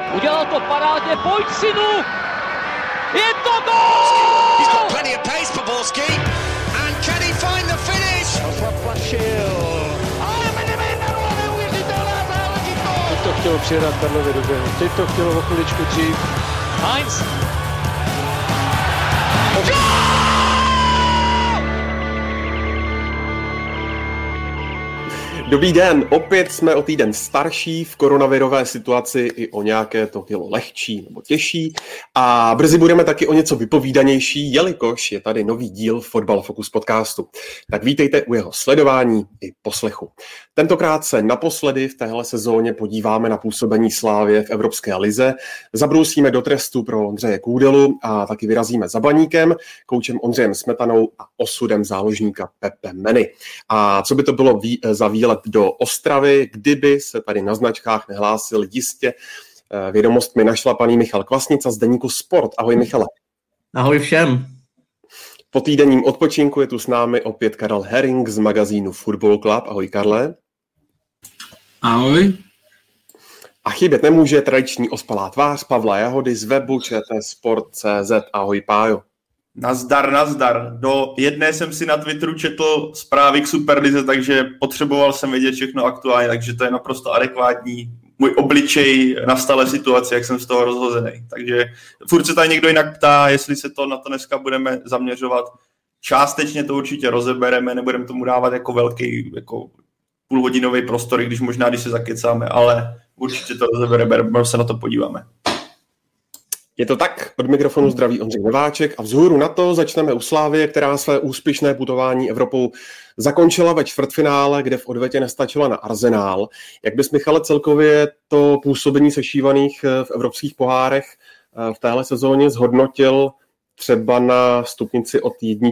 Udělal to parádně, pojď synu! Je to gól! He's got plenty of pace for Borski. And can he find the finish? Ale Medvedev, neuvěřitelná záležitost! Teď to chtělo přijedat Karlovi do běhu, teď to chtělo o chviličku dřív. Heinz! Dobrý den, opět jsme o týden starší v koronavirové situaci i o nějaké to kilo lehčí nebo těžší a brzy budeme taky o něco vypovídanější, jelikož je tady nový díl Fotbal Focus podcastu. Tak vítejte u jeho sledování i poslechu. Tentokrát se naposledy v téhle sezóně podíváme na působení Slavie v Evropské lize, zabrousíme do trestu pro Ondřeje Kůdelu a taky vyrazíme za Baníkem, koučem Ondřejem Smetanou a osudem záložníka Pepe Meny. A co by to bylo za výlet do Ostravy, kdyby se tady na značkách nehlásil jistě vědomostmi našlapaný Michal Kvasnica z deníku Sport. Ahoj Michale. Ahoj všem. Po týdenním odpočinku je tu s námi opět Karel Herring z magazínu Football Club. Ahoj Karle. Ahoj. A chybět nemůže tradiční ospalá tvář Pavla Jahody z webu čtsport.cz. Ahoj Pájo. Nazdar. Do jedné jsem si na Twitteru četl zprávy k Superlize, takže potřeboval jsem vědět všechno aktuálně, takže to je naprosto adekvátní můj obličej na stále situaci, jak jsem z toho rozhozený. Takže furt se tady někdo jinak ptá, jestli se to na to dneska budeme zaměřovat. Částečně to určitě rozebereme, nebudeme tomu dávat jako velký jako půlhodinový prostor, když se zakecáme, ale určitě to rozebereme, se na to podíváme. Je to tak, od mikrofonu zdraví Ondřej Nováček a vzhůru na to začneme u Slavie, která své úspěšné putování Evropou zakončila ve čtvrtfinále, kde v odvetě nestačila na Arsenal. Jak bys, Michale, celkově to působení sešívaných v evropských pohárech v téhle sezóně zhodnotil třeba na stupnici od 1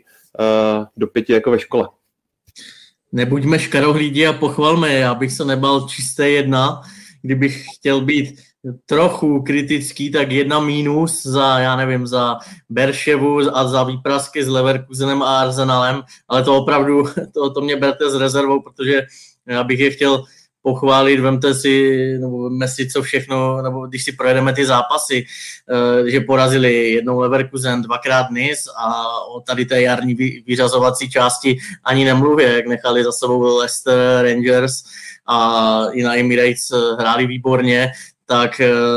do 5 jako ve škole? Nebuďme škarohlídi a pochvalme, já bych se nebal čisté 1, kdybych chtěl být trochu kritický, tak 1 mínus za Berševu a za výprasky s Leverkusenem a Arsenalem, ale to opravdu, to mě berte s rezervou, protože já bych je chtěl pochválit, vemte si co všechno, nebo když si projedeme ty zápasy, že porazili jednou Leverkusen, 2krát Nice a o tady té jarní vyřazovací části ani nemluvě, jak nechali za sebou Leicester, Rangers a i na Emirates hráli výborně, tak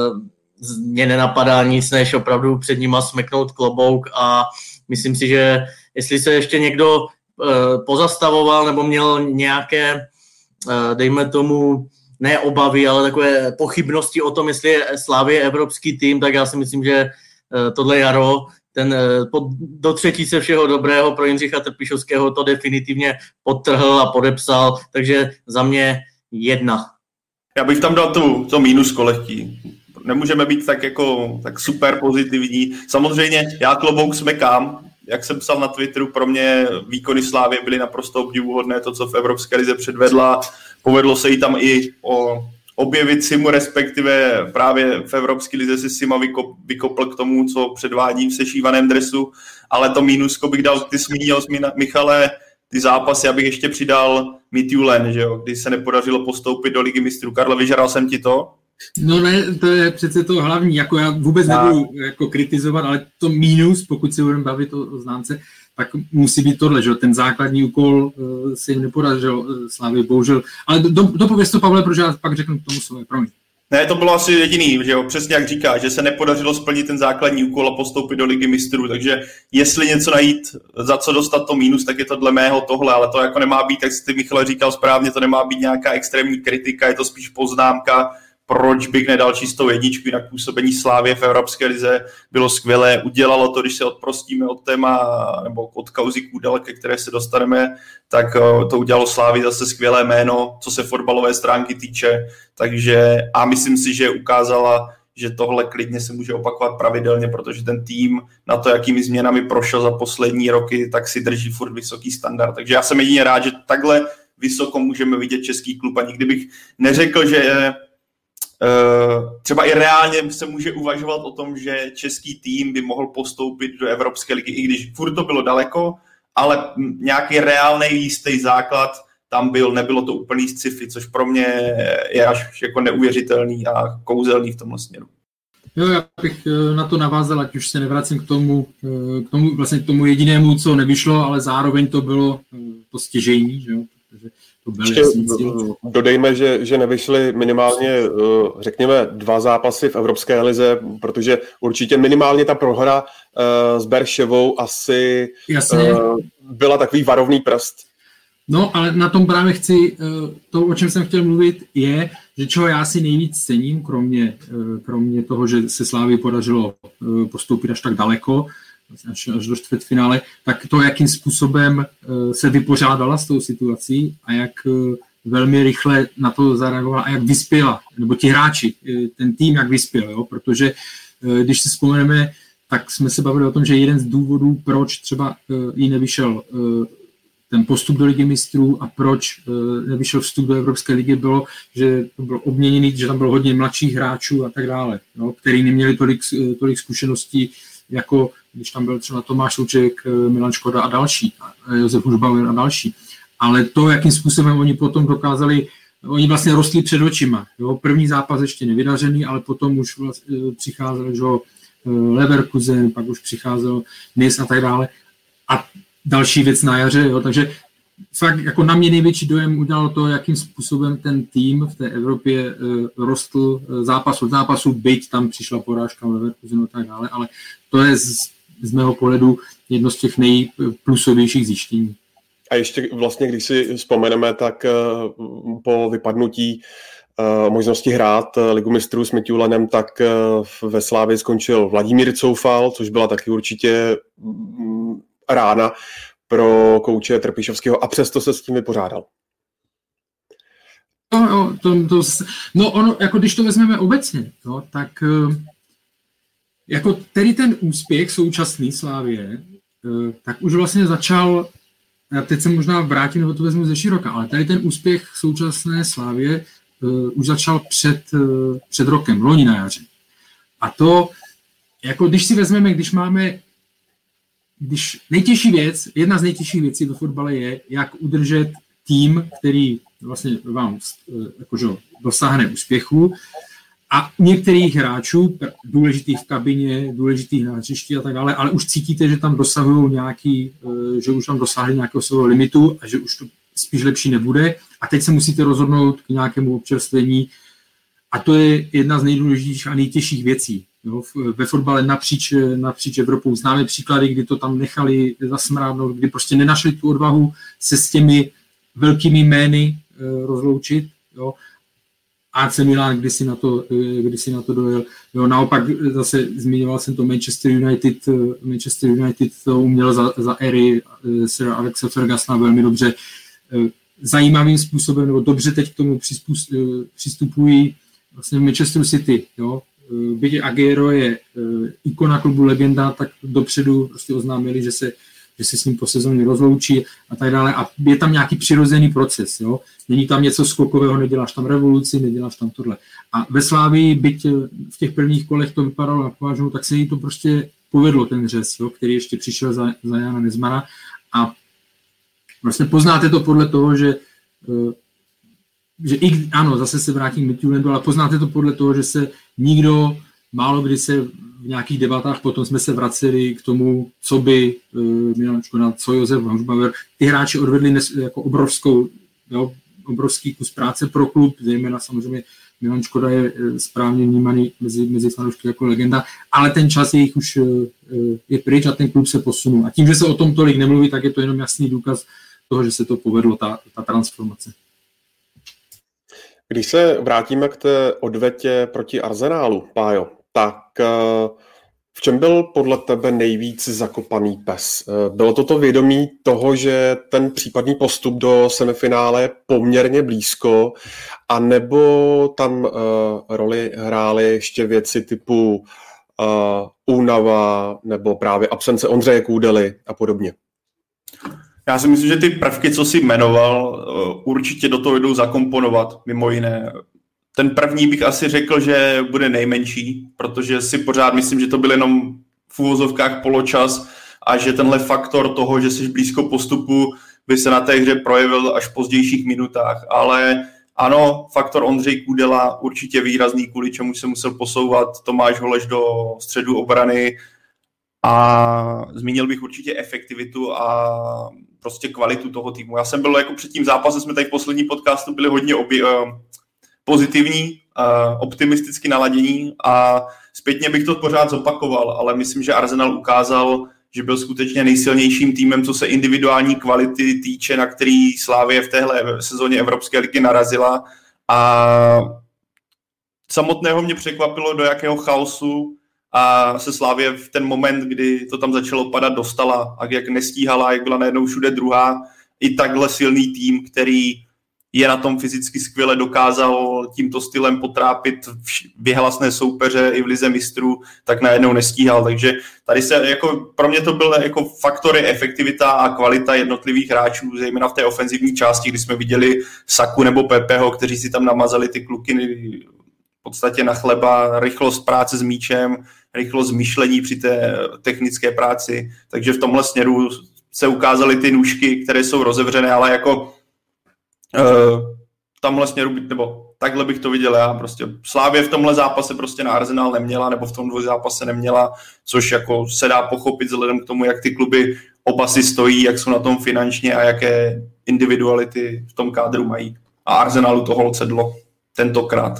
mě nenapadá nic, než opravdu před nima smeknout klobouk a myslím si, že jestli se ještě někdo pozastavoval nebo měl nějaké, dejme tomu, ne obavy, ale takové pochybnosti o tom, jestli je Slavie evropský tým, tak já si myslím, že tohle jaro, do třetice všeho dobrého pro Jindřicha Trpišovského to definitivně podtrhl a podepsal, takže za mě 1. Já bych tam dal to mínusko lehký. Nemůžeme být tak super pozitivní. Samozřejmě já klobouk smekám, jak jsem psal na Twitteru, pro mě výkony Slávie byly naprosto obdivuhodné, to, co v Evropské lize předvedla. Povedlo se jí tam i objevit Simu, respektive právě v Evropské lize si Sima vykopl k tomu, co předvádí v sešívaném dresu, ale to mínusko bych dal, ty zmínil Michale, ty zápasy, abych ještě přidal Midtjylland, že jo, kdy se nepodařilo postoupit do Ligy mistrů. Karlo, vyžaral jsem ti to? No ne, to je přece to hlavní, jako já vůbec nebudu jako kritizovat, ale to mínus, pokud si budeme bavit o známce, tak musí být tohle, že ten základní úkol se jim nepodařil Slavii, bohužel. Ale dopověz to, Pavle, protože já pak řeknu k tomu svoje, promiň. Ne, to bylo asi jediný, že jo, přesně jak říká, že se nepodařilo splnit ten základní úkol a postoupit do Ligy mistrů, takže jestli něco najít, za co dostat to mínus, tak je to dle mého tohle, ale to jako nemá být, jak jsi ty, Michale, říkal správně, to nemá být nějaká extrémní kritika, je to spíš poznámka, proč bych nedal čistou 1, jinak působení Slávie v Evropské lize bylo skvělé, udělalo to, když se odprostíme od téma, nebo od kauzy Kůdel, ke které se dostaneme, tak to udělalo Slávii zase skvělé jméno, co se fotbalové stránky týče, takže a myslím si, že ukázala, že tohle klidně se může opakovat pravidelně, protože ten tým na to, jakými změnami prošel za poslední roky, tak si drží furt vysoký standard, takže já jsem jedině rád, že takhle vysoko můžeme vidět český klub a nikdy bych neřekl, že třeba i reálně se může uvažovat o tom, že český tým by mohl postoupit do Evropské ligy, i když furt to bylo daleko, ale nějaký reálný jistý základ tam byl, nebylo to úplný sci-fi, což pro mě je až jako neuvěřitelný a kouzelný v tomhle směru. Jo, já bych na to navázal, ať už se nevracím k tomu jedinému, co nevyšlo, ale zároveň to bylo to stěžejní, že jo? Protože to byl jasný cíl. Dodejme, že nevyšly minimálně, řekněme, 2 zápasy v Evropské lize, protože určitě minimálně ta prohra s Berševou asi byla takový varovný prst. No, ale na tom právě chci, to, o čem jsem chtěl mluvit, je, že čeho já si nejvíc cením, kromě toho, že se Slávii podařilo postoupit až tak daleko, až do čtvrtfinále, tak to, jakým způsobem se vypořádala s tou situací a jak velmi rychle na to zareagovala a jak vyspěla, nebo ti hráči, ten tým jak vyspěl, jo? Protože když si vzpomeneme, tak jsme se bavili o tom, že jeden z důvodů, proč třeba jí nevyšel ten postup do Ligy mistrů a proč nevyšel vstup do Evropské ligy, bylo, že to bylo obměněný, že tam bylo hodně mladších hráčů a tak dále, no, který neměli tolik zkušeností, jako když tam byl třeba Tomáš Souček, Milan Škoda a další, Josef Hušbauer a další. Ale to, jakým způsobem oni potom dokázali, oni vlastně rostli před očima. Jo. První zápas ještě nevydařený, ale potom už přicházel Leverkusen, pak už přicházel Nice a tak dále. A další věc na jaře, jo. Takže fakt jako na mě největší dojem udělalo to, jakým způsobem ten tým v té Evropě rostl zápas od zápasu, byť tam přišla porážka Leverkusenu a tak dále, ale to je z mého pohledu jedno z těch nejplusovějších zjištění. A ještě vlastně, když si vzpomeneme, tak po vypadnutí možnosti hrát Ligu mistrů s Midtjyllandem, tak ve Slávii skončil Vladimír Coufal, což byla taky určitě rána pro kouče Trpišovského a přesto se s tím vypořádal. No ono, jako když to vezmeme obecně, no, tak jako tedy ten úspěch současný Slávie, tak už vlastně začal, já teď se možná vrátím, nebo to vezmu ze široka, ale tady ten úspěch současné Slávie už začal před rokem, loni na jaře. A to, jako když si vezmeme, když nejtěžší věc, jedna z nejtěžších věcí ve fotbale je, jak udržet tým, který vlastně vám jakože dosáhne úspěchu a u některých hráčů, důležitých v kabině, důležitých na hřišti a tak dále, ale už cítíte, že tam dosahují že už tam dosáhli nějakého svého limitu a že už to spíš lepší nebude a teď se musíte rozhodnout k nějakému občerstvení a to je jedna z nejdůležitějších a nejtěžších věcí. Jo, ve fotbale napříč Evropou známe příklady, kdy to tam nechali zasmrádnout, kdy prostě nenašli tu odvahu se s těmi velkými jmény rozloučit. Jo. AC Milan kdysi na to dojel. Jo, naopak zase zmiňoval jsem to Manchester United to uměl za éry Sir Alexe Fergusona velmi dobře. Zajímavým způsobem, nebo dobře teď k tomu přistupují vlastně Manchester City, jo. Byť Aguero je ikona klubu, legenda, tak dopředu prostě oznámili, že se s ním po sezóně rozloučí a tak dále. A je tam nějaký přirozený proces. Jo? Není tam něco skokového, neděláš tam revoluci, neděláš tam tohle. A ve Slávii, byť v těch prvních kolech to vypadalo na povážnou, tak se jí to prostě povedlo, ten řez, jo? Který ještě přišel za Jana Nezmara. A vlastně poznáte to podle toho, že ano, zase se vrátím k Midtjyllandu, ale poznáte to podle toho, že se nikdo, málo kdy se v nějakých debatách, potom jsme se vraceli k tomu, co by Milan Škoda, co Josef Hušbauer, ty hráči odvedli jako obrovský kus práce pro klub, zejména samozřejmě Milan Škoda je správně vnímaný mezi fanoušky jako legenda, ale ten čas jejich už je pryč a ten klub se posunul. A tím, že se o tom tolik nemluví, tak je to jenom jasný důkaz toho, že se to povedlo, ta transformace. Když se vrátíme k té odvetě proti Arsenálu, Pájo, tak v čem byl podle tebe nejvíc zakopaný pes? Bylo to vědomí toho, že ten případný postup do semifinále je poměrně blízko, anebo tam roli hrály ještě věci typu únava nebo právě absence Ondřeje Kůdely a podobně? Já si myslím, že ty prvky, co jsi jmenoval, určitě do toho jdou zakomponovat, mimo jiné. Ten první bych asi řekl, že bude nejmenší, protože si pořád myslím, že to byl jenom v uvozovkách poločas a že tenhle faktor toho, že jsi blízko postupu, by se na té hře projevil až v pozdějších minutách, ale ano, faktor Ondřej Kudela určitě výrazný, kvůli čemu se musel posouvat Tomáš Holeš do středu obrany a zmínil bych určitě efektivitu a prostě kvalitu toho týmu. Já jsem byl jako před tím zápasem, jsme tady v poslední podcastu byli hodně pozitivní, optimisticky naladění a zpětně bych to pořád zopakoval, ale myslím, že Arsenal ukázal, že byl skutečně nejsilnějším týmem, co se individuální kvality týče, na který Slavie v téhle sezóně Evropské ligy narazila. A samotného mě překvapilo, do jakého chaosu a se Slavie v ten moment, kdy to tam začalo padat, dostala a jak nestíhala, jak byla najednou všude druhá. I takhle silný tým, který je na tom fyzicky skvěle, dokázal tímto stylem potrápit vyhlasné soupeře i v lize mistrů, tak najednou nestíhal. Takže tady se, jako, pro mě to byly jako faktory efektivita a kvalita jednotlivých hráčů, zejména v té ofenzivní části, kdy jsme viděli Saku nebo Pepeho, kteří si tam namazali ty kluky v podstatě na chleba, rychlost práce s míčem, rychlost myšlení při té technické práci. Takže v tomhle směru se ukázaly ty nůžky, které jsou rozevřené, ale jako tamhle směru, nebo takhle bych to viděl já, prostě Slavie v tomhle zápase prostě na Arsenal neměla, nebo v tom dvojzápase neměla, což jako se dá pochopit vzhledem k tomu, jak ty kluby oba si stojí, jak jsou na tom finančně a jaké individuality v tom kádru mají. A Arsenalu toho sedlo tentokrát.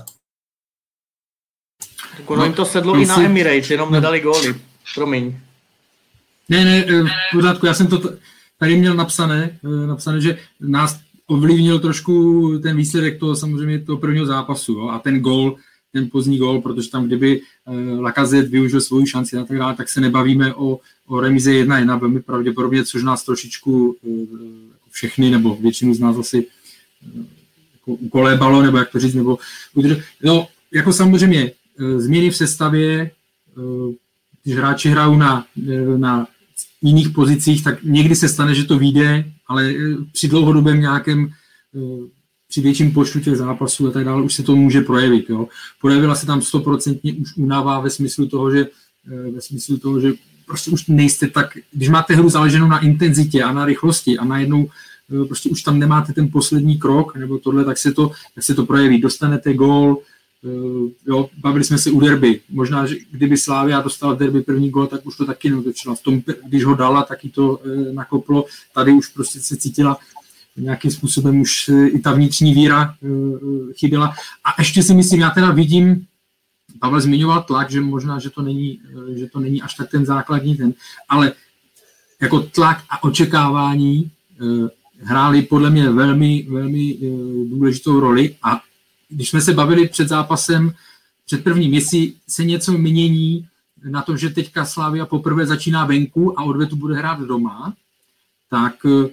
Ono jim to sedlo i na Emirates, jenom nedali góly. Promiň. Ne, v pořádku, já jsem to tady měl napsané, že nás ovlivnil trošku ten výsledek toho samozřejmě toho prvního zápasu, jo? A ten gól, ten pozdní gól, protože tam kdyby Lacazette využil svou šanci a tak dále, tak se nebavíme o remize 1-1, velmi pravděpodobně, což nás trošičku všechny, nebo většinu z nás asi jako ukolébalo, nebo jak to říct, nebo no, jako samozřejmě změny v sestavě, když hráči hrajou na jiných pozicích, tak někdy se stane, že to vyjde, ale při dlouhodobém nějakém, při větším počtu těch zápasů a tak dále už se to může projevit. Jo. Projevila se tam 100% už únava ve smyslu toho, že prostě už nejste tak, když máte hru založenou na intenzitě a na rychlosti a najednou prostě už tam nemáte ten poslední krok nebo tohle, tak se to projeví. Dostanete gól, jo, bavili jsme se u derby. Možná, že kdyby Slavia dostala v derby první gól, tak už to taky neotočila. V tom, když ho dala, tak jí to nakoplo. Tady už prostě se cítila nějakým způsobem, už i ta vnitřní víra chyběla. A ještě si myslím, já teda vidím, Pavel zmiňoval tlak, že možná, že to není až tak ten základní ten, ale jako tlak a očekávání hráli podle mě velmi, velmi důležitou roli a když jsme se bavili před zápasem, před prvním, jestli se něco mění na to, že teďka Slavia poprvé začíná venku a odvetu bude hrát doma, tak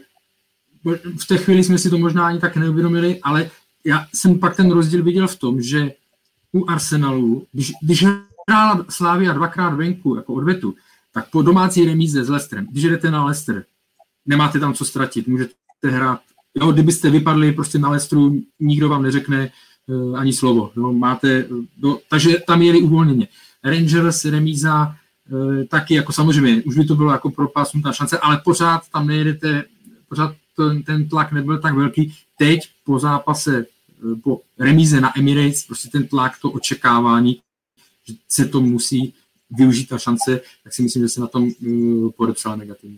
v té chvíli jsme si to možná ani tak neuvědomili, ale já jsem pak ten rozdíl viděl v tom, že u Arsenalu, když hrála Slavia dvakrát venku jako odvetu, tak po domácí remíze s Leicesterem, když jdete na Leicester, nemáte tam co ztratit, můžete hrát. Jo, kdybyste vypadli prostě na Leicesteru, nikdo vám neřekne ani slovo. No, takže tam jeli uvolněně. Rangers, remíza, taky jako samozřejmě, už by to bylo jako propásnutá šance, ale pořád tam nejedete, pořád ten tlak nebyl tak velký. Teď po zápase, po remíze na Emirates, prostě ten tlak, to očekávání, že se to musí využít ta šance, tak si myslím, že se na tom podepsala negativně.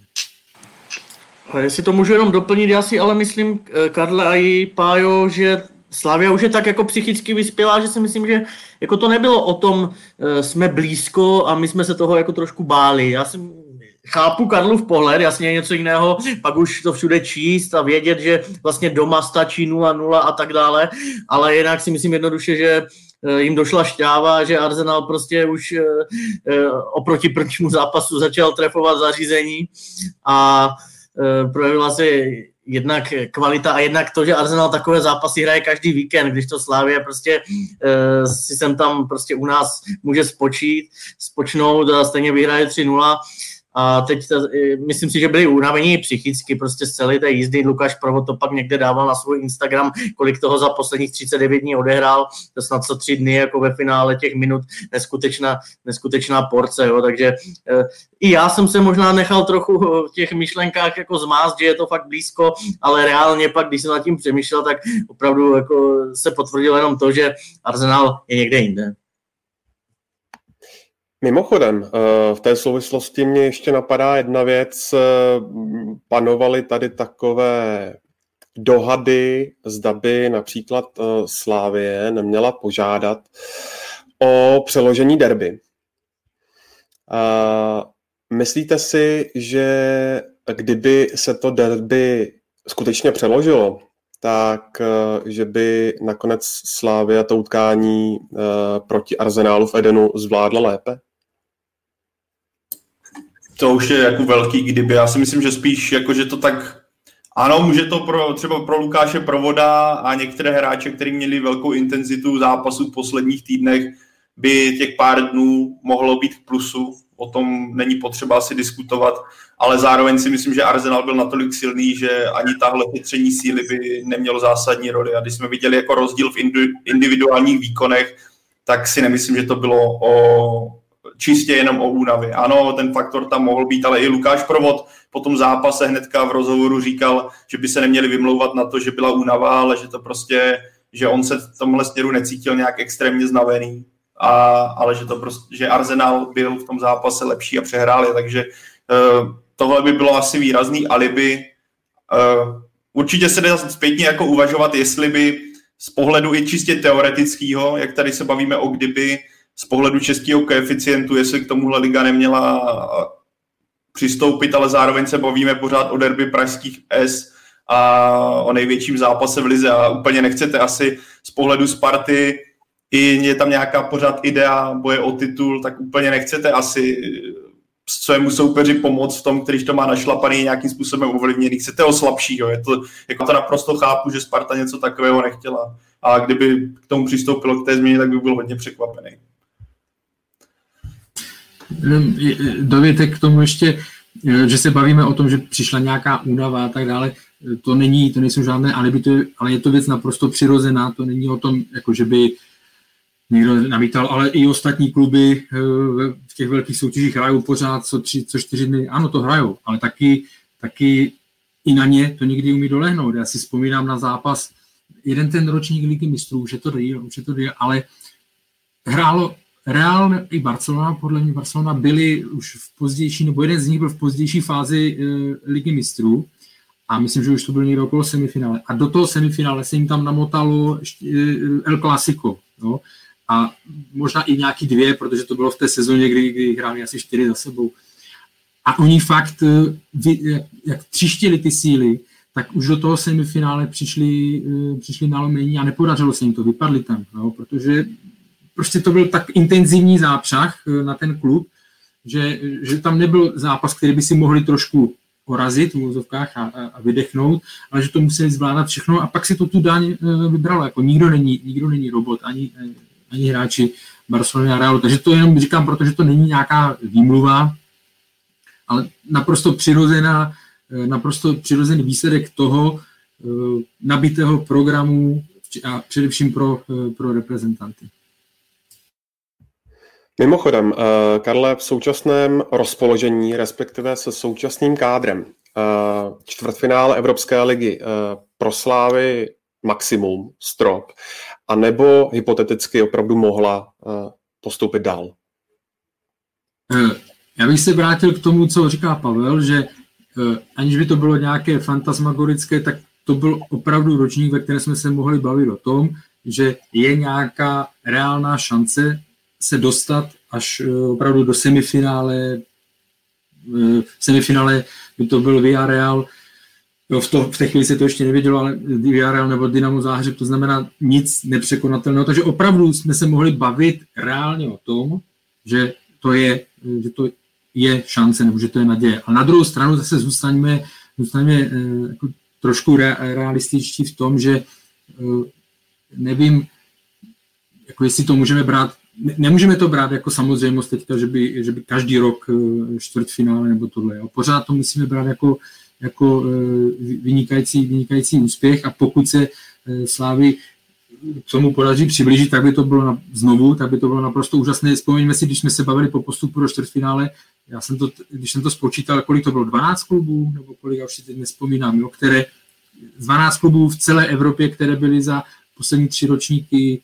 Jestli to můžu jenom doplnit, já si ale myslím, Karle a i Pájo, že Slavia už je tak jako psychicky vyspělá, že si myslím, že jako to nebylo o tom, jsme blízko a my jsme se toho jako trošku báli. Já si chápu Karlův pohled, jasně je něco jiného, pak už to všude číst a vědět, že vlastně doma stačí 0-0 a tak dále, ale jinak si myslím jednoduše, že jim došla šťáva, že Arsenal prostě už oproti prvnímu zápasu začal trefovat zařízení a projevila se jednak kvalita a jednak to, že Arsenal takové zápasy hraje každý víkend, když to Slavia prostě si sem tam prostě u nás může spočnout a stejně vyhraje 3-0 A teď myslím si, že byli unavení psychicky prostě z celé té jízdy. Lukáš Provod to pak někde dával na svůj Instagram, kolik toho za posledních 39 dní odehrál, to snad co 3 dny jako ve finále těch minut, neskutečná porce, jo. Takže i já jsem se možná nechal trochu v těch myšlenkách jako zmást, že je to fakt blízko, ale reálně pak, když jsem nad tím přemýšlel, tak opravdu jako se potvrdilo jenom to, že Arsenal je někde jinde. Mimochodem, v té souvislosti mě ještě napadá jedna věc. Panovaly tady takové dohady, zda by například Slavie neměla požádat o přeložení derby. Myslíte si, že kdyby se to derby skutečně přeložilo, tak že by nakonec Slavia to utkání proti Arsenálu v Edenu zvládla lépe? To už je jako velký kdyby. Já si myslím, že spíš jako, že to tak... Ano, může to třeba pro Lukáše Provoda a některé hráče, kteří měli velkou intenzitu zápasů v posledních týdnech, by těch pár dnů mohlo být k plusu. O tom není potřeba asi diskutovat, ale zároveň si myslím, že Arsenal byl natolik silný, že ani tahle chytření síly by nemělo zásadní roli. A když jsme viděli jako rozdíl v individuálních výkonech, tak si nemyslím, že to bylo čistě jenom o únavě. Ano, ten faktor tam mohl být, ale i Lukáš Provod po tom zápase hnedka v rozhovoru říkal, že by se neměli vymlouvat na to, že byla únava, ale že to prostě, že on se v tomhle směru necítil nějak extrémně znavený, ale že to prostě, že Arsenal byl v tom zápase lepší a přehráli, takže tohle by bylo asi výrazný alibi. Určitě se dá zpětně jako uvažovat, jestli by z pohledu i čistě teoretického, jak tady se bavíme o kdyby, z pohledu českého koeficientu, jestli k tomuhle liga neměla přistoupit, ale zároveň se bavíme pořád o derby pražských S a o největším zápase v lize a úplně nechcete asi z pohledu Sparty, i je tam nějaká pořád idea boje o titul, tak úplně nechcete asi svému soupeři pomoct v tom, když to má našlapaný nějakým způsobem ovlivněný. Chcete ho slabšího. To naprosto chápu, že Sparta něco takového nechtěla. A kdyby k tomu přistoupilo k té změně, tak by byl hodně překvapený. Dovětek k tomu ještě, že se bavíme o tom, že přišla nějaká únava a tak dále. To nejsou žádné alibi, ale je to věc naprosto přirozená. To není o tom, jako že by někdo namítal, ale i ostatní kluby v těch velkých soutěžích hrajou pořád co 4 dny. Ano, to hrajou, ale taky i na ně to někdy umí dolehnout. Já si vzpomínám na zápas, jeden ten ročník Ligy mistrů, už je to díl, ale hrálo Real i Barcelona, podle mě Barcelona byli už v pozdější, nebo jeden z nich byl v pozdější fázi Ligy mistrů a myslím, že už to byl někdo okolo semifinále. A do toho semifinále se jim tam namotalo El Clásico, no? A možná i nějaký 2, protože to bylo v té sezóně, kdy hráli asi 4 za sebou. A oni fakt, jak třištili ty síly, tak už do toho semifinále přišli nalomení a nepodařilo se jim to, vypadli tam, no? Protože prostě to byl tak intenzivní zápřah na ten klub, že tam nebyl zápas, který by si mohli trošku porazit v úvozovkách a vydechnout, ale že to museli zvládat všechno a pak si to tu daň vybralo. Jako nikdo není robot, ani hráči Barcelony a Realu. Takže to jenom říkám, protože to není nějaká výmluva, ale naprosto přirozený výsledek toho nabitého programu a především pro reprezentanty. Mimochodem, Karle, v současném rozpoložení, respektive se současným kádrem, čtvrtfinále Evropské ligy pro Slávy maximum, strop, anebo hypoteticky opravdu mohla postoupit dál? Já bych se vrátil k tomu, co říká Pavel, že aniž by to bylo nějaké fantasmagorické, tak to byl opravdu ročník, ve kterém jsme se mohli bavit o tom, že je nějaká reálná šance se dostat až opravdu do semifinále. V semifinále by to byl Villarreal. V té chvíli se to ještě nevědělo, ale Villarreal nebo Dynamo Záhřeb, to znamená nic nepřekonatelného. Takže opravdu jsme se mohli bavit reálně o tom, že to je šance, nebo že to je naděje. A na druhou stranu zase zůstaňme jako trošku realističtí v tom, že nevím, jako jestli to můžeme brát nemůžeme to brát jako samozřejmost teďka, že by každý rok čtvrtfinále nebo tohle. Jo. Pořád to musíme brát jako vynikající úspěch a pokud se Slávy k tomu podaří přiblížit, tak by to bylo naprosto úžasné. Vzpomeňme si, když jsme se bavili po postupu do čtvrtfinále, když jsem to spočítal, kolik to bylo, 12 klubů, nebo kolik, já už si teď nespomínám, jo, 12 klubů v celé Evropě, které byly za poslední 3 ročníky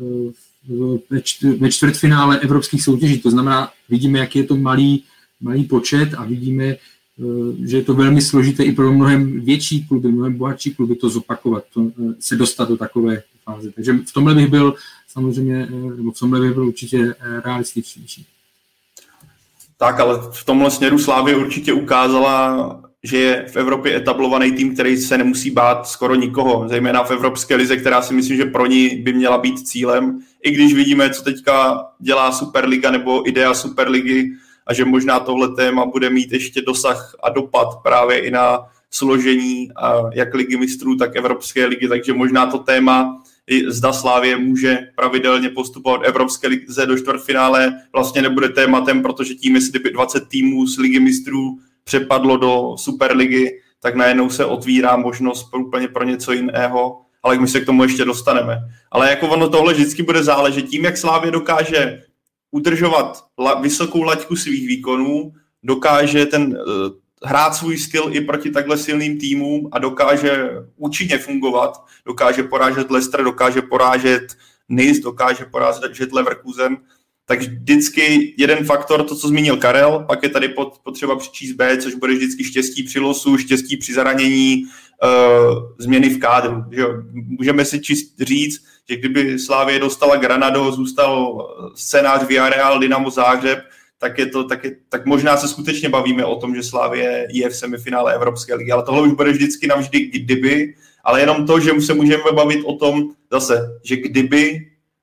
ve čtvrtfinále evropských soutěží. To znamená, vidíme, jaký je to malý počet a vidíme, že je to velmi složité i pro mnohem větší kluby, mnohem bohatší kluby to zopakovat, se dostat do takové fáze. Takže v tomhle bych byl samozřejmě, nebo v tomhle bych byl určitě realističnější. Tak, ale v tomhle směru Slavie určitě ukázala, že je v Evropě etablovaný tým, který se nemusí bát skoro nikoho, zejména v Evropské lize, která si myslím, že pro ní by měla být cílem. I když vidíme, co teďka dělá Superliga nebo idea Superligy a že možná tohle téma bude mít ještě dosah a dopad právě i na složení jak ligy mistrů, tak Evropské ligy, takže možná to téma, zda Slavie může pravidelně postupovat Evropské lize do čtvrtfinále, vlastně nebude tématem, protože tím, jestli by 20 týmů z ligy mistrů přepadlo do Superligy, tak najednou se otvírá možnost úplně pro něco jiného, ale my se k tomu ještě dostaneme. Ale jako ono tohle vždycky bude záležet tím, jak Slavie dokáže udržovat vysokou laťku svých výkonů, dokáže hrát svůj styl i proti takhle silným týmům a dokáže účinně fungovat, dokáže porážet Leicester, dokáže porážet Nice, dokáže porážet Leverkusen. Tak vždycky jeden faktor, to, co zmínil Karel, pak je tady potřeba přičíst B, což bude vždycky štěstí při losu, štěstí při zranění, změny v kádru. Že můžeme si říct, že kdyby Slavie dostala Granado, zůstal scénář Villarreal, Dynamo Záhřeb, tak možná se skutečně bavíme o tom, že Slavie je v semifinále Evropské ligy, ale tohle už bude vždycky navždy kdyby, ale jenom to, že se můžeme bavit o tom zase, že kdyby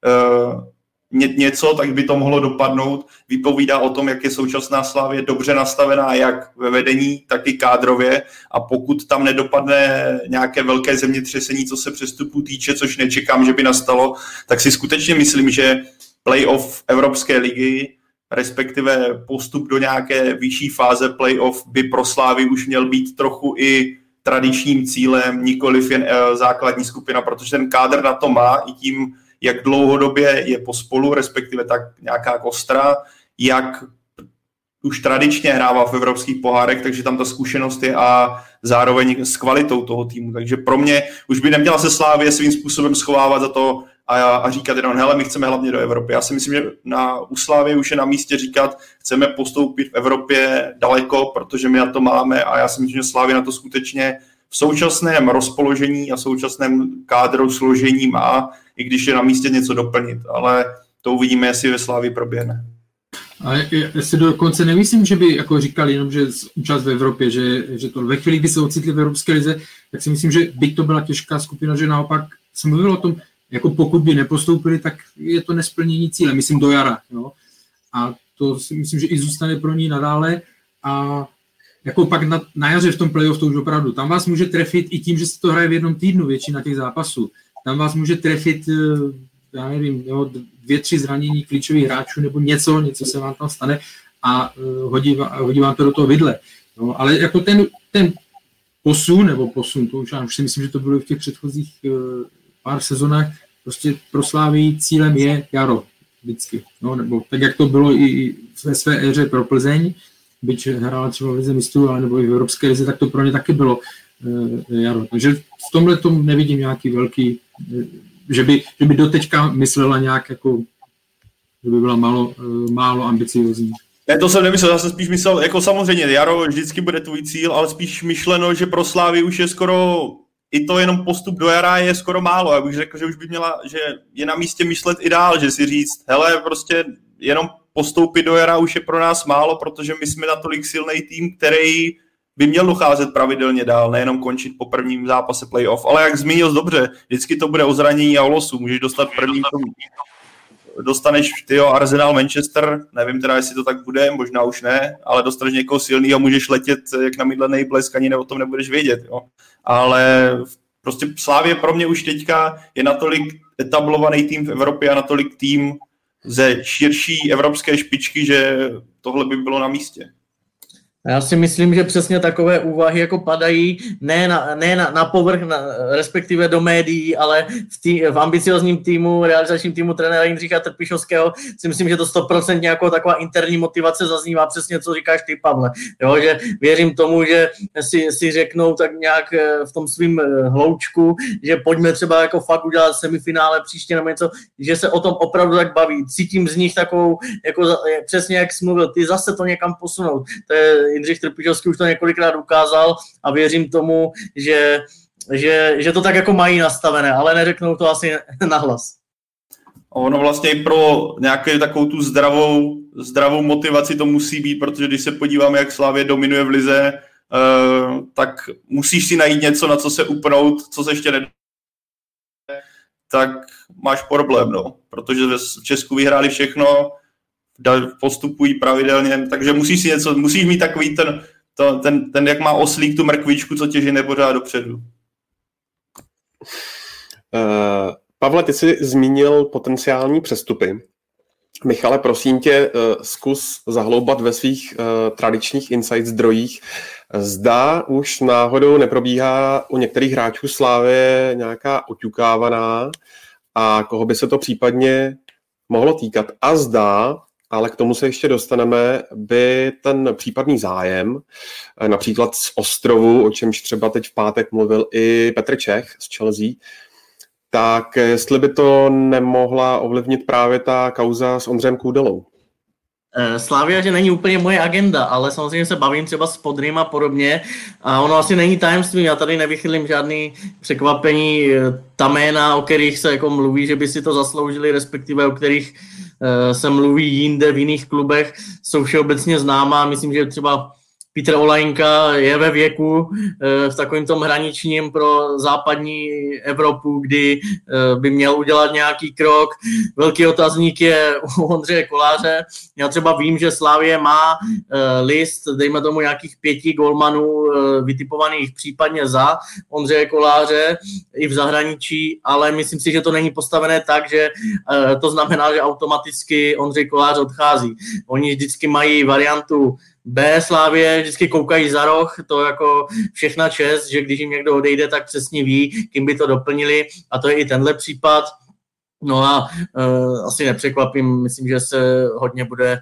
něco, tak by to mohlo dopadnout, vypovídá o tom, jak je současná Slavie dobře nastavená jak ve vedení, tak i kádrově a pokud tam nedopadne nějaké velké zemětřesení, co se přestupů týče, což nečekám, že by nastalo, tak si skutečně myslím, že playoff Evropské ligy, respektive postup do nějaké vyšší fáze playoff by pro Slavii už měl být trochu i tradičním cílem, nikoliv jen základní skupina, protože ten kádr na to má i tím, jak dlouhodobě je pospolu, respektive tak nějaká kostra, jak už tradičně hrává v evropských pohárech, takže tam ta zkušenost je a zároveň s kvalitou toho týmu. Takže pro mě už by neměla se Slavie svým způsobem schovávat za to a říkat jenom, hele, my chceme hlavně do Evropy. Já si myslím, že u Slavie už je na místě říkat, chceme postoupit v Evropě daleko, protože my na to máme a já si myslím, že Slavie na to skutečně v současném rozpoložení a současném kádru složení má, i když je na místě něco doplnit, ale to uvidíme, jestli ve Slavii proběhne. Ale já si dokonce nemyslím, že by jako říkali jenom, že účast v Evropě, že to ve chvíli, kdy se ocitli v Evropské lize, tak si myslím, že byť to byla těžká skupina, že naopak se mluvilo o tom, jako pokud by nepostoupili, tak je to nesplnění cíle, myslím do jara. Jo? A to si myslím, že i zůstane pro ní nadále a jako pak na jaře v tom playoff to už opravdu, tam vás může trefit i tím, že se to hraje v jednom týdnu, většina těch zápasů. Tam vás může trefit, já nevím, 2-3 zranění klíčových hráčů nebo něco se vám tam stane a hodí vám to do toho vidle. No, ale jako ten posun, to už si myslím, že to bylo v těch předchozích pár sezonách, prostě pro Slavii cílem je jaro vždycky. No, nebo tak, jak to bylo i ve své éře pro Plzeň, byť hrála třeba v lize mistrů, nebo i v Evropské lize, tak to pro ně taky bylo jaro. Takže v tomhle tomu nevidím nějaký velký, že by doteďka myslela nějak jako, že by byla málo ambiciozní. Ne, to jsem nemyslel, já jsem spíš myslel, jako samozřejmě jaro vždycky bude tvůj cíl, ale spíš myšleno, že pro Slavii už je skoro, i to jenom postup do jara je skoro málo. Já bych řekl, že už by měla, že je na místě myslet i dál, že si říct, hele, prostě jenom postoupit do jara už je pro nás málo, protože my jsme natolik silný tým, který by měl docházet pravidelně dál, nejenom končit po prvním zápase playoff. Ale jak zmínil dobře, vždycky to bude o zranění a o losu. Můžeš dostat první, dostaneš Arsenal, Manchester, nevím teda, jestli to tak bude, možná už ne, ale dostaneš někoho silného, můžeš letět jak namydlený blesk, ani o tom nebudeš vědět. Jo. Ale prostě Slavie pro mě už teďka je natolik etablovaný tým v Evropě a natolik tým ze širší evropské špičky, že tohle by bylo na místě. Já si myslím, že přesně takové úvahy jako padají ne na povrch, respektive do médií, ale v ambiciozním týmu, realizačním týmu trenéra Jindřicha Trpišovského si myslím, že to 100% nějakou taková interní motivace zaznívá přesně, co říkáš ty, Pavle. Jo, že věřím tomu, že si řeknou tak nějak v tom svým hloučku, že pojďme třeba jako fakt udělat semifinále příště nebo něco, že se o tom opravdu tak baví. Cítím z nich takovou, jako přesně jak jsi mluvil, ty zase to někam posunout. To je Jindřich Trpišovský už to několikrát ukázal a věřím tomu, že to tak jako mají nastavené, ale neřeknou to asi nahlas. Ono vlastně i pro nějakou takovou tu zdravou motivaci to musí být, protože když se podíváme, jak Slavia dominuje v lize, tak musíš si najít něco, na co se upnout, co se ještě nedá, tak máš problém, no. Protože v Česku vyhráli všechno, postupují pravidelně, takže musíš mít takový ten jak má oslík tu mrkvičku, co tě žene pořád dopředu. Pavle, ty jsi zmínil potenciální přestupy. Michale, prosím tě, zkus zahloubat ve svých tradičních insight zdrojích. Zda už náhodou neprobíhá u některých hráčů Slávie nějaká oťukávaná a koho by se to případně mohlo týkat. A zda, ale k tomu se ještě dostaneme, by ten případný zájem, například z Ostrovu, o čemž třeba teď v pátek mluvil i Petr Čech z Chelsea, tak jestli by to nemohla ovlivnit právě ta kauza s Ondřejem Kůdelou. Slavia, že není úplně moje agenda, ale samozřejmě se bavím třeba s Podrym a podobně a ono asi není tajemství, já tady nevychylím žádný překvapení, ta jména, o kterých se jako mluví, že by si to zasloužili, respektive o kterých se mluví jinde v jiných klubech, jsou všeobecně známá, myslím, že třeba Petr Olajnka je ve věku v takovém tom hraničním pro západní Evropu, kdy by měl udělat nějaký krok. Velký otazník je u Ondřeje Koláře. Já třeba vím, že Slavie má list, dejme tomu nějakých 5 golmanů vytipovaných případně za Ondřeje Koláře i v zahraničí, ale myslím si, že to není postavené tak, že to znamená, že automaticky Ondřej Kolář odchází. Oni vždycky mají variantu B Slavie, vždycky koukají za roh, to jako všechna čest, že když jim někdo odejde, tak přesně ví, kým by to doplnili a to je i tenhle případ. No a asi nepřekvapím, myslím, že se hodně bude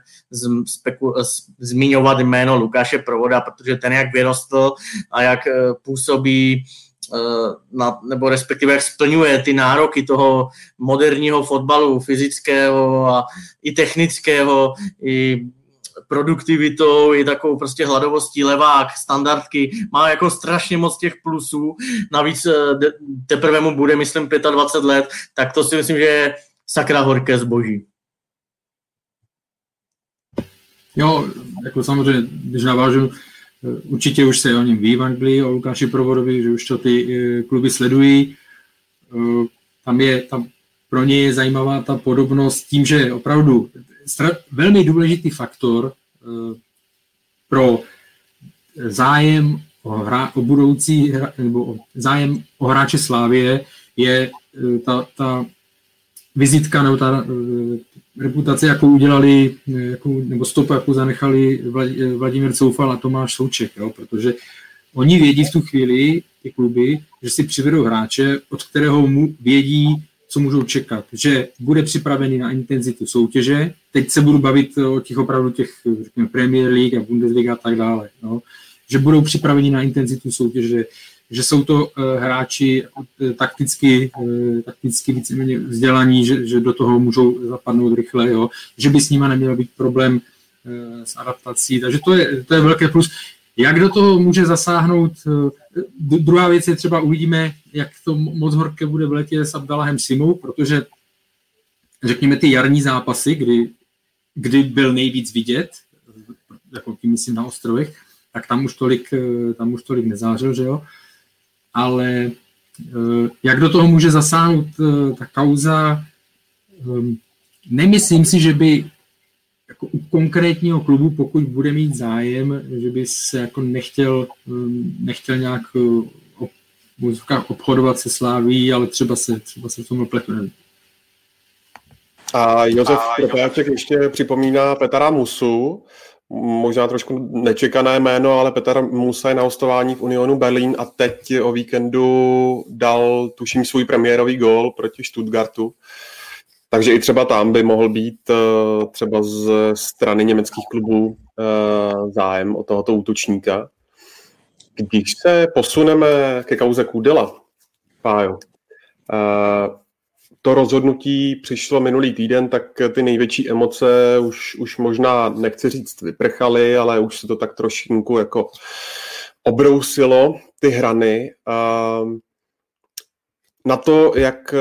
zmiňovat jméno Lukáše Provoda, protože ten jak vyrostl a jak působí nebo respektive jak splňuje ty nároky toho moderního fotbalu, fyzického a i technického, i produktivitou, i takovou prostě hladovostí, levák, standardky, má jako strašně moc těch plusů, navíc teprve mu bude, myslím, 25 let, tak to si myslím, že je sakra horké zboží. Jo, jako samozřejmě, když navážu, určitě už se o něm ví v Anglii, o Lukáši Provodovi, že už to ty kluby sledují. Tam pro ně je zajímavá ta podobnost tím, že opravdu velmi důležitý faktor pro zájem o budoucí nebo zájem o hráče Slávie je ta vizitka nebo ta reputace, jakou udělali, nebo stopu, jakou zanechali Vladimír Coufal a Tomáš Souček, jo? Protože oni vědí v tu chvíli, ty kluby, že si přivedou hráče, od kterého mu vědí, co můžou čekat, že bude připravený na intenzitu soutěže. Teď se budu bavit o těch opravdu řekněme, Premier League a Bundesliga a tak dále. No. Že budou připraveni na intenzitu soutěže, že jsou to hráči takticky víceméně vzdělaní, že do toho můžou zapadnout rychle, jo. Že by s nima neměl být problém s adaptací. Takže to je velké plus. Jak do toho může zasáhnout? Druhá věc je třeba uvidíme, jak to moc horké bude v letě s Abdallahem Simou, protože řekněme ty jarní zápasy, kdy byl nejvíc vidět, jako tím myslím na ostrovech, tak tam už tolik nezářil, že jo? Ale jak do toho může zasáhnout ta kauza, nemyslím si, že by jako u konkrétního klubu, pokud bude mít zájem, že by se jako nechtěl nějak obchodovat se Slaví, ale třeba se v tom pletu. A Josef Kropáček ještě připomíná Petra Musu, možná trošku nečekané jméno, ale Petr Musa je na hostování v Unionu Berlín a teď o víkendu dal, tuším, svůj premiérový gól proti Stuttgartu. Takže i třeba tam by mohl být třeba z strany německých klubů zájem o tohoto útočníka. Když se posuneme ke kauze Kudela, Pájo, to rozhodnutí přišlo minulý týden, tak ty největší emoce už možná, nechci říct, vyprchaly, ale už se to tak trošinku jako obrousilo, ty hrany. Na to, jak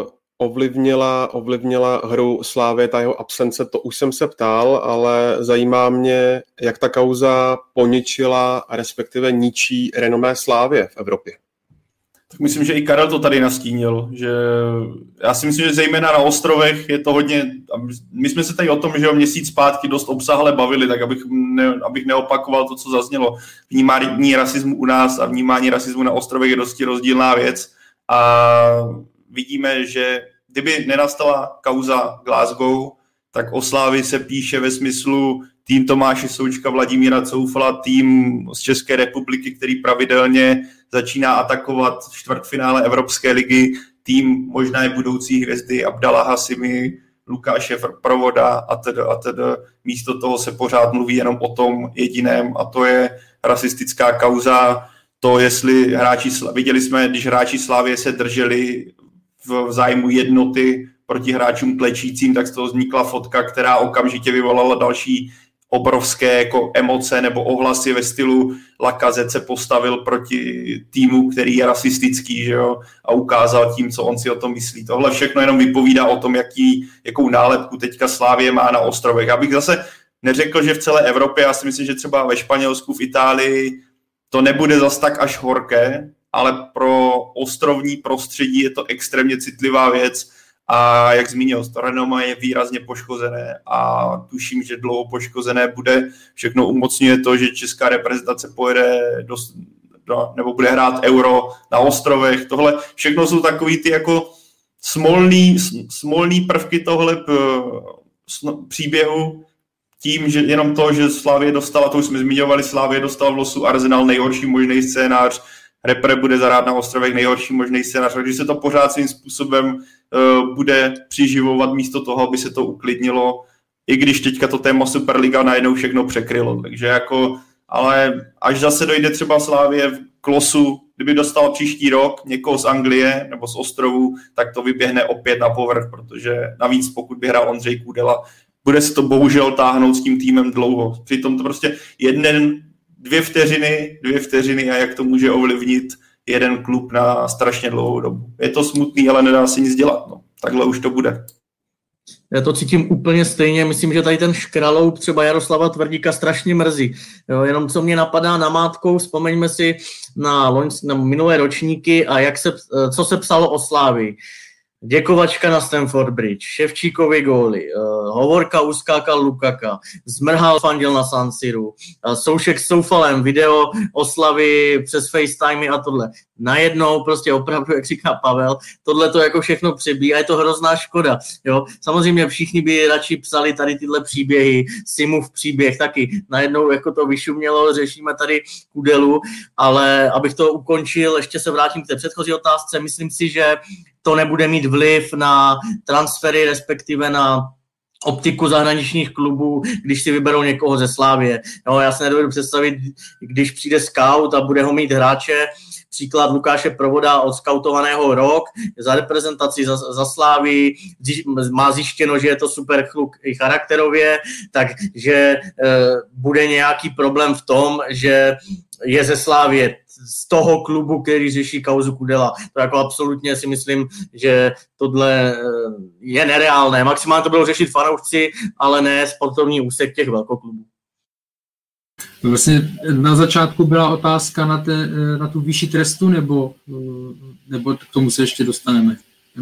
ovlivnila hru Slávie, ta jeho absence, to už jsem se ptal, ale zajímá mě, jak ta kauza poničila, respektive ničí renomé Slávie v Evropě. Tak myslím, že i Karel to tady nastínil, že já si myslím, že zejména na ostrovech je to hodně, my jsme se tady o tom, že o měsíc zpátky dost obsahle bavili, tak abych neopakoval to, co zaznělo. Vnímání rasismu u nás a vnímání rasismu na ostrovech je dosti rozdílná věc a vidíme, že kdyby nenastala kauza Glasgow, tak o Slávii se píše ve smyslu tým Tomáše Součka, Vladimíra Coufala, tým z České republiky, který pravidelně začíná atakovat v čtvrtfinále Evropské ligy, tým možná je budoucí hvězdy Abdala Hasimi, Lukáše Provoda a tedy. Místo toho se pořád mluví jenom o tom jediném a to je rasistická kauza. To, jestli viděli jsme, když hráči Slávie se drželi v zájmu jednoty proti hráčům klečícím, tak z toho vznikla fotka, která okamžitě vyvolala další obrovské jako emoce nebo ohlasy ve stylu Lacazette se postavil proti týmu, který je rasistický, že jo, a ukázal tím, co on si o tom myslí. Tohle všechno jenom vypovídá o tom, jakou nálepku teďka Slávie má na ostrovech. Já bych zase neřekl, že v celé Evropě, já si myslím, že třeba ve Španělsku, v Itálii to nebude zas tak až horké, ale pro ostrovní prostředí je to extrémně citlivá věc a jak zmínil, to renoma je výrazně poškozené a tuším, že dlouho poškozené bude. Všechno umocňuje to, že česká reprezentace pojede nebo bude hrát Euro na ostrovech. Tohle všechno jsou takový ty jako smolný prvky tohle příběhu, tím, že jenom to, že Slavie dostala, to už jsme zmiňovali, Slavie dostala v losu Arsenal nejhorší možný scénář, Repre bude zahrát na ostrovech nejhorší možný scénář, takže se to pořád svým způsobem bude přiživovat místo toho, aby se to uklidnilo, i když teďka to téma Superliga najednou všechno překrylo, takže jako, ale až zase dojde třeba Slavie k losu, kdyby dostal příští rok někoho z Anglie nebo z ostrovů, tak to vyběhne opět na povrch, protože navíc pokud by hrál Ondřej Kudela, bude se to bohužel táhnout s tím týmem dlouho. Přitom to prostě dvě vteřiny a jak to může ovlivnit jeden klub na strašně dlouhou dobu. Je to smutný, ale nedá se nic dělat. No. Takhle už to bude. Já to cítím úplně stejně. Myslím, že tady ten škraloup třeba Jaroslava Tvrdíka strašně mrzí. Jo, jenom co mě napadá namátkou, vzpomeňme si na minulé ročníky a co se psalo o Slávii. Děkovačka na Stamford Bridge, Ševčíkovi góly, Hovorka uskákal Lukaka, Zmrhal fandil na San Siru, Soušek s Soufalem, video oslavy přes FaceTimey a tohle. Najednou prostě opravdu, jak říká Pavel, tohle to jako všechno přibíjí a je to hrozná škoda. Jo? Samozřejmě všichni by radši psali tady tyhle příběhy, Simův příběh taky. Najednou jako to vyšumělo, řešíme tady Kudelu, ale abych to ukončil, ještě se vrátím k té předchozí otázce, myslím si, že to nebude mít vliv na transfery, respektive na optiku zahraničních klubů, když si vyberou někoho ze Slávie. No, já se nedovedu představit, když přijde scout a bude ho mít hráče, příklad Lukáše Provoda odskautovaného rok za reprezentaci za Slávii, má zjištěno, že je to super kluk i charakterově, takže bude nějaký problém v tom, že je ze Slávie z toho klubu, který řeší kauzu Kudela. To jako absolutně si myslím, že tohle je nereálné. Maximálně to bylo řešit fanoušci, ale ne sportovní úsek těch velkoklubů. Vlastně na začátku byla otázka na tu výši trestu, nebo k tomu se ještě dostaneme?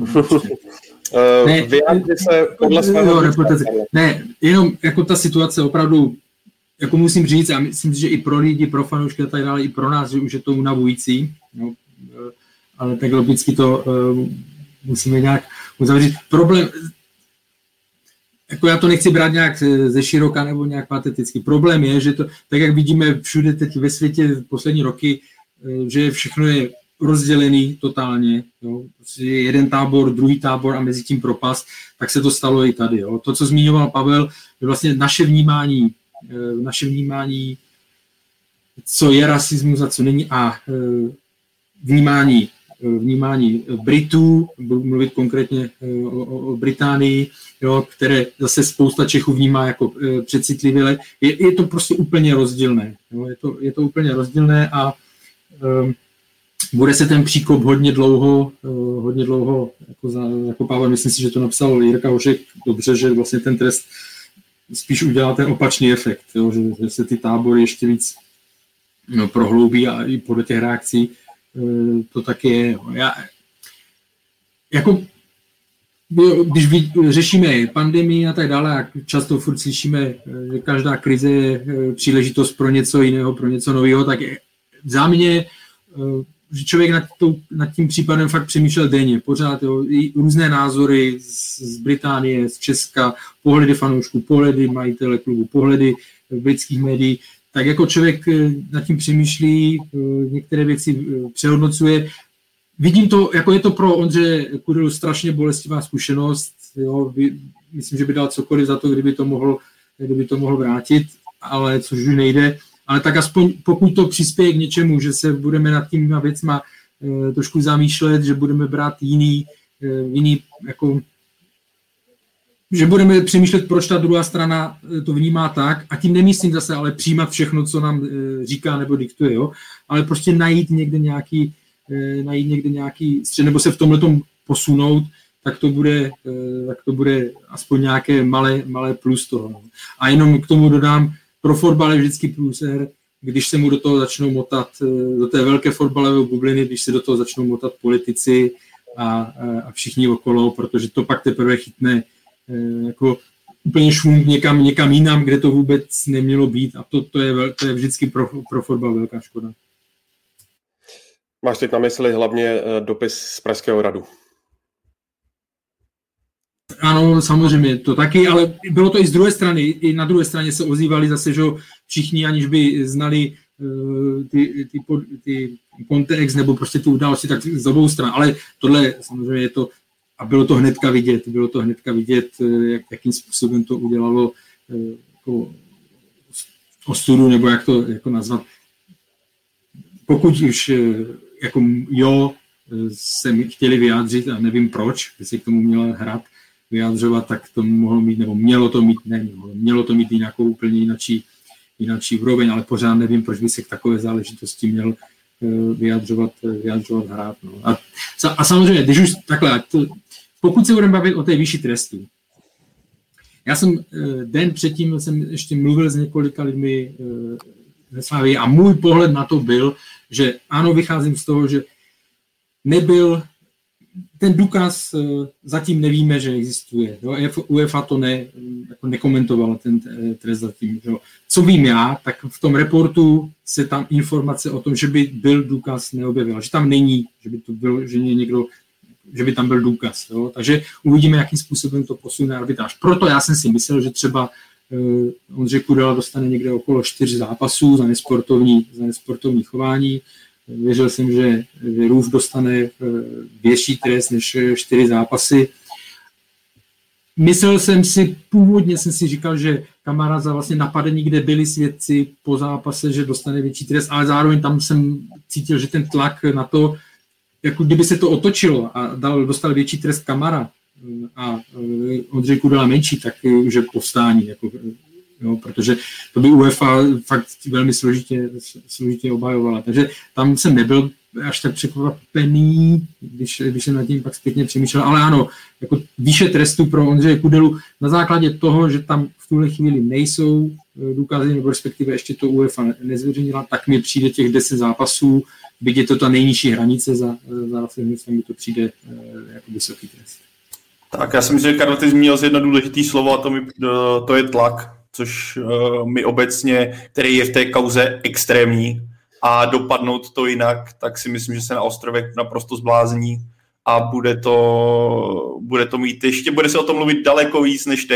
Ne, jenom jako ta situace opravdu, jako musím říct, a myslím, že i pro lidi, pro fanoušky a tak dále, i pro nás, že už je to unavující, no, ale tak logicky to musíme nějak uzavřít. Problém, jako já to nechci brát nějak ze široka nebo nějak pateticky. Problém je, že to, tak jak vidíme všude teď ve světě poslední roky, že všechno je rozdělený totálně, jo. Je jeden tábor, druhý tábor a mezi tím propast, tak se to stalo i tady. Jo. To, co zmiňoval Pavel, je vlastně naše vnímání, co je rasismus a co není, a vnímání Britů, budu mluvit konkrétně o Británii, jo, které zase spousta Čechů vnímá jako přecitlivěle. Je to prostě úplně rozdílné. Jo. Je to úplně rozdílné a bude se ten příkop hodně dlouho jako Pavel, myslím si, že to napsal Jirka Hošek dobře, že vlastně ten trest spíš udělá ten opačný efekt, jo, že se ty tábory ještě víc prohloubí a i podle těch reakcí to taky je. Když řešíme pandemii a tak dále, a často furt slyšíme, že každá krize je příležitost pro něco jiného, pro něco nového, tak za mě, že člověk nad tím případem fakt přemýšlel denně, pořád, jo, i různé názory z Británie, z Česka, pohledy fanoušků, pohledy majitele klubu, pohledy britských médií, tak jako člověk nad tím přemýšlí, některé věci přehodnocuje. Vidím to, jako je to pro Ondřeje Kudelu strašně bolestivá zkušenost, jo, myslím, že by dal cokoliv za to, kdyby to mohl vrátit, ale což už nejde. Ale tak aspoň pokud to přispěje k něčemu, že se budeme nad těma věcma trošku zamýšlet, že budeme brát jiný jako, že budeme přemýšlet, proč ta druhá strana to vnímá tak, a tím nemyslím zase ale přijímat všechno, co nám říká nebo diktuje, jo? Ale prostě najít někde nějaký střed, nebo se v tomhletom posunout, tak to bude aspoň nějaké malé plus toho. No. A jenom k tomu dodám, pro fotbal je vždycky průser, když se mu do toho začnou motat, do té velké fotbalové bubliny, když se do toho začnou motat politici a všichni okolo, protože to pak teprve chytne jako úplně šum někam jinam, kde to vůbec nemělo být, a to je vždycky pro fotbal velká škoda. Máš teď na mysli hlavně dopis z Pražského hradu? Ano, samozřejmě, to taky, ale bylo to i z druhé strany. I na druhé straně se ozývali zase, že všichni, aniž by znali ty kontext nebo prostě tu události, tak z obou stran. Ale tohle samozřejmě je to, a bylo to hnedka vidět, jakým způsobem to udělalo jako ostudu, nebo jak to jako nazvat. Pokud už jako se mi chtěli vyjádřit, a nevím proč, by se k tomu měla hrát, vyjádřovat, tak to mohlo mít, nebo mělo to mít i nějakou úplně jináčí úroveň, ale pořád nevím, proč by se k takové záležitosti měl vyjadřovat hrát. No. A samozřejmě, když už takhle, pokud se budeme bavit o té výši trestu, já jsem den předtím jsem ještě mluvil s několika lidmi ze Slavii a můj pohled na to byl, že ano, vycházím z toho, že nebyl ten důkaz, zatím nevíme, že existuje. Jo? UEFA to nekomentovala ten trest zatím. Jo? Co vím já, tak v tom reportu se tam informace o tom, že by byl důkaz, neobjevila. Že tam není, že by to byl, že by tam byl důkaz. Jo? Takže uvidíme, jakým způsobem to posune arbitráž. Proto já jsem si myslel, že třeba Ondřej Kudela dostane někde okolo 4 zápasů za nesportovní chování. Věřil jsem, že Růf dostane větší trest než 4 zápasy. Myslel jsem si, původně jsem si říkal, že Kamara za vlastně napadení, kde byli svědci po zápase, že dostane větší trest, ale zároveň tam jsem cítil, že ten tlak na to, jako kdyby se to otočilo a dostal větší trest Kamara a Ondřej Kudela menší, tak už je povstání. Jako, jo, protože to by UEFA fakt velmi složitě obhajovala. Takže tam jsem nebyl až tak překvapený, když jsem nad tím pak zpětně přemýšlel. Ale ano, jako výše trestu pro Ondřeje Kudelu na základě toho, že tam v tuhle chvíli nejsou důkazy, nebo respektive ještě to UEFA nezveřejnila, tak mi přijde těch 10 zápasů, byť je to ta nejnižší hranice za rasismus, mi to přijde jako vysoký trest. Tak já si myslím, že Karel, ty zmínil jedno důležité slovo a to je tlak, což my obecně, který je v té kauze extrémní a dopadnout to jinak, tak si myslím, že se na ostrově naprosto zblázní a bude to mít, ještě bude se o tom mluvit daleko víc než teď,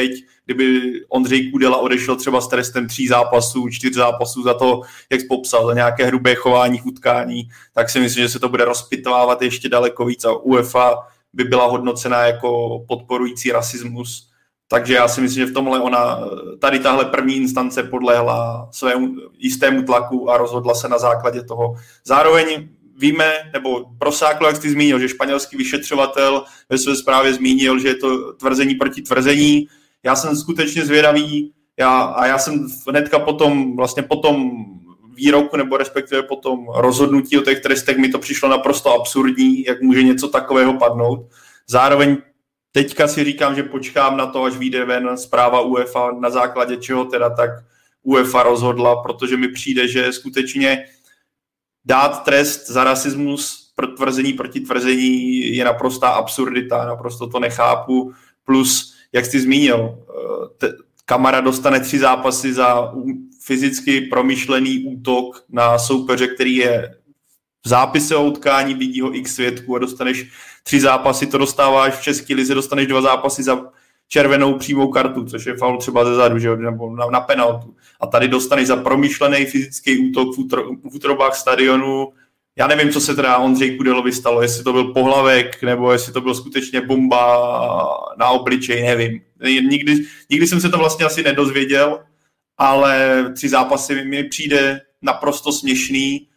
kdyby Ondřej Kudela odešel třeba s trestem 3 zápasů, 4 zápasů za to, jak jsi popsal, za nějaké hrubé chování v utkání, tak si myslím, že se to bude rozpitvávat ještě daleko víc a UEFA by byla hodnocena jako podporující rasismus. Takže já si myslím, že v tomhle tady tahle první instance podlehla svému jistému tlaku a rozhodla se na základě toho. Zároveň víme, nebo Prosáklo, jak jsi zmínil, že španělský vyšetřovatel ve své zprávě zmínil, že je to tvrzení proti tvrzení. Já jsem skutečně zvědavý já jsem hnedka po tom výroku, nebo respektive po tom rozhodnutí o těch trestech mi to přišlo naprosto absurdní, jak může něco takového padnout. Zároveň teďka si říkám, že počkám na to, až vyjde ven zpráva UEFA, na základě čeho teda tak UEFA rozhodla, protože mi přijde, že skutečně dát trest za rasismus pro tvrzení proti tvrzení je naprostá absurdita, naprosto to nechápu. Plus, jak jsi zmínil, Kamara dostane 3 zápasy za fyzicky promyšlený útok na soupeře, který je v zápise o utkání, vidí ho x svědků a dostaneš 3 zápasy, to dostáváš v české lize, dostaneš 2 zápasy za červenou přímou kartu, což je faul třeba zezadu, že? Nebo na penaltu. A tady dostaneš za promyšlený fyzický útok v útrobách stadionu. Já nevím, co se teda Ondřej Kudelovi stalo, jestli to byl pohlavek, nebo jestli to byl skutečně bomba na obličej, nevím. Nikdy jsem se to vlastně asi nedozvěděl, ale 3 zápasy mi přijde naprosto směšný.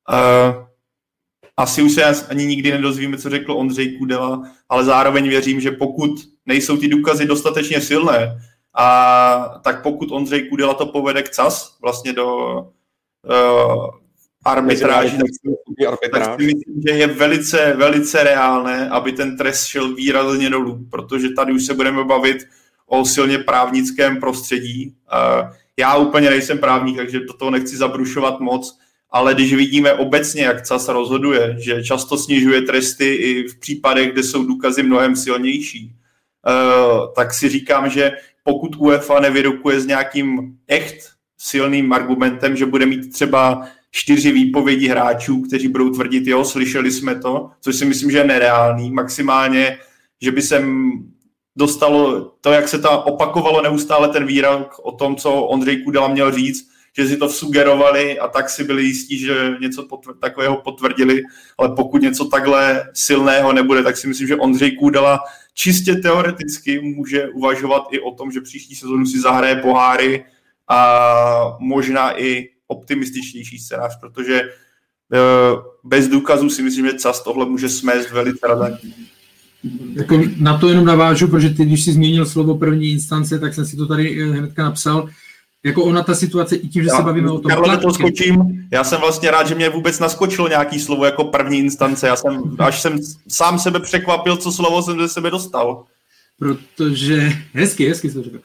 Asi už se ani nikdy nedozvíme, co řekl Ondřej Kudela, ale zároveň věřím, že pokud nejsou ty důkazy dostatečně silné, tak pokud Ondřej Kudela to povede k CAS, vlastně do arbitráži, tak si myslím, že je velice, velice reálné, aby ten trest šel výrazně dolů, protože tady už se budeme bavit o silně právnickém prostředí. Já úplně nejsem právník, takže do toho nechci zabrušovat moc, ale když vidíme obecně, jak CAS rozhoduje, že často snižuje tresty i v případech, kde jsou důkazy mnohem silnější, tak si říkám, že pokud UEFA nevyrukuje s nějakým silným argumentem, že bude mít třeba 4 výpovědi hráčů, kteří budou tvrdit, jo, slyšeli jsme to, což si myslím, že je nereálný. Maximálně, že by sem dostalo to, jak se to opakovalo neustále ten výrok o tom, co Ondřej Kudela měl říct, že si to vsugerovali a tak si byli jistí, že něco takového potvrdili, ale pokud něco takhle silného nebude, tak si myslím, že Ondřej Kudela čistě teoreticky může uvažovat i o tom, že příští sezonu si zahraje poháry a možná i optimističnější scénář, protože bez důkazů si myslím, že CAS tohle může smést velice razantně. Jako na to jenom navážu, protože ty, když jsi zmínil slovo první instance, tak jsem si to tady hnedka napsal. Jako ona ta situace i tím, že se bavíme o tom. Já jsem vlastně rád, že mě vůbec naskočilo nějaký slovo jako první instance. Až jsem sám sebe překvapil, co slovo jsem ze sebe dostal. Protože, hezky to řekl.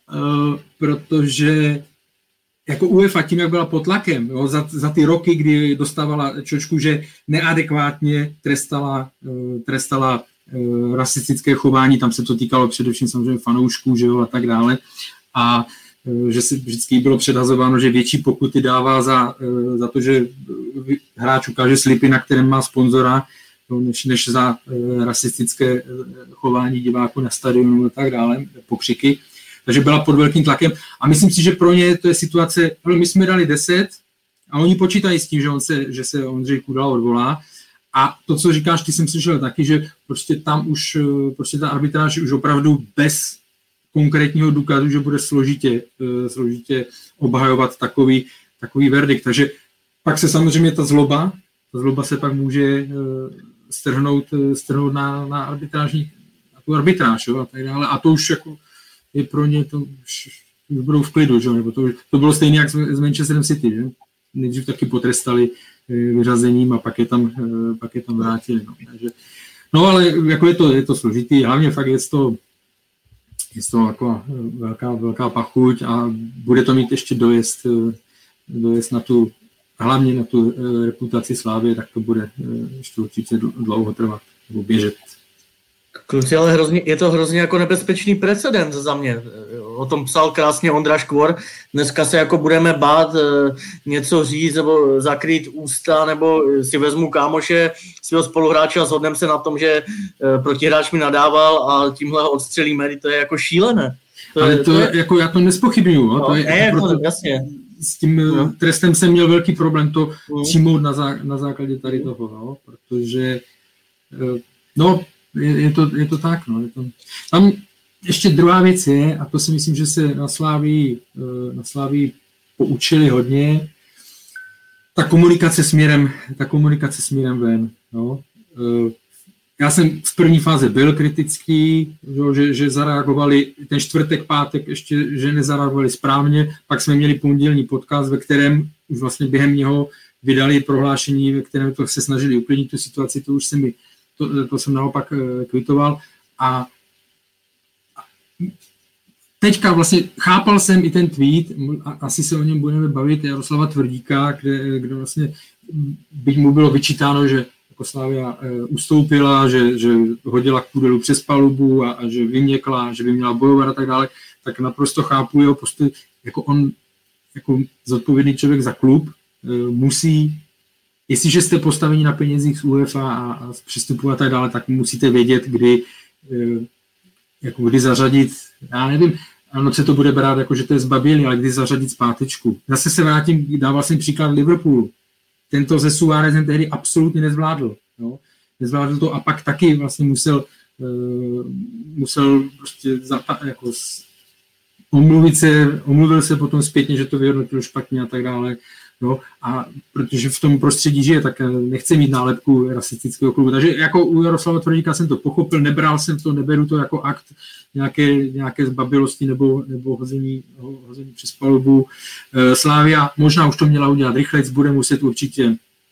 Protože jako UEFA tím, jak byla pod tlakem, jo, za ty roky, kdy dostávala čočku, že neadekvátně trestala rasistické chování, tam se to týkalo především samozřejmě fanoušků, že jo, a tak dále. A že si vždycky bylo předhazováno, že větší pokuty dává za to, že hráč ukáže slipy, na kterém má sponzora, než za rasistické chování diváků na stadionu a tak dále, pokřiky. Takže byla pod velkým tlakem. A myslím si, že pro ně to je situace, my jsme dali 10 a oni počítají s tím, že se Ondřej Kudela odvolá. A to, co říkáš, ty jsem slyšel taky, že prostě tam už prostě ta arbitráž už opravdu bez konkrétního důkazu, že bude složitě obhajovat takový verdikt. Takže pak se samozřejmě ta zloba se pak může strhnout na arbitráž, jo, a tak dále. A to už jako je pro ně, to už budou v klidu, že? Nebo to bylo stejné jak s Manchesterem City, že? Nejdřív taky potrestali vyřazením a pak je tam vrátili. No. Takže, no ale jako je to složitý, hlavně fakt je to jako velká pachuť a bude to mít ještě dojezd hlavně na tu reputaci Slávie, tak to bude ještě určitě dlouho trvat, nebo běžet. Kluci, ale je to hrozně jako nebezpečný precedent za mě. O tom psal krásně Ondra Škvor. Dneska se jako budeme bát něco říct nebo zakrýt ústa, nebo si vezmu kámoše, svého spoluhráče a shodneme se na tom, že protihráč mi nadával a tímhle ho odstřelíme. To je jako šílené. Ale to jako já to nespochybnuju. No, to je, jasně. S tím trestem jsem měl velký problém to přijmout na základě tady toho, no, protože je to tak. No, tam ještě druhá věc je, a to si myslím, že se na Slávii poučili hodně, ta komunikace směrem ven. No. Já jsem v první fáze byl kritický, že zareagovali ten čtvrtek, pátek ještě, že nezareagovali správně, pak jsme měli pondělní podcast, ve kterém už vlastně během něho vydali prohlášení, ve kterém to se snažili uklidnit tu situaci, to jsem naopak kvitoval a teďka vlastně chápal jsem i ten tweet, asi se o něm budeme bavit, Jaroslava Tvrdíka, kde vlastně byť mu bylo vyčítáno, že Slávia ustoupila, že hodila Kudelu přes palubu a že vyměkla, že by měla bojovat a tak dále, tak naprosto chápu jeho postoj, jako on, jako zodpovědný člověk za klub, musí, jestliže jste postaveni na penězích z UEFA a z přístupu a tak dále, tak musíte vědět, kdy zařadit, já nevím, ano, se to bude brát jako, že to je zbabělý, ale kdy zařadit zpátečku. Zase se vrátím, dával jsem příklad Liverpoolu. Tento se Suárezem tehdy absolutně nezvládl. No. Nezvládl to a pak taky vlastně musel prostě omluvil se potom zpětně, že to vyhodnotil špatně a tak dále. No. A protože v tom prostředí žije, tak nechce mít nálepku rasistického klubu. Takže jako u Jaroslava Tvrdíka jsem to pochopil, nebral jsem to, neberu to jako akt nějaké zbabilosti nebo hození přes palubu. Slavia možná už to měla udělat rychlejc, bude muset určitě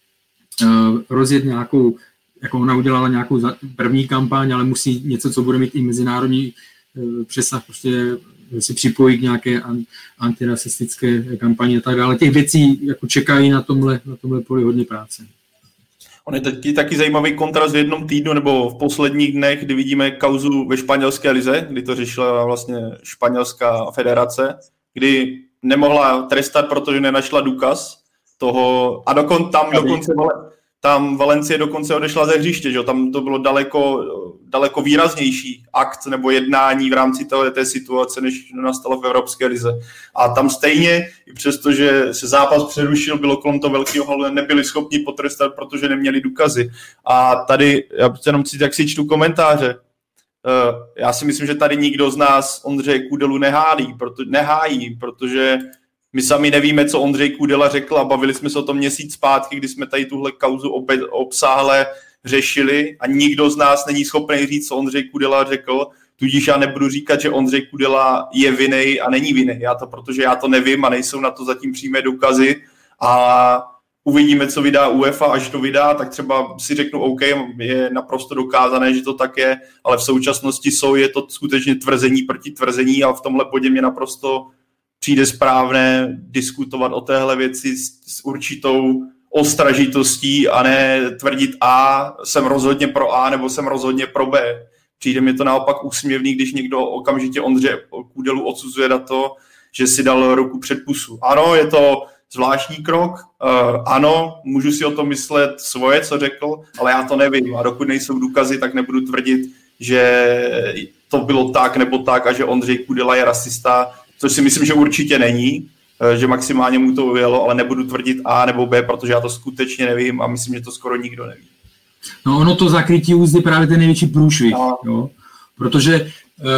rozjet nějakou, jako ona udělala nějakou první kampaň, ale musí něco, co bude mít i mezinárodní přesah, prostě si připojí k nějaké antirasistické kampani a tak dále. Těch věcí jako čekají na tomhle poli hodně práce. On je taky zajímavý kontrast v jednom týdnu nebo v posledních dnech, kdy vidíme kauzu ve španělské lize, kdy to řešila vlastně španělská federace, kdy nemohla trestat, protože nenašla důkaz toho a tam Valencie dokonce odešla ze hřiště, že? Tam to bylo daleko výraznější akt nebo jednání v rámci té situace, než nastalo v Evropské lize. A tam stejně, i přesto, že se zápas přerušil, bylo kolem toho velkého halu, nebyli schopni potrestat, protože neměli důkazy. A tady, já jenom si čtu komentáře, já si myslím, že tady nikdo z nás Ondřeje Kudelu nehájí, protože my sami nevíme, co Ondřej Kudela řekl a bavili jsme se o tom měsíc zpátky, kdy jsme tady tuhle kauzu obsáhle řešili a nikdo z nás není schopný říct, co Ondřej Kudela řekl, tudíž já nebudu říkat, že Ondřej Kudela je vinnej a není vinnej. Protože já to nevím a nejsou na to zatím přímé důkazy a uvidíme, co vydá UEFA, až to vydá, tak třeba si řeknu, OK, je naprosto dokázané, že to tak je, ale v současnosti je to skutečně tvrzení proti tvrzení a v tomhle bodě mě naprosto přijde správné diskutovat o téhle věci s určitou ostražitostí a ne tvrdit A, jsem rozhodně pro A nebo jsem rozhodně pro B. Přijde mi to naopak úsměvný, když někdo okamžitě Ondřeje Kudelu odsuzuje na to, že si dal ruku před pusu. Ano, je to zvláštní krok, ano, můžu si o tom myslet svoje, co řekl, ale já to nevím a dokud nejsou důkazy, tak nebudu tvrdit, že to bylo tak nebo tak a že Ondřej Kudela je rasista, což si myslím, že určitě není, že maximálně mu to ujelo, ale nebudu tvrdit A nebo B, protože já to skutečně nevím a myslím, že to skoro nikdo neví. No ono to zakrytí úzdy právě ten největší průšvih, jo? Protože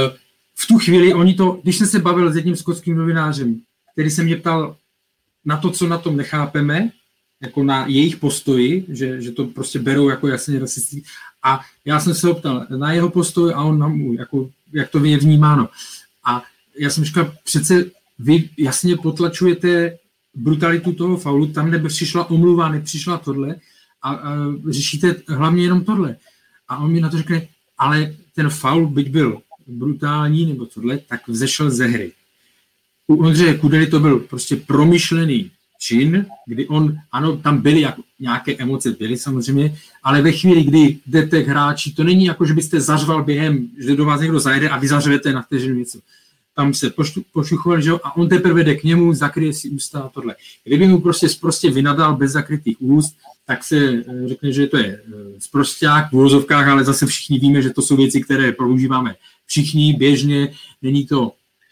v tu chvíli když jsem se bavil s jedním skotským novinářem, který se mě ptal na to, co na tom nechápeme, jako na jejich postoji, že to prostě berou jako jasně rasistický, a já jsem se ho ptal na jeho postoj a on na můj, jako, jak to je vnímáno. A já jsem říkal, přece vy jasně potlačujete brutalitu toho faulu, tam nepřišla omluva, nepřišla tohle a řešíte hlavně jenom tohle. A on mi na to řekne, ale ten faul, byť byl brutální nebo tohle, tak vzešel ze hry. U Ondřeje Kudely to byl prostě promyšlený čin, kdy ano, tam byly nějaké emoce, byly samozřejmě, ale ve chvíli, kdy jdete k hráči, to není jako, že byste zařval během, že do vás někdo zajede a vy zařvete na vteřinu něco. Tam se pošuchoval, že jo, a on teprve jde k němu, zakryje si ústa a tohle. Kdyby mu prostě vynadal bez zakrytých úst, tak se řekne, že to je sprosťák v úvozovkách, ale zase všichni víme, že to jsou věci, které používáme všichni běžně, není to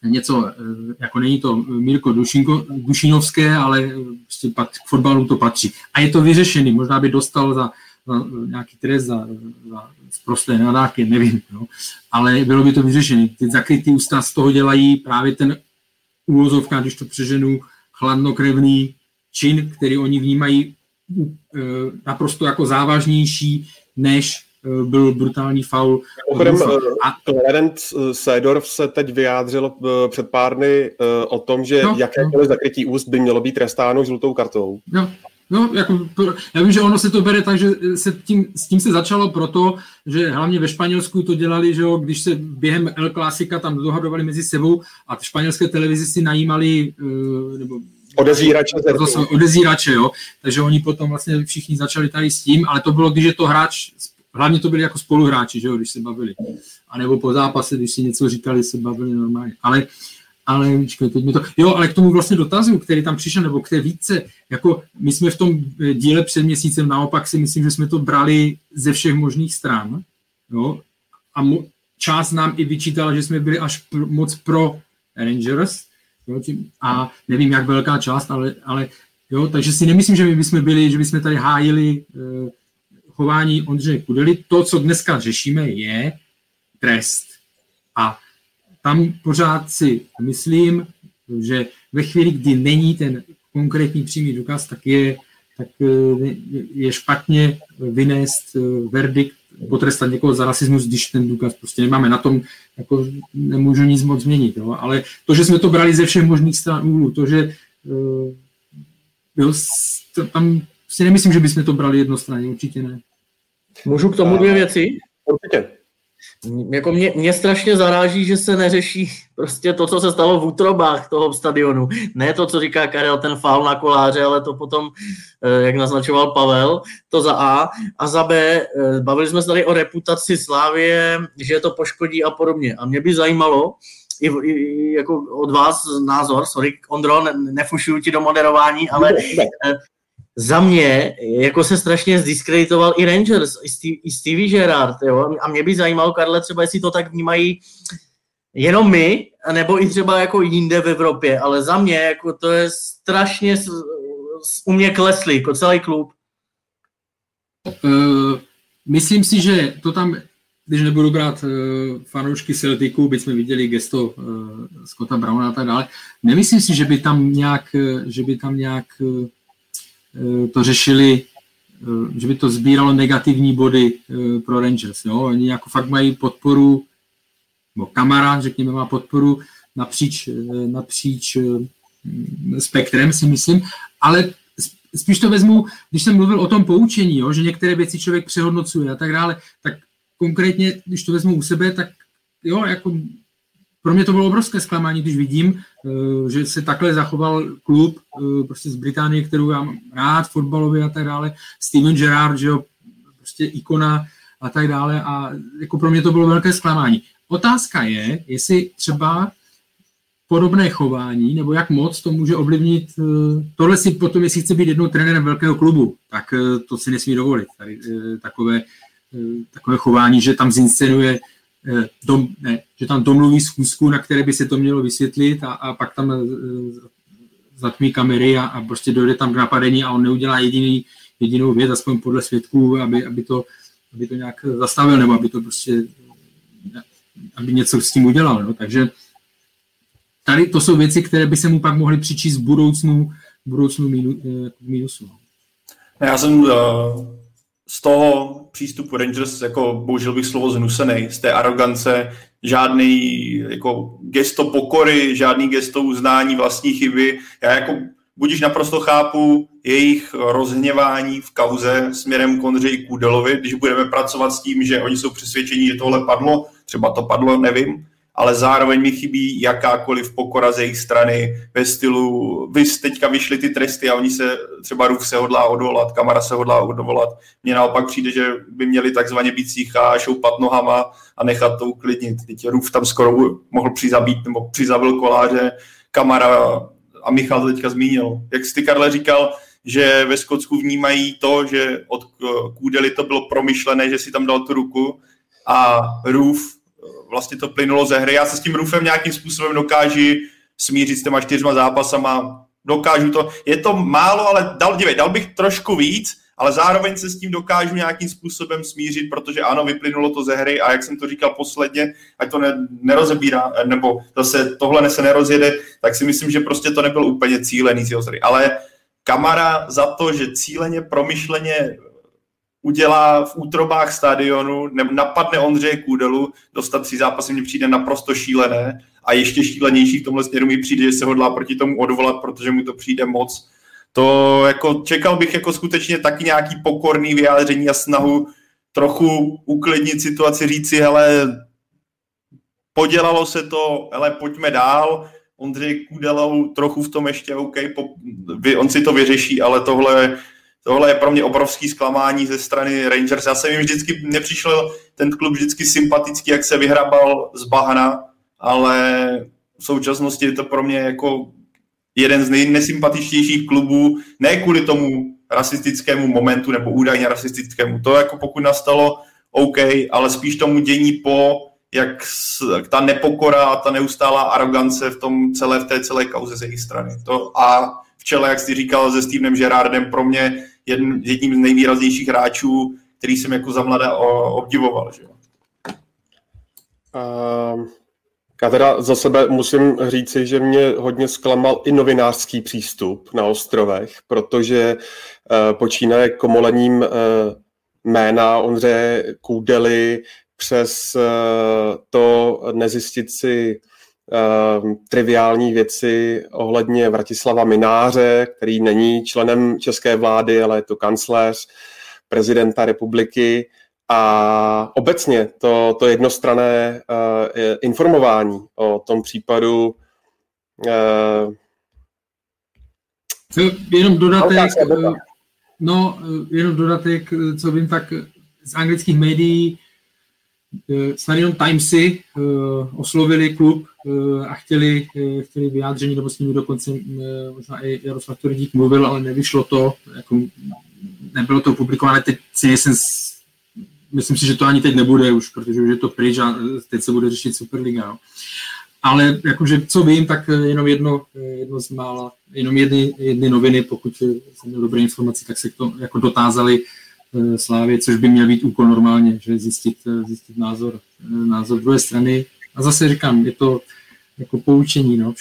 něco, jako není to Mirko Dušinovské, ale prostě k fotbalu to patří. A je to vyřešený, možná by dostal za nějaký trest za prosté nadávky, nevím, no. Ale bylo by to vyřešený. Ty zakrytý ústa z toho dělají právě ten úvozovka, když to přeženu, chladnokrevný čin, který oni vnímají naprosto jako závažnější, než byl brutální faul. Clarence Seedorf se teď vyjádřil před pár dny o tom, že jakékoliv zakrytí úst by mělo být trestáno žlutou kartou. No, jako, já vím, že ono se to bere tak, že s tím se začalo proto, že hlavně ve Španělsku to dělali, že jo, když se během El Clásica tam dohadovali mezi sebou a španělské televizi si najímali nebo odezírače, jo. Takže oni potom vlastně všichni začali tady s tím, ale to bylo, když je to hráč, hlavně to byli jako spoluhráči, že jo, když se bavili. A nebo po zápase, když si něco říkali, se bavili normálně. Ale teď mi to... Jo, ale k tomu vlastně dotazu, který tam přišel, nebo k té výtce, jako my jsme v tom díle před měsícem naopak si myslím, že jsme to brali ze všech možných stran, jo, a část nám i vyčítala, že jsme byli až moc pro Rangers, jo, a nevím, jak velká část, ale jo, takže si nemyslím, že my bychom byli, že bychom tady hájili chování Ondřeje Kudely. To, co dneska řešíme, je trest. A tam pořád si myslím, že ve chvíli, kdy není ten konkrétní přímý důkaz, tak je špatně vynést verdikt, potrestat někoho za rasismus, když ten důkaz prostě nemáme. Na tom jako nemůžu nic moc změnit. Jo? Ale to, že jsme to brali ze všech možných stran úhlu, to, že tam si nemyslím, že bychom to brali jednostranně, určitě ne. Můžu k tomu dvě věci? Určitě. Jako mě strašně zaráží, že se neřeší prostě to, co se stalo v útrobách toho stadionu. Ne to, co říká Karel, ten faul na Koláře, ale to potom, jak naznačoval Pavel, to za A. A za B, bavili jsme se tady o reputaci Slavie, že to poškodí a podobně. A mě by zajímalo, i jako od vás názor, sorry, Ondro, nefušuju ti do moderování, ale za mě jako se strašně zdiskreditoval i Rangers, i Stevie Gerrard, jo? A mě by zajímalo, Karle, třeba jestli to tak vnímají jenom my, nebo i třeba jako jinde v Evropě, ale za mě jako to je strašně u mě kleslý, jako celý klub. Myslím si, že to tam, když nebudu brát fanoušky Celticu, byť jsme viděli gesto Scotta Browna a tak dále, nemyslím si, že by tam nějak to řešili, že by to sbíralo negativní body pro Rangers. Jo? Oni jako fakt mají podporu, nebo Kamara, řekněme, má podporu napříč spektrem, si myslím, ale spíš to vezmu, když jsem mluvil o tom poučení, jo? Že některé věci člověk přehodnocuje a tak dále, tak konkrétně, když to vezmu u sebe, tak jo, jako pro mě to bylo obrovské zklamání, když vidím, že se takhle zachoval klub prostě z Británie, kterou já mám rád, fotbalově a tak dále, Steven Gerrard, že jo, prostě ikona a tak dále a jako pro mě to bylo velké zklamání. Otázka je, jestli třeba podobné chování, nebo jak moc to může ovlivnit, tohle si potom, jestli chce být jednou trenérem velkého klubu, tak to si nesmí dovolit, tady takové chování, že tam zinscenuje že tam domluví schůzku, na které by se to mělo vysvětlit a pak tam zatmí kamery a prostě dojde tam k napadení a on neudělá jedinou věc, aspoň podle svědků, aby to nějak zastavil, nebo aby to prostě aby něco s tím udělal. No. Takže tady to jsou věci, které by se mu pak mohly přičíst v budoucnu mínusu. Já jsem z toho přístupu Rangers, jako bohužel bych slovo znusený, z té arogance, žádný jako gesto pokory, žádný gesto uznání vlastní chyby. Já jako budiž naprosto chápu jejich rozhněvání v kauze směrem k Ondřeji Kudelovi, když budeme pracovat s tím, že oni jsou přesvědčení, že tohle padlo, třeba to padlo, nevím, ale zároveň mi chybí jakákoliv pokora z jejich strany ve stylu, teďka vyšly ty tresty a oni se, třeba Ruf se hodlá odvolat, Kamara se hodlá odvolat. Mně naopak přijde, že by měli takzvaně být sícha, šoupat nohama a nechat to uklidnit. Teď Ruf tam skoro mohl přizabít nebo přizabil Koláře, Kamara a Michal to teďka zmínil. Jak jsi ty, Karle, říkal, že ve Skotsku vnímají to, že od Kudely to bylo promyšlené, že si tam dal tu ruku a Ruf vlastně to plynulo ze hry. Já se s tím Rufem nějakým způsobem dokážu smířit s těma 4 zápasama, dokážu to, je to málo, ale dal bych trošku víc, ale zároveň se s tím dokážu nějakým způsobem smířit, protože ano, vyplynulo to ze hry a jak jsem to říkal posledně, ať to nerozebírá, nebo zase tohle se nerozjede, tak si myslím, že prostě to nebyl úplně cílený z jeho hry. Ale Kamara za to, že cíleně, promyšleně udělá v útrobách stadionu, napadne Ondřeje Kůdelu, dostat 3 zápasy mi přijde naprosto šílené a ještě šílenější v tomhle směru mi přijde, že se hodlá proti tomu odvolat, protože mu to přijde moc. To jako čekal bych jako skutečně taky nějaký pokorný vyjádření a snahu trochu uklidnit situaci, říci, hele, podělalo se to, hele, pojďme dál, Ondřej Kůdelou trochu v tom ještě OK, on si to vyřeší, ale tohle je pro mě obrovský zklamání ze strany Rangers. Já jsem jim vždycky nepřišel ten klub vždycky sympatický, jak se vyhrabal z bahna, ale v současnosti je to pro mě jako jeden z nejnesympatičtějších klubů, ne kvůli tomu rasistickému momentu nebo údajně rasistickému. To jako pokud nastalo OK, ale spíš tomu dění jak ta nepokora a ta neustálá arogance v té celé kauze z jejich strany. A v čele, jak jsi říkal, se Stevenem Gerrardem, pro mě jedním z nejvýraznějších hráčů, který jsem jako za mladá obdivoval. Že? Já teda za sebe musím říci, že mě hodně zklamal i novinářský přístup na ostrovech, protože počínaje komolením jména Ondřeje Kůdely přes to nezjistit si triviální věci ohledně Vratislava Mynáře, který není členem české vlády, ale je to kancléř prezidenta republiky. A obecně to jednostranné informování o tom případu. Jenom dodatek, co vím, tak z anglických médií snad jenom Timesy oslovili klub a chtěli vyjádření, nebo s nimi dokonce možná i Jaroslav Tvrdík mluvil, ale nevyšlo to, jako nebylo to publikované, teď myslím si, že to ani teď nebude už, protože už je to pryč a teď se bude řešit Superliga. No. Ale jakože co vím, tak jenom jedno z mála, jenom jedny noviny, pokud jsem měl dobré informace, tak se to jako dotázali Slávě, což by měl být úkol normálně, že zjistit názor druhé strany. A zase říkám, je to jako poučení, no,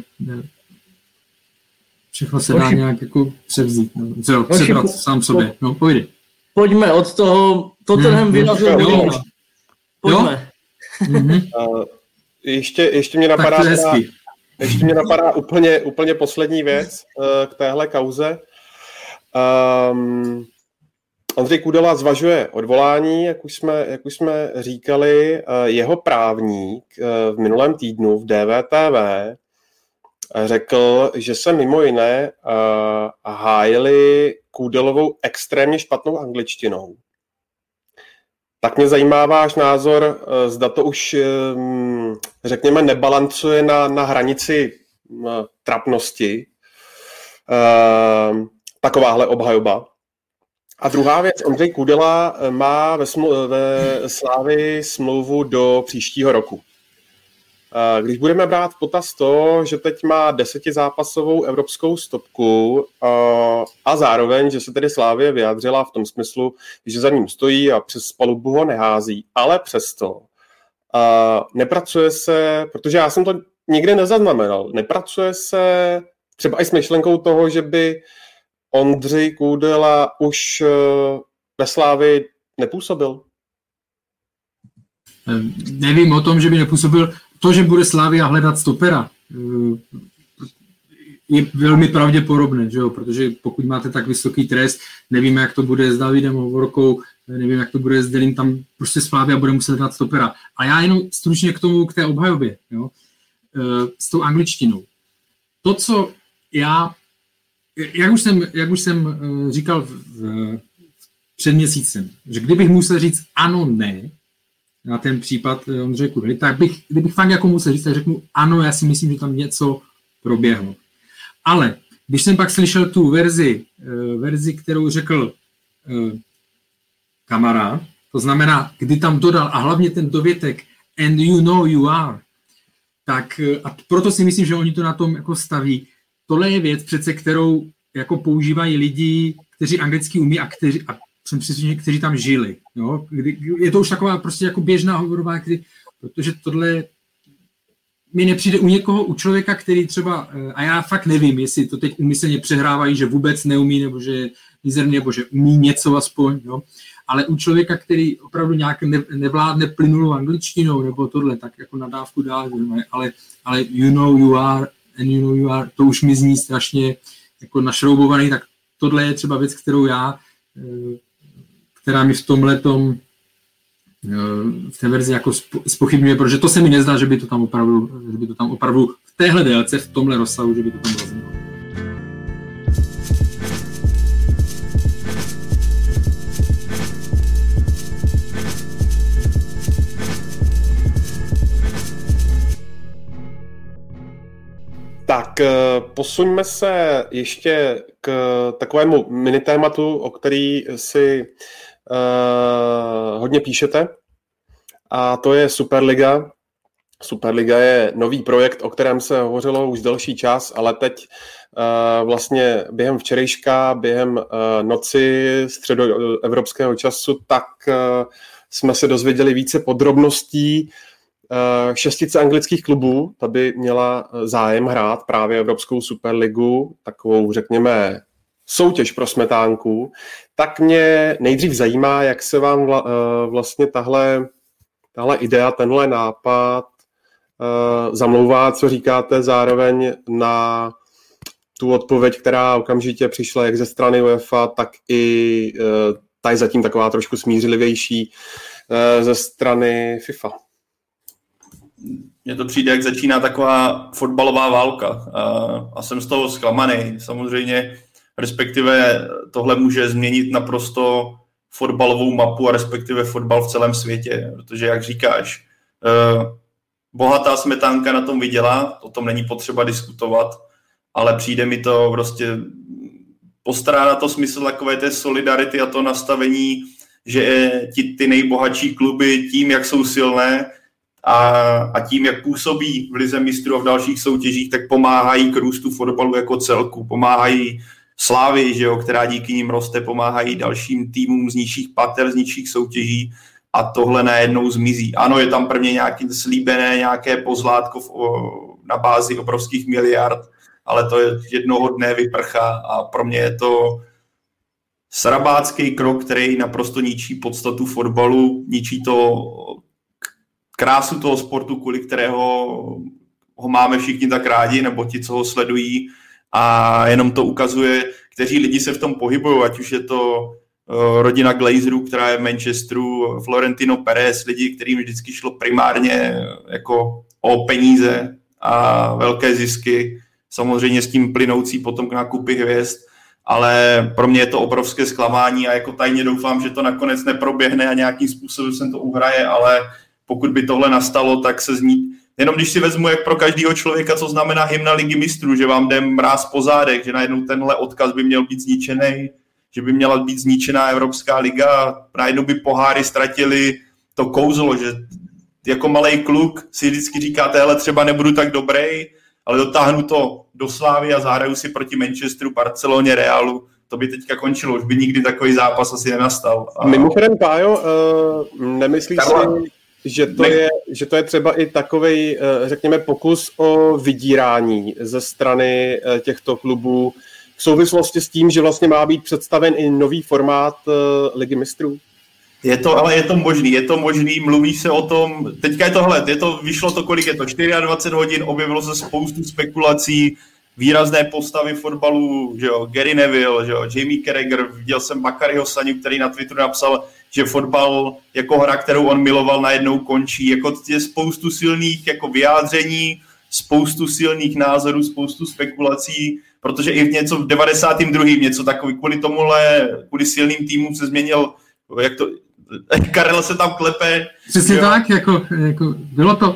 všechno se dá nějak jako převzít, no, přebrat sám sobě, no, pojde. Pojďme od toho, Tottenham vyrazil minus. Pojďme. Ještě mě napadá úplně poslední věc k téhle kauze. Ondřej Kůdela zvažuje odvolání, jak už jsme říkali. Jeho právník v minulém týdnu v DVTV řekl, že se mimo jiné hájili Kůdelovou extrémně špatnou angličtinou. Tak mě zajímá váš názor, zda to už, řekněme, nebalancuje na hranici trapnosti takováhle obhajoba. A druhá věc, Ondřej Kůdela má ve Slavii smlouvu do příštího roku. Když budeme brát v potaz to, že teď má 10zápasovou evropskou stopku a zároveň, že se tedy Slavie vyjádřila v tom smyslu, že za ním stojí a přes palubu ho nehází, ale přesto nepracuje se, protože já jsem to nikdy nezaznamenal, nepracuje se třeba i s myšlenkou toho, že by Ondřej Kůdela už ve Slavii nepůsobil? Nevím o tom, že by nepůsobil. To, že bude Slavia hledat stopera, je velmi pravděpodobné, že jo? Protože pokud máte tak vysoký trest, nevíme, jak to bude s Davidem Hovorkou, nevím, jak to bude s Delim, tam prostě Slavia bude muset hledat stopera. A já jenom stručně k té obhajobě, jo? S tou angličtinou. To, co jak už jsem říkal před měsícem, že kdybych musel říct ano, ne, na ten případ Ondřeje Kůdely, tak kdybych fakt jako musel říct, tak řeknu ano, já si myslím, že tam něco proběhlo. Ale když jsem pak slyšel tu verzi, kterou řekl Kamara, to znamená, kdy tam dodal, a hlavně ten dovětek, and you know you are. Tak a proto si myslím, že oni to na tom jako staví. Tohle je věc přece, kterou jako používají lidi, kteří anglicky umí a jsem přesvědčen, kteří tam žili. Jo? Je to už taková prostě jako běžná hovorová, protože tohle mi nepřijde u někoho, u člověka, který třeba, a já fakt nevím, jestli to teď úmyslně přehrávají, že vůbec neumí, nebo že je mizerný, nebo že umí něco aspoň, jo? Ale u člověka, který opravdu nějak nevládne plynulou angličtinou, nebo tohle, tak jako nadávku dál, ale you know you are, and you know you are, to už mi zní strašně jako našroubovaný, tak tohle je třeba věc, která mi v tomhletom v té verzi jako zpochybňuje, protože to se mi nezdá, že by to tam opravdu v téhle délce, v tomhle rozsahu, že by to tam zaznělo. Tak posuňme se ještě k takovému minitématu, o který si hodně píšete, a to je Superliga. Superliga je nový projekt, o kterém se hovořilo už delší čas, ale teď vlastně během včerejška, během noci středoevropského času, tak jsme se dozvěděli více podrobností. Šestice anglických klubů, ta by měla zájem hrát právě Evropskou superligu, takovou, řekněme, soutěž pro smetánku. Tak mě nejdřív zajímá, jak se vám vlastně tahle idea, tenhle nápad zamlouvá, co říkáte zároveň na tu odpověď, která okamžitě přišla jak ze strany UEFA, tak i ta je zatím taková trošku smířlivější ze strany FIFA. Mně to přijde, jak začíná taková fotbalová válka a jsem z toho zklamaný. Samozřejmě, respektive tohle může změnit naprosto fotbalovou mapu a respektive fotbal v celém světě, protože jak říkáš, bohatá smetánka na tom vydělá, o tom není potřeba diskutovat, ale přijde mi to prostě postrádá to smysl takové té solidarity a to nastavení, že ty nejbohatší kluby tím, jak jsou silné, a tím, jak působí v Lize mistrů a v dalších soutěžích, tak pomáhají k růstu fotbalu jako celku. Pomáhají Slávii, že jo, která díky nim roste, pomáhají dalším týmům z nižších pater, z nižších soutěží a tohle najednou zmizí. Ano, je tam prvně nějaké slíbené, nějaké pozlátko na bázi obrovských miliard, ale to je jednoho dne vyprchá a pro mě je to srabácký krok, který naprosto ničí podstatu fotbalu, ničí to krásu toho sportu, kvůli kterého ho máme všichni tak rádi, nebo ti, co ho sledují, a jenom to ukazuje, kteří lidi se v tom pohybují, ať už je to rodina Glazerů, která je v Manchesteru, Florentino Perez, lidi, kterým vždycky šlo primárně jako o peníze a velké zisky, samozřejmě s tím plynoucí potom k nákupy hvězd, ale pro mě je to obrovské zklamání a jako tajně doufám, že to nakonec neproběhne a nějakým způsobem se to uhraje, ale pokud by tohle nastalo, tak se zní. Jenom když si vezmu, jak pro každého člověka, co znamená hymna Ligy mistrů, že vám jde mráz po zádech, že najednou tenhle odkaz by měl být zničený, že by měla být zničená Evropská liga, najednou by poháry ztratili to kouzlo, že jako malej kluk si vždycky říkáte, hele, třeba nebudu tak dobrý, ale dotáhnu to do Slávy a zahraju si proti Manchesteru, Barceloně, Realu. To by teďka končilo, už by nikdy takový zápas asi nenastal. Mimochodem, Pájo, nemyslíš si, že to je třeba i takovej, řekněme, pokus o vydírání ze strany těchto klubů v souvislosti s tím, že vlastně má být představen i nový formát Ligy mistrů? Je to možný, mluví se o tom, teďka je to, vyšlo to, kolik je to, 24 hodin, objevilo se spoustu spekulací, výrazné postavy fotbalu, že jo, Gary Neville, že jo, Jamie Carragher, viděl jsem Bakariho Saňu, který na Twitteru napsal, že fotbal jako hra, kterou on miloval, najednou končí. Jako je spoustu silných jako vyjádření, spoustu silných názorů, spoustu spekulací, protože i v 92. něco takový, kvůli silným týmům se změnil, jak to, Karel se tam klepe. Přesně tak, jako bylo to.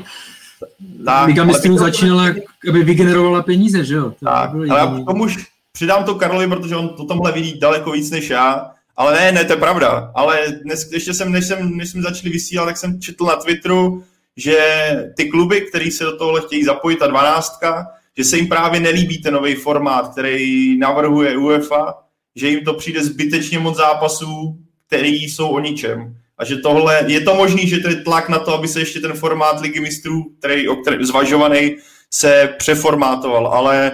Liga mistrů začínala, aby vygenerovala peníze, že jo? Tak, ale já k tomu už přidám to Karlovi, protože on to tomhle vidí daleko víc než já. Ale ne, to je pravda. Ale dnes, ještě než jsme začali vysílat, tak jsem četl na Twitteru, že ty kluby, které se do tohle chtějí zapojit, ta 12, že se jim právě nelíbí ten nový formát, který navrhuje UEFA, že jim to přijde zbytečně moc zápasů, který jsou o ničem. A že tohle, je to možný, že to je tlak na to, aby se ještě ten formát Ligy mistrů, který zvažovaný, se přeformátoval, ale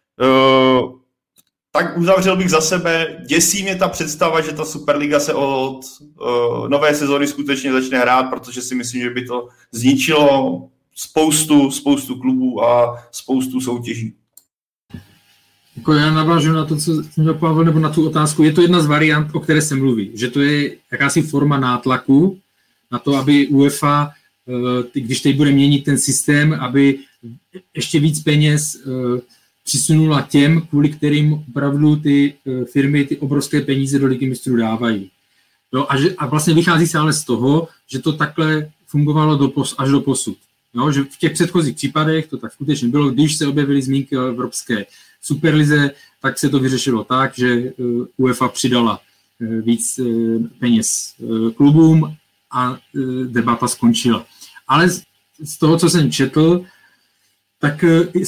tak uzavřel bych za sebe, děsí mě ta představa, že ta Superliga se od nové sezóny skutečně začne hrát, protože si myslím, že by to zničilo spoustu klubů a spoustu soutěží. Jako já navážu na to, co měl Pavel, nebo na tu otázku. Je to jedna z variant, o které se mluví, že to je jakási forma nátlaku na to, aby UEFA, když teď bude měnit ten systém, aby ještě víc peněz přisunula těm, kvůli kterým opravdu ty firmy ty obrovské peníze do Ligy mistrů dávají. Jo, a vlastně vychází se ale z toho, že to takhle fungovalo až do posud. Jo, že v těch předchozích případech to tak skutečně bylo, když se objevily zmínky o evropské superlize, tak se to vyřešilo tak, že UEFA přidala víc peněz klubům a debata skončila. Ale z toho, co jsem četl, tak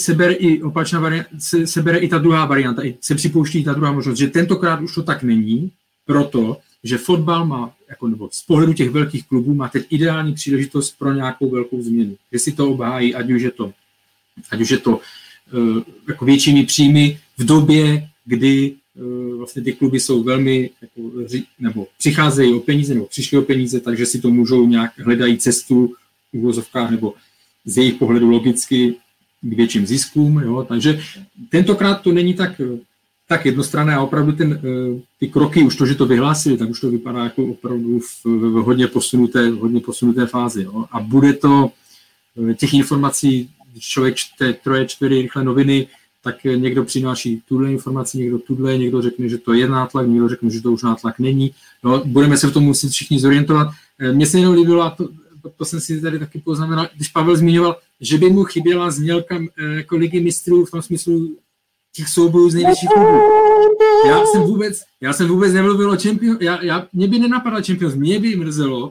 se bere i ta druhá varianta, se připouští ta druhá možnost, že tentokrát už to tak není, proto, že fotbal má, nebo z pohledu těch velkých klubů, má teď ideální příležitost pro nějakou velkou změnu. Že si to obhájí, ať už je to jako většími příjmy v době, kdy vlastně ty kluby jsou velmi, nebo přicházejí o peníze, nebo přišli o peníze, takže si to můžou nějak hledají cestu v uvozovkách, nebo z jejich pohledu logicky k větším ziskům. Jo? Takže tentokrát to není tak jednostranné a opravdu ty kroky, už to, že to vyhlásili, tak už to vypadá jako opravdu v hodně posunuté fázi. Jo? A bude to těch informací, když člověk čte 3-4 rychlé noviny, tak někdo přináší tuhle informaci, někdo řekne, že to je nátlak, někdo řekne, že to už nátlak není. No, budeme se v tom muset všichni zorientovat. Mně se jenom líbilo, a to jsem si tady taky poznamenal, když Pavel zmiňoval, že by mu chyběla znělka jako Ligy mistrů v tom smyslu těch soubojů z největších klubů. Já jsem vůbec nemluvil o Champions, mě by nenapadla Champions, mě by mrzelo,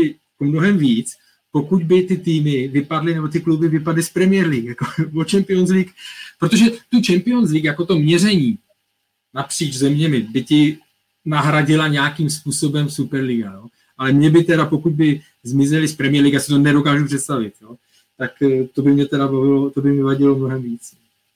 pokud by ty týmy vypadly, nebo ty kluby vypadly z Premier League, jako o Champions League, protože tu Champions League, jako to měření napříč zeměmi, by ti nahradila nějakým způsobem Superliga, jo? Ale mě by teda, pokud by zmizeli z Premier League, já si to nedokážu představit, jo? Tak to by mě teda bavilo, to by mi vadilo mnohem víc.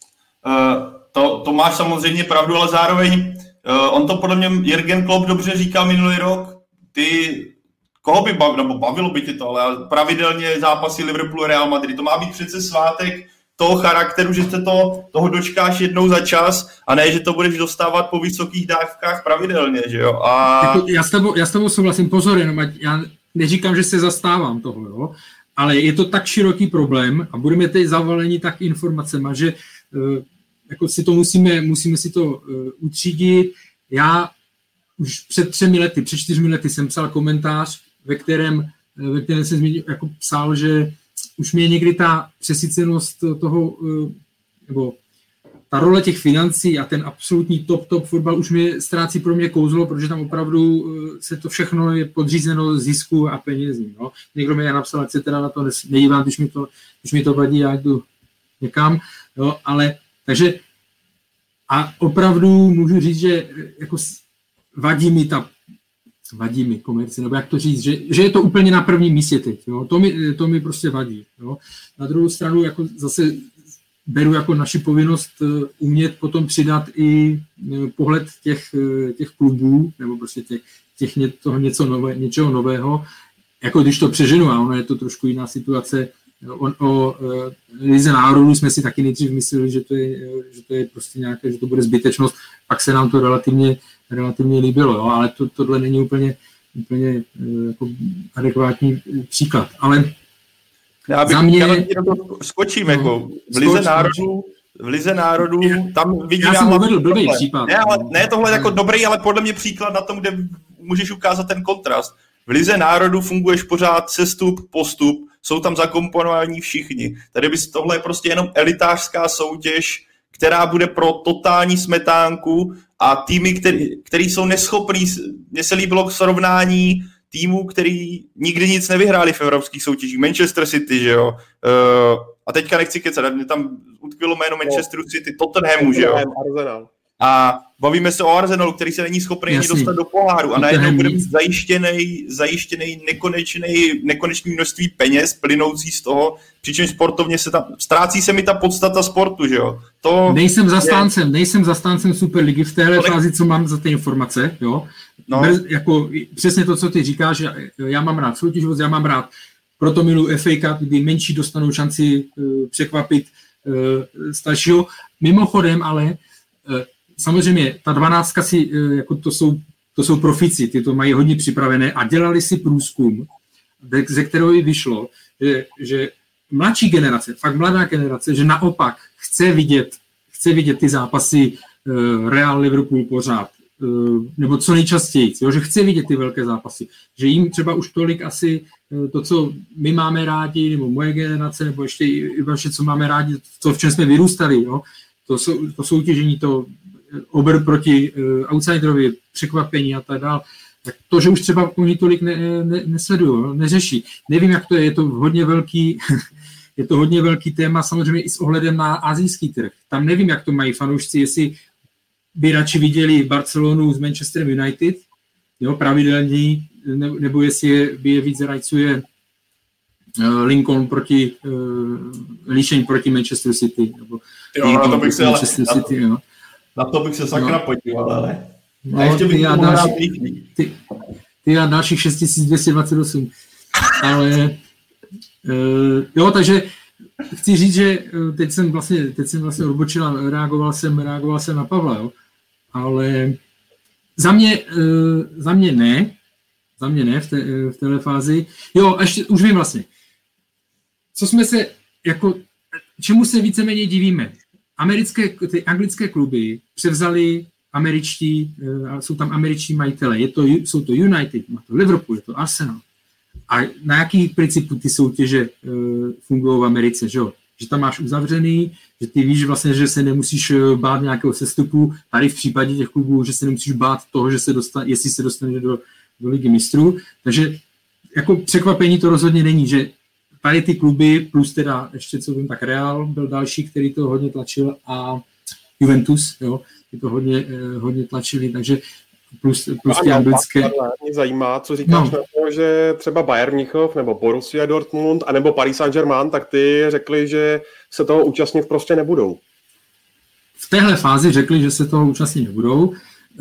To máš samozřejmě pravdu, ale zároveň on to podle mě Jürgen Klopp dobře říkal minulý rok, koho by bavilo by ti to, ale pravidelně zápasy Liverpoolu, Real Madrid, to má být přece svátek toho charakteru, že se toho dočkáš jednou za čas a ne, že to budeš dostávat po vysokých dávkách pravidelně, že jo? Já s tebou souhlasím, pozor, jenom já neříkám, že se zastávám toho, jo? Ale je to tak široký problém a budeme teď zavaleni tak informacemi, že jako si to musíme si to utřídit. Já už před 4 lety jsem psal komentář, ve kterém jsem jako psal, že už mě někdy ta přesycenost toho, nebo ta role těch financí a ten absolutní top fotbal už mě ztrácí pro mě kouzlo, protože tam opravdu se to všechno je podřízeno zisku a penězí. No. Někdo mi napsal, ať se teda na to nedívám, když mi to vadí, já jdu někam. Jo, ale takže a opravdu můžu říct, že jako vadí mi komerce, nebo jak to říct, že je to úplně na prvním místě teď. Jo? To mi prostě vadí. Jo? Na druhou stranu jako zase beru jako naši povinnost umět potom přidat i pohled těch klubů, nebo prostě něčeho nového, jako když to přeženu, a ono je to trošku jiná situace. O Lize národů jsme si taky nejdřív mysleli, že to je prostě nějaké, že to bude zbytečnost, pak se nám to relativně líbilo, jo? Ale tohle není úplně jako adekvátní příklad. Ale já bych skočím, jako v Lize národů, tam vidím... Já jsem uvedl blbý případ. Ne, tohle je jako dobrý, ale podle mě příklad na tom, kde můžeš ukázat ten kontrast. V Lize národů funguješ pořád sestup, postup, jsou tam zakomponovaní všichni. Tohle je prostě jenom elitářská soutěž, která bude pro totální smetánku a týmy, který jsou neschopní, mně se líbilo k srovnání týmů, který nikdy nic nevyhráli v evropských soutěžích. Manchester City, že jo. A teďka nechci kecat, mě tam utkvělo jméno Manchesteru City, Tottenhamu, že jo. Arsenal. A bavíme se o Arsenalu, který se není schopný ani dostat do poháru a najednou bude zajištěný nekonečný množství peněz plynoucí z toho, přičemž sportovně ztrácí se mi ta podstata sportu, že jo. Nejsem zastáncem Superligy v téhle fázi, co mám za ty informace, jo. No. Jako přesně to, co ty říkáš, já mám rád soutěživost, já mám rád, proto miluji FA Cup, kdy menší dostanou šanci překvapit staršího. Mimochodem, ale samozřejmě ta 12 si, jako to jsou profici, ty to mají hodně připravené a dělali si průzkum, ze kterého i vyšlo, že mladší generace, fakt mladá generace, že naopak chce vidět ty zápasy Real Liverpool pořád, nebo co nejčastěji, jo, že chce vidět ty velké zápasy, že jim třeba už tolik asi to, co my máme rádi, nebo moje generace, nebo ještě i vaše, co máme rádi, co v čem jsme vyrůstali, jo, to soutěžení, to obr proti outsiderovi, překvapení a tak dále, tak to, že už třeba oni tolik nesledují, neřeší. Nevím, jak to je to hodně velký, je to hodně velký téma, samozřejmě i s ohledem na asijský trh. Tam nevím, jak to mají fanoušci, jestli by radši viděli Barcelonu s Manchesterem United, jo, pravidelní, nebo jestli by je víc rajcuje Lincoln proti Líšeň proti Manchester City. Nebo na to bych se sakra podíval, ale... No, a ještě bych ty a dalších 6228. Ale jo, takže chci říct, že teď jsem vlastně odbočil a reagoval jsem na Pavla, jo. Ale za mě ne v téhle fázi. Jo, a ještě už vím vlastně. Co jsme se, jako, čemu se víceméně divíme? Ty anglické kluby převzali američtí, jsou tam američtí majitele. Jsou to United, má to Liverpool, je to Arsenal. A na jaký principu ty soutěže fungují v Americe, že jo? Že tam máš uzavřený, že ty víš vlastně, že se nemusíš bát nějakého sestupu, tady v případě těch klubů, že se nemusíš bát toho, že jestli se dostane do Ligy mistrů. Takže jako překvapení to rozhodně není, že tady ty kluby, plus teda ještě co vím, tak Real byl další, který to hodně tlačil a Juventus, jo, ty to hodně tlačili, takže plus ty anglické. Mě zajímá, co říkáš na to, že třeba Bayern Mnichov nebo Borussia Dortmund anebo Paris Saint-Germain, tak ty řekli, že se toho účastnit prostě nebudou. V téhle fázi řekli, že se toho účastnit nebudou.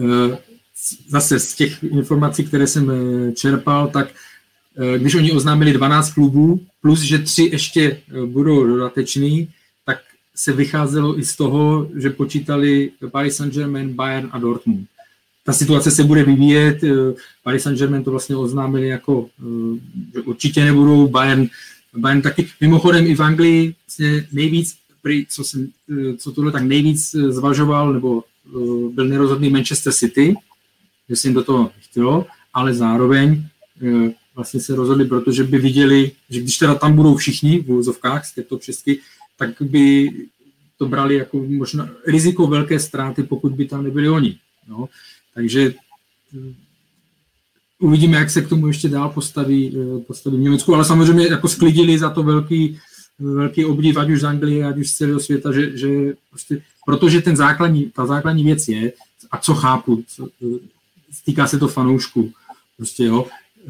Zase z těch informací, které jsem čerpal, tak když oni oznámili 12 klubů, plus že 3 ještě budou dodateční, tak se vycházelo i z toho, že počítali Paris Saint-Germain, Bayern a Dortmund. Ta situace se bude vyvíjet, Paris Saint-Germain to vlastně oznámili jako, že určitě nebudou, Bayern taky. Mimochodem i v Anglii vlastně nejvíc, co tohle tak nejvíc zvažoval, nebo byl nerozhodný Manchester City, že se jim do toho chtělo, ale zároveň vlastně se rozhodli, protože by viděli, že když teda tam budou všichni v úvozovkách z těchto všechny, tak by to brali jako možná riziko velké ztráty, pokud by tam nebyli oni. No. Takže uvidíme, jak se k tomu ještě dál postaví v Německu, ale samozřejmě jako sklidili za to velký obdiv, ať už z Anglie, ať už z celého světa, že prostě, protože ta základní věc je, a co chápu, týká se to fanoušků, prostě jo,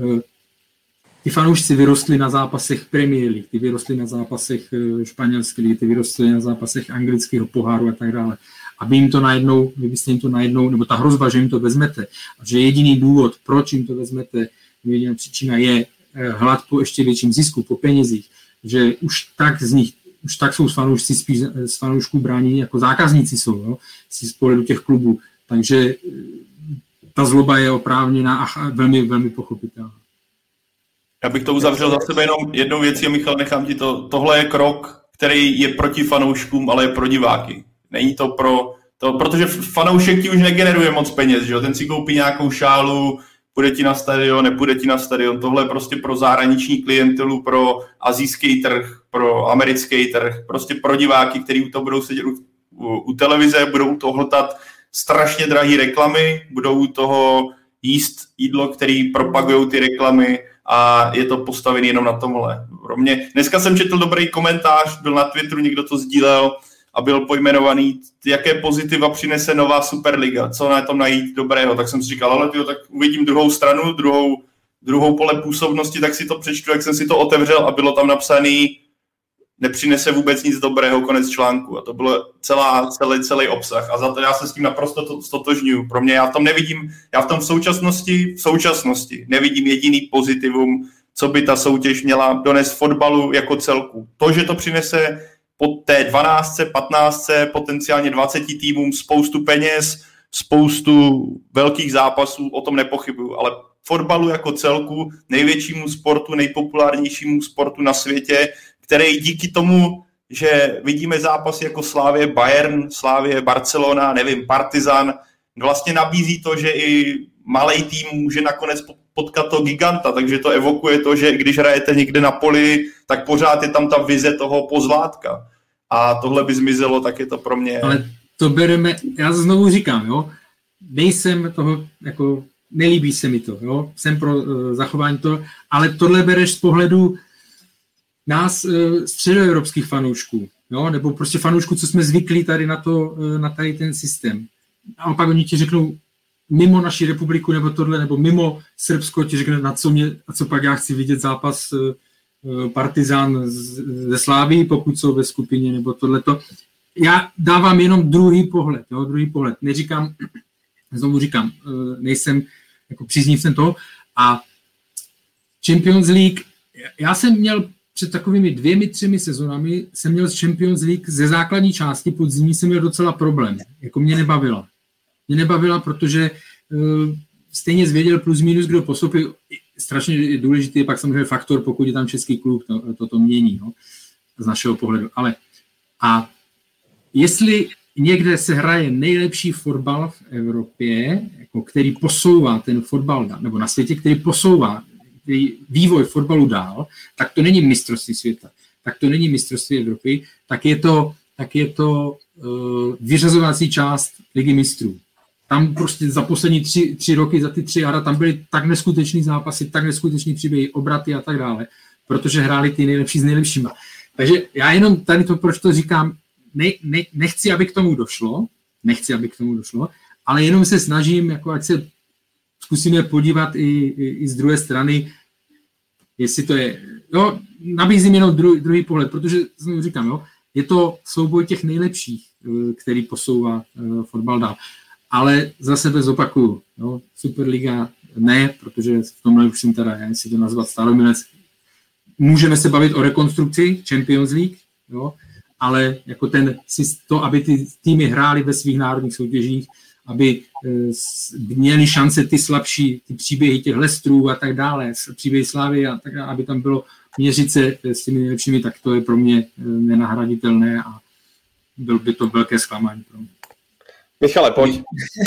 ty fanoušci vyrostli na zápasech Premier League, ty vyrostli na zápasech španělských, ty vyrostli na zápasech anglického poháru a tak dále. Aby byste jim to najednou, nebo ta hrozba, že jim to vezmete, a že jediný důvod, proč jim to vezmete, jediná příčina je hlad po ještě větším zisku, po penězích, že už tak jsou fanoušci spíš z fanoušků brání jako zákazníci jsou, jo, z pohledu těch klubů. Takže ta zloba je oprávněná a velmi, velmi pochopitelná. Já bych to uzavřel za sebe jenom jednou věcí, Michal, nechám ti to. Tohle je krok, který je proti fanouškům, ale je pro diváky. Není to protože fanoušek ti už negeneruje moc peněz, že jo? Ten si koupí nějakou šálu, půjde ti na stadion, nepůjde ti na stadion. Tohle je prostě pro zahraniční klientelu, pro asijský trh, pro americký trh, prostě pro diváky, kteří u toho budou sedět u televize, budou u toho hltat strašně drahé reklamy, budou u toho jíst jídlo, který propagují ty reklamy a je to postavený jenom na tomhle. Pro mě, dneska jsem četl dobrý komentář, byl na Twitteru, někdo to sdílel a byl pojmenovaný, jaké pozitiva přinese nová Superliga, co na tom najít dobrého. Tak jsem si říkal, ale tyjo, tak uvidím druhou stranu, druhou pole působnosti, tak si to přečtu, jak jsem si to otevřel a bylo tam napsaný, nepřinese vůbec nic dobrého, konec článku. A to bylo celý obsah. A za to já se s tím naprosto stotožňuju. Pro mě já v tom nevidím, já v tom v současnosti nevidím jediný pozitivum, co by ta soutěž měla donést fotbalu jako celku. To, že to přinese po té 12, 15, potenciálně 20 týmům spoustu peněz, spoustu velkých zápasů, o tom nepochybuju, ale fotbalu jako celku, největšímu sportu, nejpopulárnějšímu sportu na světě, který díky tomu, že vidíme zápasy jako Slavie Bayern, Slavie Barcelona, nevím, Partizan, vlastně nabízí to, že i malej tým může nakonec potkat to giganta, takže to evokuje to, že když hrajete někde na poli, tak pořád je tam ta vize toho pozlátka. A tohle by zmizelo, tak je to pro mě... Ale to bereme, já znovu říkám, jo, nejsem toho, jako nelíbí se mi to, jo, jsem pro zachování toho, ale tohle bereš z pohledu nás středoevropských fanoušků, jo, nebo prostě fanoušků, co jsme zvyklí tady na tady ten systém. A pak oni ti řeknou, mimo naši republiku nebo tohle, nebo mimo Srbsko ti řekne, na co pak já chci vidět zápas Partizan ze Slávy, pokud jsou ve skupině, nebo tohleto. Já dávám jenom druhý pohled. Neříkám, znovu říkám, nejsem jako příznivcem toho. A Champions League, já jsem měl před takovými 2-3 sezonami, jsem měl z Champions League ze základní části podzimní jsem měl docela problém. Jako mě nebavila, protože stejně zvěděl plus minus, kdo postoupil. Strašně důležitý je pak samozřejmě faktor, pokud je tam český klub, to mění, no, z našeho pohledu. A jestli někde se hraje nejlepší fotbal v Evropě, jako který posouvá ten fotbal, nebo na světě, který posouvá vývoj fotbalu dál, tak to není mistrovství světa, tak to není mistrovství Evropy, tak je to vyřazovací část Ligy mistrů. Tam prostě za poslední 3 roky, za ty 3 jara, tam byly tak neskutečný zápasy, tak neskutečný příběhy, obraty a tak dále, protože hráli ty nejlepší s nejlepšíma. Takže já jenom tady to, proč to říkám, nechci, aby k tomu došlo, ale jenom se snažím, jako ať se zkusíme podívat i z druhé strany, jestli to je, jo, nabízím jenom druhý pohled, protože znovu říkám, jo, je to souboj těch nejlepších, který posouvá fotbal dál. Ale za sebe zopakuju, jo, Superliga ne, protože v tomhle už jsem teda, já si to nazvat staromilec, můžeme se bavit o rekonstrukci Champions League, jo, ale jako to, aby ty týmy hrály ve svých národních soutěžích, aby měli šance ty slabší, ty příběhy těch Leicesterů a tak dále, příběhy Slávy a tak dále, aby tam bylo měřit se s těmi nejlepšími, tak to je pro mě nenahraditelné a byl by to velké zklamání pro mě. Michale, pojď.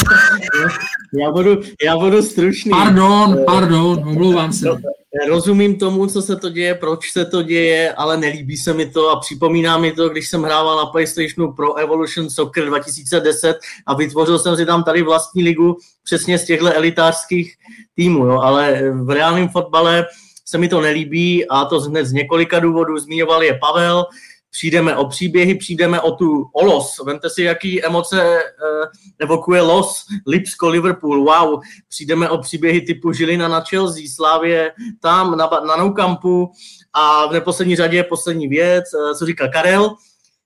Já budu stručný. Pardon, omlouvám se. Rozumím tomu, co se to děje, proč se to děje, ale nelíbí se mi to a připomíná mi to, když jsem hrával na PlayStationu Pro Evolution Soccer 2010 a vytvořil jsem si tam tady vlastní ligu přesně z těchto elitářských týmů, jo. Ale v reálném fotbale se mi to nelíbí a to hned z několika důvodů. Zmiňoval je Pavel. Přijdeme o příběhy, přijdeme o los. Vemte si, jaký emoce evokuje los, Lipsko, Liverpool, wow. Přijdeme o příběhy typu Žilina na Chelsea, Slavie tam, na Nou Campu a v neposlední řadě poslední věc, co říkal Karel.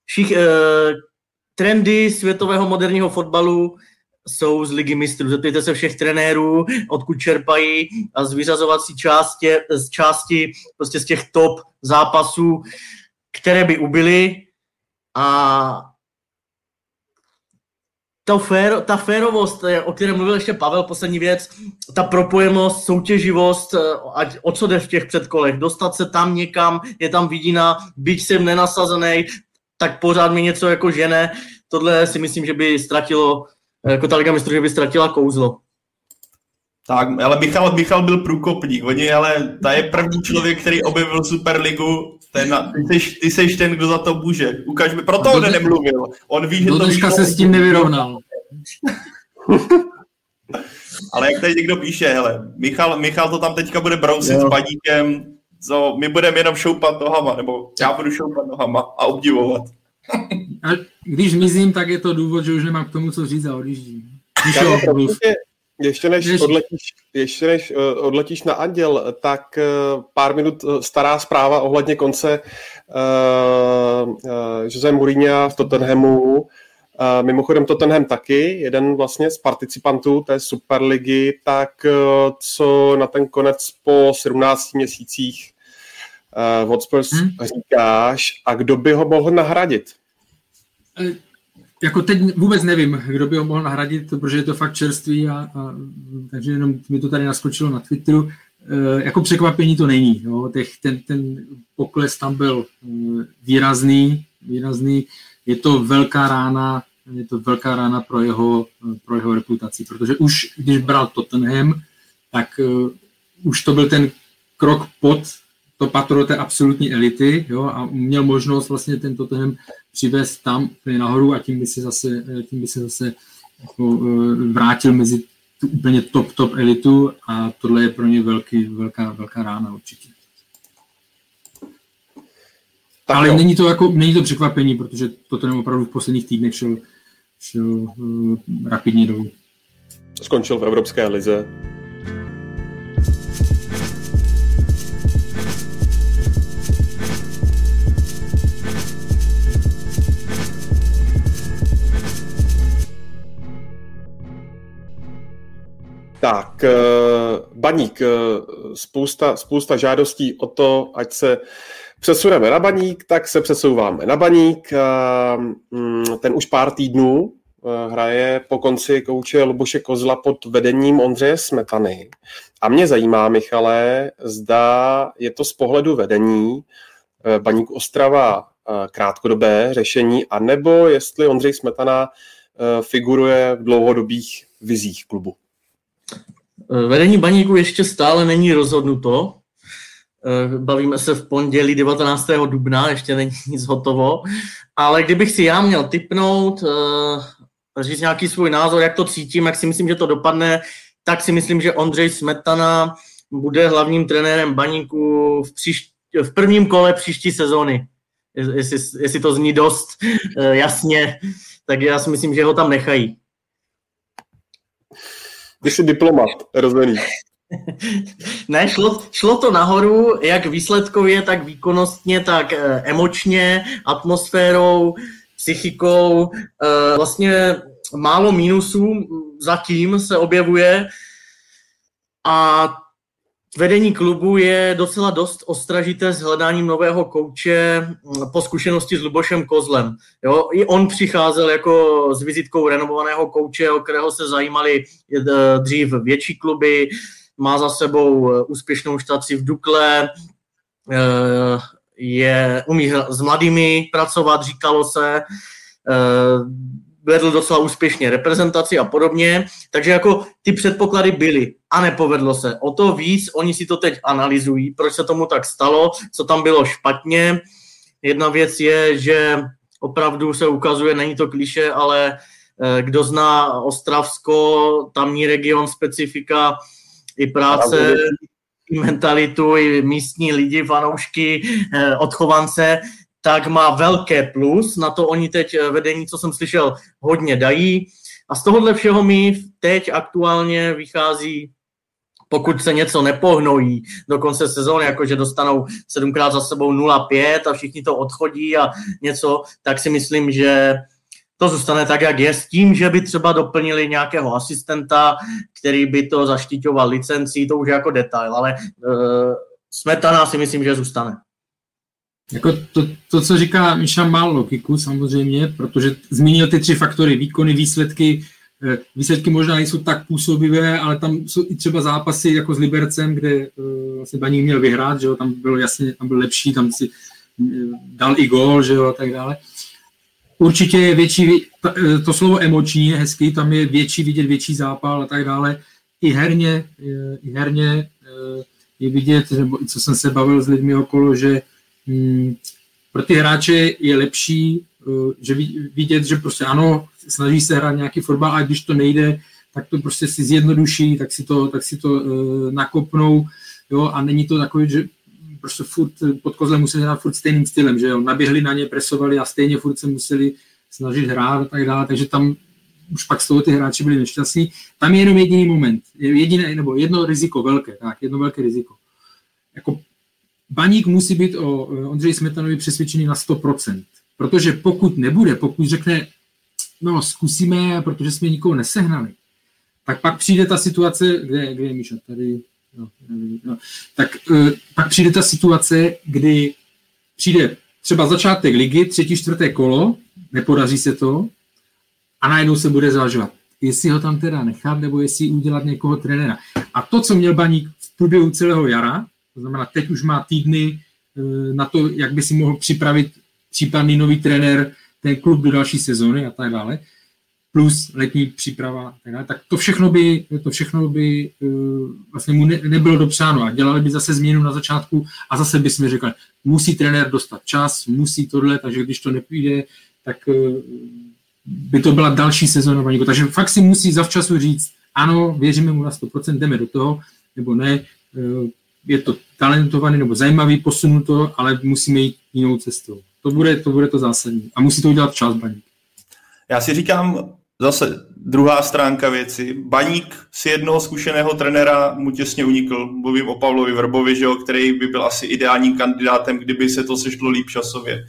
Trendy světového moderního fotbalu jsou z Ligy mistrů. Zeptejte se všech trenérů, odkud čerpají a z vyřazovací části prostě z těch top zápasů, které by ubyly a ta férovost, o které mluvil ještě Pavel, poslední věc, ta propojenost, soutěživost, o co jde v těch předkolech, dostat se tam někam, je tam vidina, byť jsem nenasazený, tak pořád mi něco jako žene, tohle si myslím, že by ztratilo, jako ta Liga mistrů, že by ztratila kouzlo. Tak, ale Michal byl průkopník, ale ta je první člověk, který objevil Superligu, ty seš ten, kdo za to může. Ukaž mi, proto on nemluvil. On ví, že do dneška se s tím nevyrovnal. Ale jak tady někdo píše, hele, Michal to tam teďka bude brousit s Baníkem, my budeme jenom šoupat nohama, nebo já budu šoupat nohama a obdivovat. A když mizím, tak je to důvod, že už nemám k tomu co říct a odjíždím. Ještě než odletíš na Anděl, tak pár minut stará zpráva ohledně konce Jose Mourinha v Tottenhamu. Mimochodem Tottenham taky, jeden vlastně z participantů té Superligy, tak co na ten konec po 17 měsících Hotspurs říkáš a kdo by ho mohl nahradit? Jako teď vůbec nevím, kdo by ho mohl nahradit, protože je to fakt čerství takže jenom mi to tady naskočilo na Twitteru. Jako překvapení to není. Jo. Ten pokles tam byl výrazný. Je to velká rána pro jeho reputaci, protože už když bral Tottenham, tak už to byl ten krok pod to patro té absolutní elity, jo, a měl možnost vlastně ten Tottenham přivést tam nahoru a tím by se zase jako, vrátil mezi tu úplně top elitu a tohle je pro ně velká rána určitě. Tak ale není to překvapení, protože Tottenham opravdu v posledních týdnech šel rapidně dolů. Skončil v Evropské lize. Tak, Baník, spousta žádostí o to, ať se přesuneme na Baník, tak se přesouváme na Baník. Ten už pár týdnů hraje po konci kouče Luboše Kozla pod vedením Ondřeje Smetany. A mě zajímá, Michale, zda je to z pohledu vedení Baník Ostrava krátkodobé řešení, anebo jestli Ondřej Smetana figuruje v dlouhodobých vizích klubu. Vedení Baníku ještě stále není rozhodnuto. Bavíme se v pondělí 19. dubna, ještě není nic hotovo. Ale kdybych si já měl tipnout, říct nějaký svůj názor, jak to cítím, jak si myslím, že to dopadne, tak si myslím, že Ondřej Smetana bude hlavním trenérem Baníku v prvním kole příští sezóny. Jestli to zní dost jasně, tak já si myslím, že ho tam nechají. Ty jsi diplomat, rozumím. Ne, šlo to nahoru, jak výsledkově, tak výkonnostně, tak emočně, atmosférou, psychikou. Vlastně málo mínusů zatím se objevuje a vedení klubu je docela dost ostražité s hledáním nového kouče po zkušenosti s Lubošem Kozlem. Jo? I on přicházel jako s vizitkou renomovaného kouče, o kterého se zajímali dřív větší kluby, má za sebou úspěšnou štaci v Dukle, umí s mladými pracovat, říkalo se, vedl docela úspěšně reprezentaci a podobně, takže jako ty předpoklady byly a nepovedlo se. O to víc oni si to teď analyzují, proč se tomu tak stalo, co tam bylo špatně. Jedna věc je, že opravdu se ukazuje, není to klišé, ale kdo zná Ostravsko, tamní region, specifika, i práce, i mentalitu, i místní lidi, fanoušky, odchovance, tak má velké plus, na to oni teď vedení, co jsem slyšel, hodně dají. A z tohohle všeho mi teď aktuálně vychází, pokud se něco nepohnojí do konce sezóny, jakože dostanou 7krát za sebou 0-5 a všichni to odchodí a něco, tak si myslím, že to zůstane tak, jak je, s tím, že by třeba doplnili nějakého asistenta, který by to zaštiťoval licencí, to už je jako detail, ale Smetana si myslím, že zůstane. Jako to, co říká Míša, má logiku samozřejmě, protože zmínil ty 3 faktory, výkony, výsledky. Výsledky možná nejsou tak působivé, ale tam jsou i třeba zápasy jako s Libercem, kde vlastně Baník měl vyhrát, že jo, tam byl jasně, tam byl lepší, tam si dal i gól, že jo, a tak dále. Určitě je větší, to slovo emoční je hezký, tam je vidět větší zápal a tak dále. I herně je vidět, nebo co jsem se bavil s lidmi okolo, že pro ty hráče je lepší, že vidět, že prostě ano, snaží se hrát nějaký fotbal, a když to nejde, tak to prostě si zjednoduší, tak si to nakopnou, jo, a není to takový, že prostě furt pod Kozlem museli hrát furt stejným stylem, že jo, naběhli na ně, presovali a stejně furt se museli snažit hrát a tak dále, takže tam už pak z toho ty hráči byli nešťastní. Tam je jenom jediný moment, jedno riziko velké, tak, jedno velké riziko. Jako Baník musí být o Ondřeji Smetanovi přesvědčený na 100%, protože pokud řekne, no zkusíme, protože jsme nikoho nesehnali, tak pak přijde ta situace, kde je Míša, tady, tak pak přijde ta situace, kdy přijde třeba začátek ligy, 3., 4. kolo, nepodaří se to a najednou se bude zvažovat, jestli ho tam teda nechat, nebo jestli udělat někoho trenéra. A to, co měl Baník v průběhu celého jara, to znamená, teď už má týdny na to, jak by si mohl připravit případný nový trenér ten klub do další sezóny a tak dále, plus letní příprava, tak to všechno by vlastně mu nebylo dopřáno a dělali by zase změnu na začátku a zase bychom řekli, musí trenér dostat čas, musí tohle, takže když to nepůjde, tak by to byla další sezóna Baníku. Takže fakt si musí zavčasu říct, ano, věříme mu na 100%, jdeme do toho, nebo ne, je to talentovaný nebo zajímavý, posunuto, ale musíme jít jinou cestou. To bude to zásadní. A musí to udělat včas Baník. Já si říkám zase druhá stránka věci. Baník si jednoho zkušeného trenéra mu těsně unikl. Mluvím o Pavlovi Vrbovi, že jo, který by byl asi ideálním kandidátem, kdyby se to sešlo líp časově.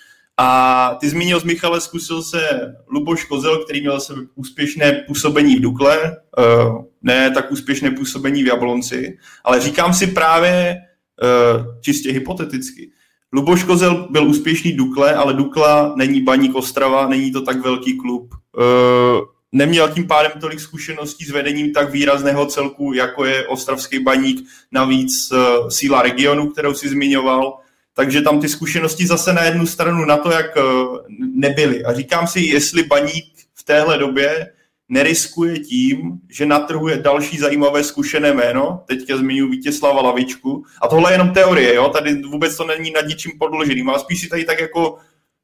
A ty zmínil z Michale, zkusil se Luboš Kozel, který měl zase úspěšné působení v Dukle, ne tak úspěšné působení v Jablonci, ale říkám si právě čistě hypoteticky. Luboš Kozel byl úspěšný Dukle, ale Dukla není Baník Ostrava, není to tak velký klub. Neměl tím pádem tolik zkušeností s vedením tak výrazného celku, jako je ostravský Baník, navíc síla regionu, kterou si zmiňoval. Takže tam ty zkušenosti zase na jednu stranu na to, jak nebyly. A říkám si, jestli Baník v téhle době neriskuje tím, že natrhuje další zajímavé zkušené jméno, teďka zmiňuji Vítězslava Lavičku, a tohle je jenom teorie, jo? Tady vůbec to není nad ničím podloženým, ale spíš si tady tak jako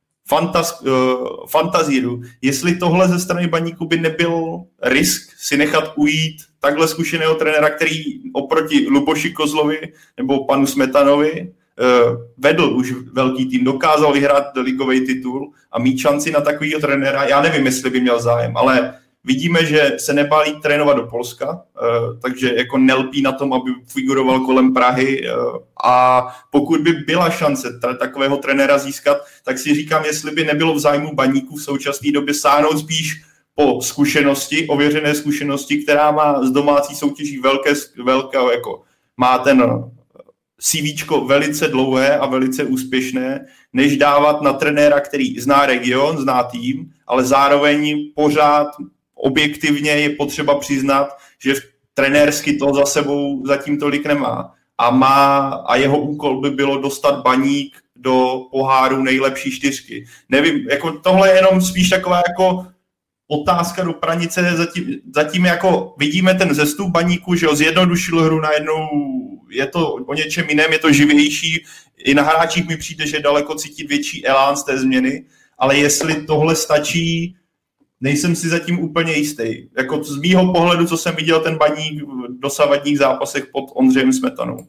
fantazíru, jestli tohle ze strany Baníku by nebyl risk si nechat ujít takhle zkušeného trenéra, který oproti Luboši Kozlovi nebo panu Smetanovi vedl už velký tým, dokázal vyhrát ligový titul a mít šanci na takovýho trenéra, já nevím, jestli by měl zájem, ale vidíme, že se nebálí trénovat do Polska, takže jako nelpí na tom, aby figuroval kolem Prahy a pokud by byla šance takového trenéra získat, tak si říkám, jestli by nebylo v zájmu Baníku v současné době sáhnout spíš po zkušenosti, ověřené zkušenosti, která má z domácí soutěží velké jako má ten CVčko velice dlouhé a velice úspěšné, než dávat na trenéra, který zná region, zná tým, ale zároveň pořád objektivně je potřeba přiznat, že trenérsky to za sebou zatím tolik nemá. A jeho úkol by bylo dostat Baník do poháru nejlepší 4. Nevím, jako tohle je jenom spíš taková jako otázka do pranice, zatím jako vidíme ten zestup Baníku, že ho zjednodušil hru najednou, je to o něčem jiném, je to živější, i na hráčích mi přijde, že daleko cítit větší elán z té změny, ale jestli tohle stačí, nejsem si zatím úplně jistý. Jako z mýho pohledu, co jsem viděl ten Baník v dosavadních zápasech pod Ondřejem Smetanou.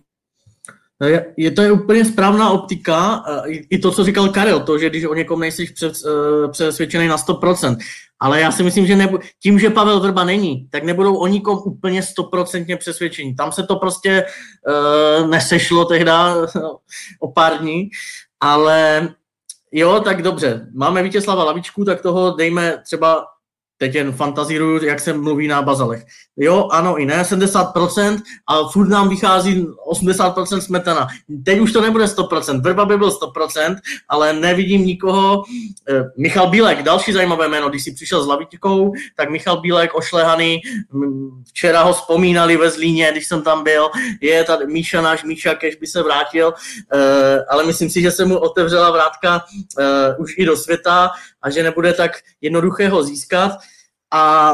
To je úplně správná optika, i to, co říkal Karel, to, že když o někom nejsi přesvědčený na 100%, ale já si myslím, že tím, že Pavel Vrba není, tak nebudou o nikom úplně 100% přesvědčení. Tam se to prostě nesešlo tehda o pár dní, ale jo, tak dobře, máme Vítězslava Lavičku, tak toho dejme třeba, teď jen fantazíruju, jak se mluví na bazalech. Jo, ano i ne, 70%, ale furt nám vychází 80% Smetana. Teď už to nebude 100%, Vrba by byl 100%, ale nevidím nikoho. Michal Bílek, další zajímavé jméno, když si přišel s Lavičkou, tak Michal Bílek ošlehaný, včera ho vzpomínali ve Zlíně, když jsem tam byl, je tady Míša, náš Míša, kež by se vrátil, ale myslím si, že se mu otevřela vrátka už i do světa a že nebude tak jednoduché ho získat. A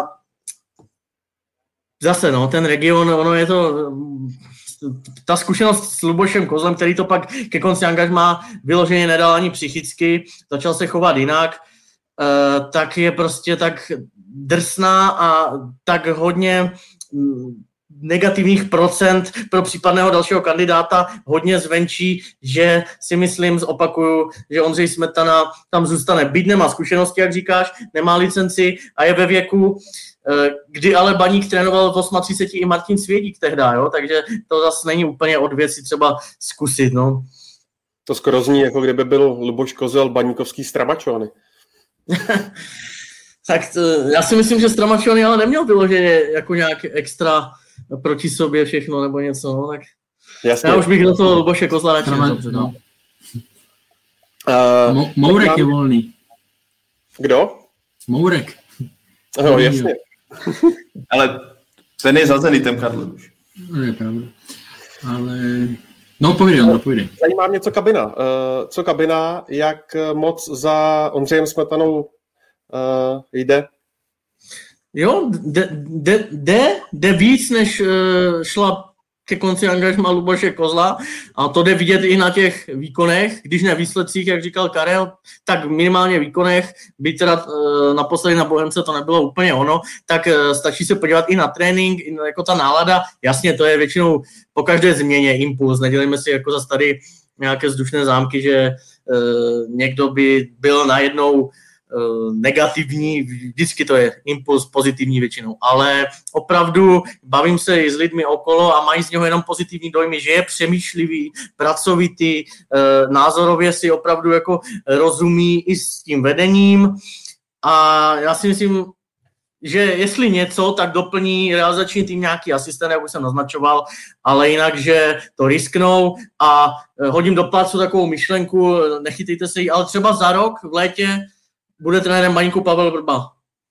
zase, no, ten region, ono je to, ta zkušenost s Lubošem Kozlem, který to pak ke konci angažmá vyloženě nedal ani psychicky, začal se chovat jinak, tak je prostě tak drsná a tak hodně negativních procent pro případného dalšího kandidáta hodně zvenčí, že si myslím, opakuju, že Ondřej Smetana tam zůstane. Byť nemá zkušenosti, jak říkáš, nemá licenci a je ve věku, kdy ale Baník trénoval v 38 i Martin Svědík tehda, jo? Takže to zase není úplně od věci třeba zkusit. No. To skoro zní, jako kdyby byl Luboš Kozel baníkovský Stramačony. Tak to, já si myslím, že Stramačony ale neměl vyloženě jako nějak extra proti sobě všechno nebo něco. No, tak jasně. Já už bych do toho Luboše Kozla radši dobře. No. Mourek je volný. Kdo? Mourek. No, jasně. Ale ten je za Zenitem, Karlo. To je pravda. Ale... No, pojdej. Zajímá mě, co kabina. Co kabina, jak moc za Ondřejem Smetanou jde? Jo, jde víc, než šla ke konci angažmá Luboše Kozla a to jde vidět i na těch výkonech, když ne výsledcích, jak říkal Karel, tak minimálně výkonech, byť teda naposledy na Bohemce to nebylo úplně ono, tak stačí se podívat i na trénink, jako ta nálada, jasně, to je většinou po každé změně impuls, nedělejme si jako zase tady nějaké vzdušné zámky, že někdo by byl najednou negativní, vždycky to je impuls pozitivní většinou, ale opravdu bavím se i s lidmi okolo a mají z něho jenom pozitivní dojmy, že je přemýšlivý, pracovitý, názorově si opravdu jako rozumí i s tím vedením a já si myslím, že jestli něco, tak doplní realizační tým nějaký asistent, jak už jsem naznačoval, ale jinak, že to risknou a hodím do placu takovou myšlenku, nechytejte se jí, ale třeba za rok v létě bude trenérem Baníku Pavel Vrba.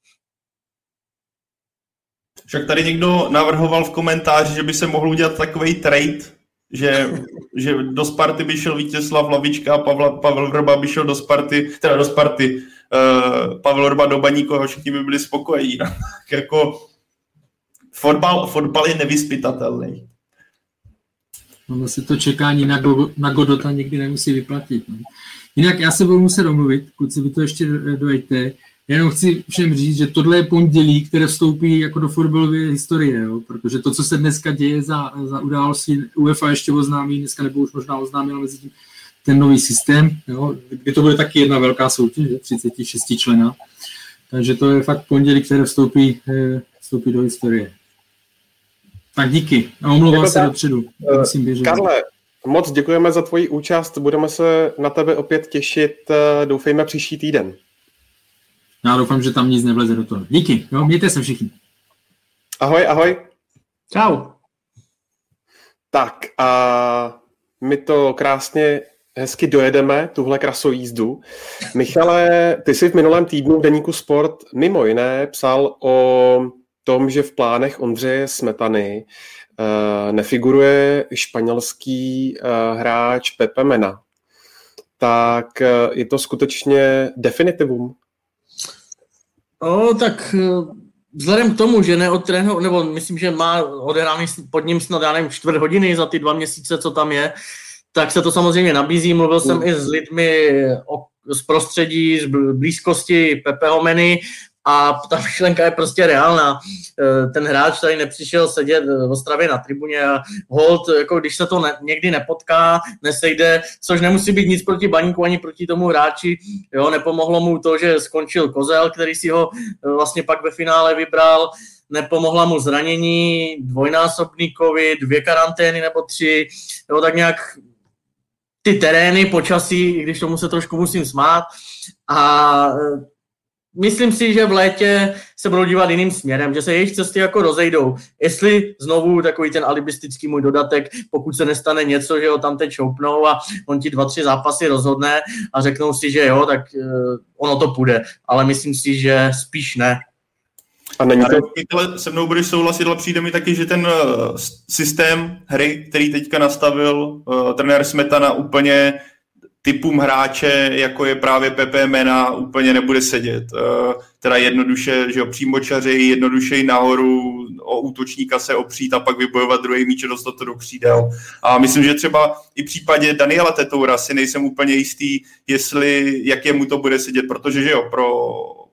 Však tady někdo navrhoval v komentáři, že by se mohl udělat takový trade, že do Sparty by šel Vítězslav Lavička a Pavel Vrba by šel do Sparty. Pavel Vrba do Baníku a všichni by byli spokojení. No. Jako fotbal je nevyzpytatelný. No si to čekání na Godota někdy nemusí vyplatit. No. Jinak já se budu muset domluvit, kluci, vy to ještě dojďte. Jenom chci všem říct, že tohle je pondělí, které vstoupí jako do fotbalové historie, jo? Protože to, co se dneska děje za události, UEFA ještě oznámí, dneska nebo už možná oznámila mezi tím ten nový systém, jo? Kdy to bude taky jedna velká soutěž, 36 člena. Takže to je fakt pondělí, které vstoupí do historie. Tak díky. A omlouvám se dopředu. Karle, moc děkujeme za tvoji účast. Budeme se na tebe opět těšit, doufejme, příští týden. Já doufám, že tam nic nevleze do toho. Díky, jo, mějte se všichni. Ahoj, ahoj. Čau. Tak a my to krásně, hezky dojedeme, tuhle krasojízdu. Michale, ty jsi v minulém týdnu v deníku Sport mimo jiné psal o tom, že v plánech Ondřeje Smetany nefiguruje španělský hráč Pepe Mena. Tak je to skutečně definitivum? Tak vzhledem k tomu, že neodtrénoval, nebo myslím, že má odehraný pod ním snad já nevím 4 hodiny za ty 2 měsíce, co tam je, tak se to samozřejmě nabízí. Mluvil jsem i s lidmi z prostředí, z blízkosti Pepeho Meny a ta myšlenka je prostě reálná. Ten hráč tady nepřišel sedět v Ostravě na tribuně a hold, jako když se to někdy nepotká, nesejde, což nemusí být nic proti Baníku ani proti tomu hráči. Jo, nepomohlo mu to, že skončil Kozel, který si ho vlastně pak ve finále vybral, nepomohla mu zranění, 2násobný covid, 2 karantény nebo 3, jo, tak nějak ty terény, počasí, i když tomu se trošku musím smát a myslím si, že v létě se budou dívat jiným směrem, že se jejich cesty jako rozejdou. Jestli znovu takový ten alibistický můj dodatek, pokud se nestane něco, že ho tam teď šoupnou a on ti 2-3 zápasy rozhodne a řeknou si, že jo, tak ono to půjde. Ale myslím si, že spíš ne. A není to... Se mnou budeš souhlasit, ale přijde mi taky, že ten systém hry, který teďka nastavil trenér Smetana úplně typům hráče, jako je právě Pepe Mena, úplně nebude sedět. Teda jednoduše, že jo, přímočaři, jednoduše nahoru, o útočníka se opřít a pak vybojovat druhý míč a dostat to do křídel. A myslím, že třeba i v případě Daniela Tetoura si nejsem úplně jistý, jak jemu to bude sedět, protože že jo, pro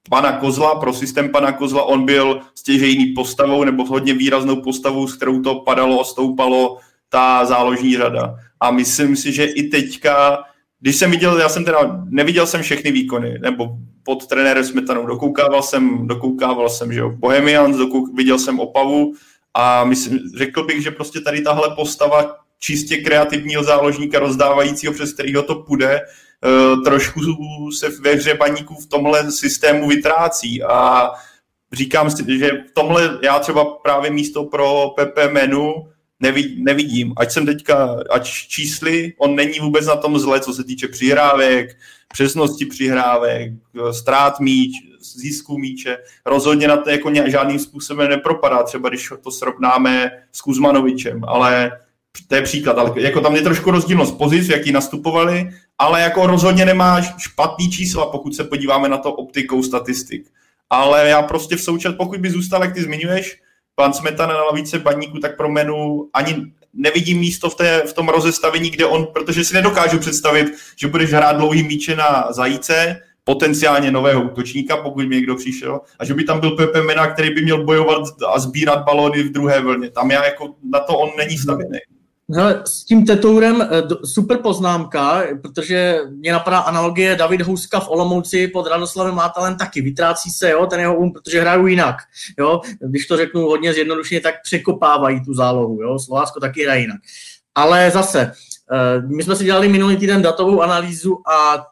pana Kozla, pro systém pana Kozla, on byl stěžejný postavou nebo hodně výraznou postavou, s kterou to padalo a stoupalo ta záložní řada. A myslím si, že i teďka, když jsem viděl, neviděl jsem všechny výkony, nebo pod trenérem Smetanou, dokoukával jsem, že jo, Bohemians, viděl jsem Opavu a řekl bych, že prostě tady tahle postava čistě kreativního záložníka rozdávajícího, přes kterýho to půjde, trošku se ve hře Baníků v tomhle systému vytrácí a říkám si, že v tomhle já třeba právě místo pro Pepe Menu nevidím. Ať čísly, on není vůbec na tom zle, co se týče přihrávek, přesnosti přihrávek, ztrát míč, získu míče. Rozhodně na to jako žádným způsobem nepropadá, třeba když to srovnáme s Kuzmanovičem, ale to je příklad, ale jako tam je trošku rozdílnost pozic, jaký nastupovali, ale jako rozhodně nemá špatný čísla, pokud se podíváme na to optikou statistik. Ale já prostě pokud by zůstal, jak ty zmiňuješ, pan Smetana na lavice Baníku, tak pro Menu ani nevidím místo v tom rozestavení, kde protože si nedokážu představit, že budeš hrát dlouhý míče na Zajíce, potenciálně nového útočníka, pokud by někdo přišel, a že by tam byl Pepe Mena, který by měl bojovat a sbírat balóny v druhé vlně. Tam já jako na to on není stavěný. Hele, s tím Tetourem super poznámka, protože mě napadá analogie David Houska v Olomouci pod Radoslavem Mátalem taky. Vytrácí se, jo, ten jeho protože hrajou jinak. Jo. Když to řeknu hodně zjednodušeně, tak překopávají tu zálohu. Jo. Slovácko taky hraje jinak. Ale zase, my jsme si dělali minulý týden datovou analýzu a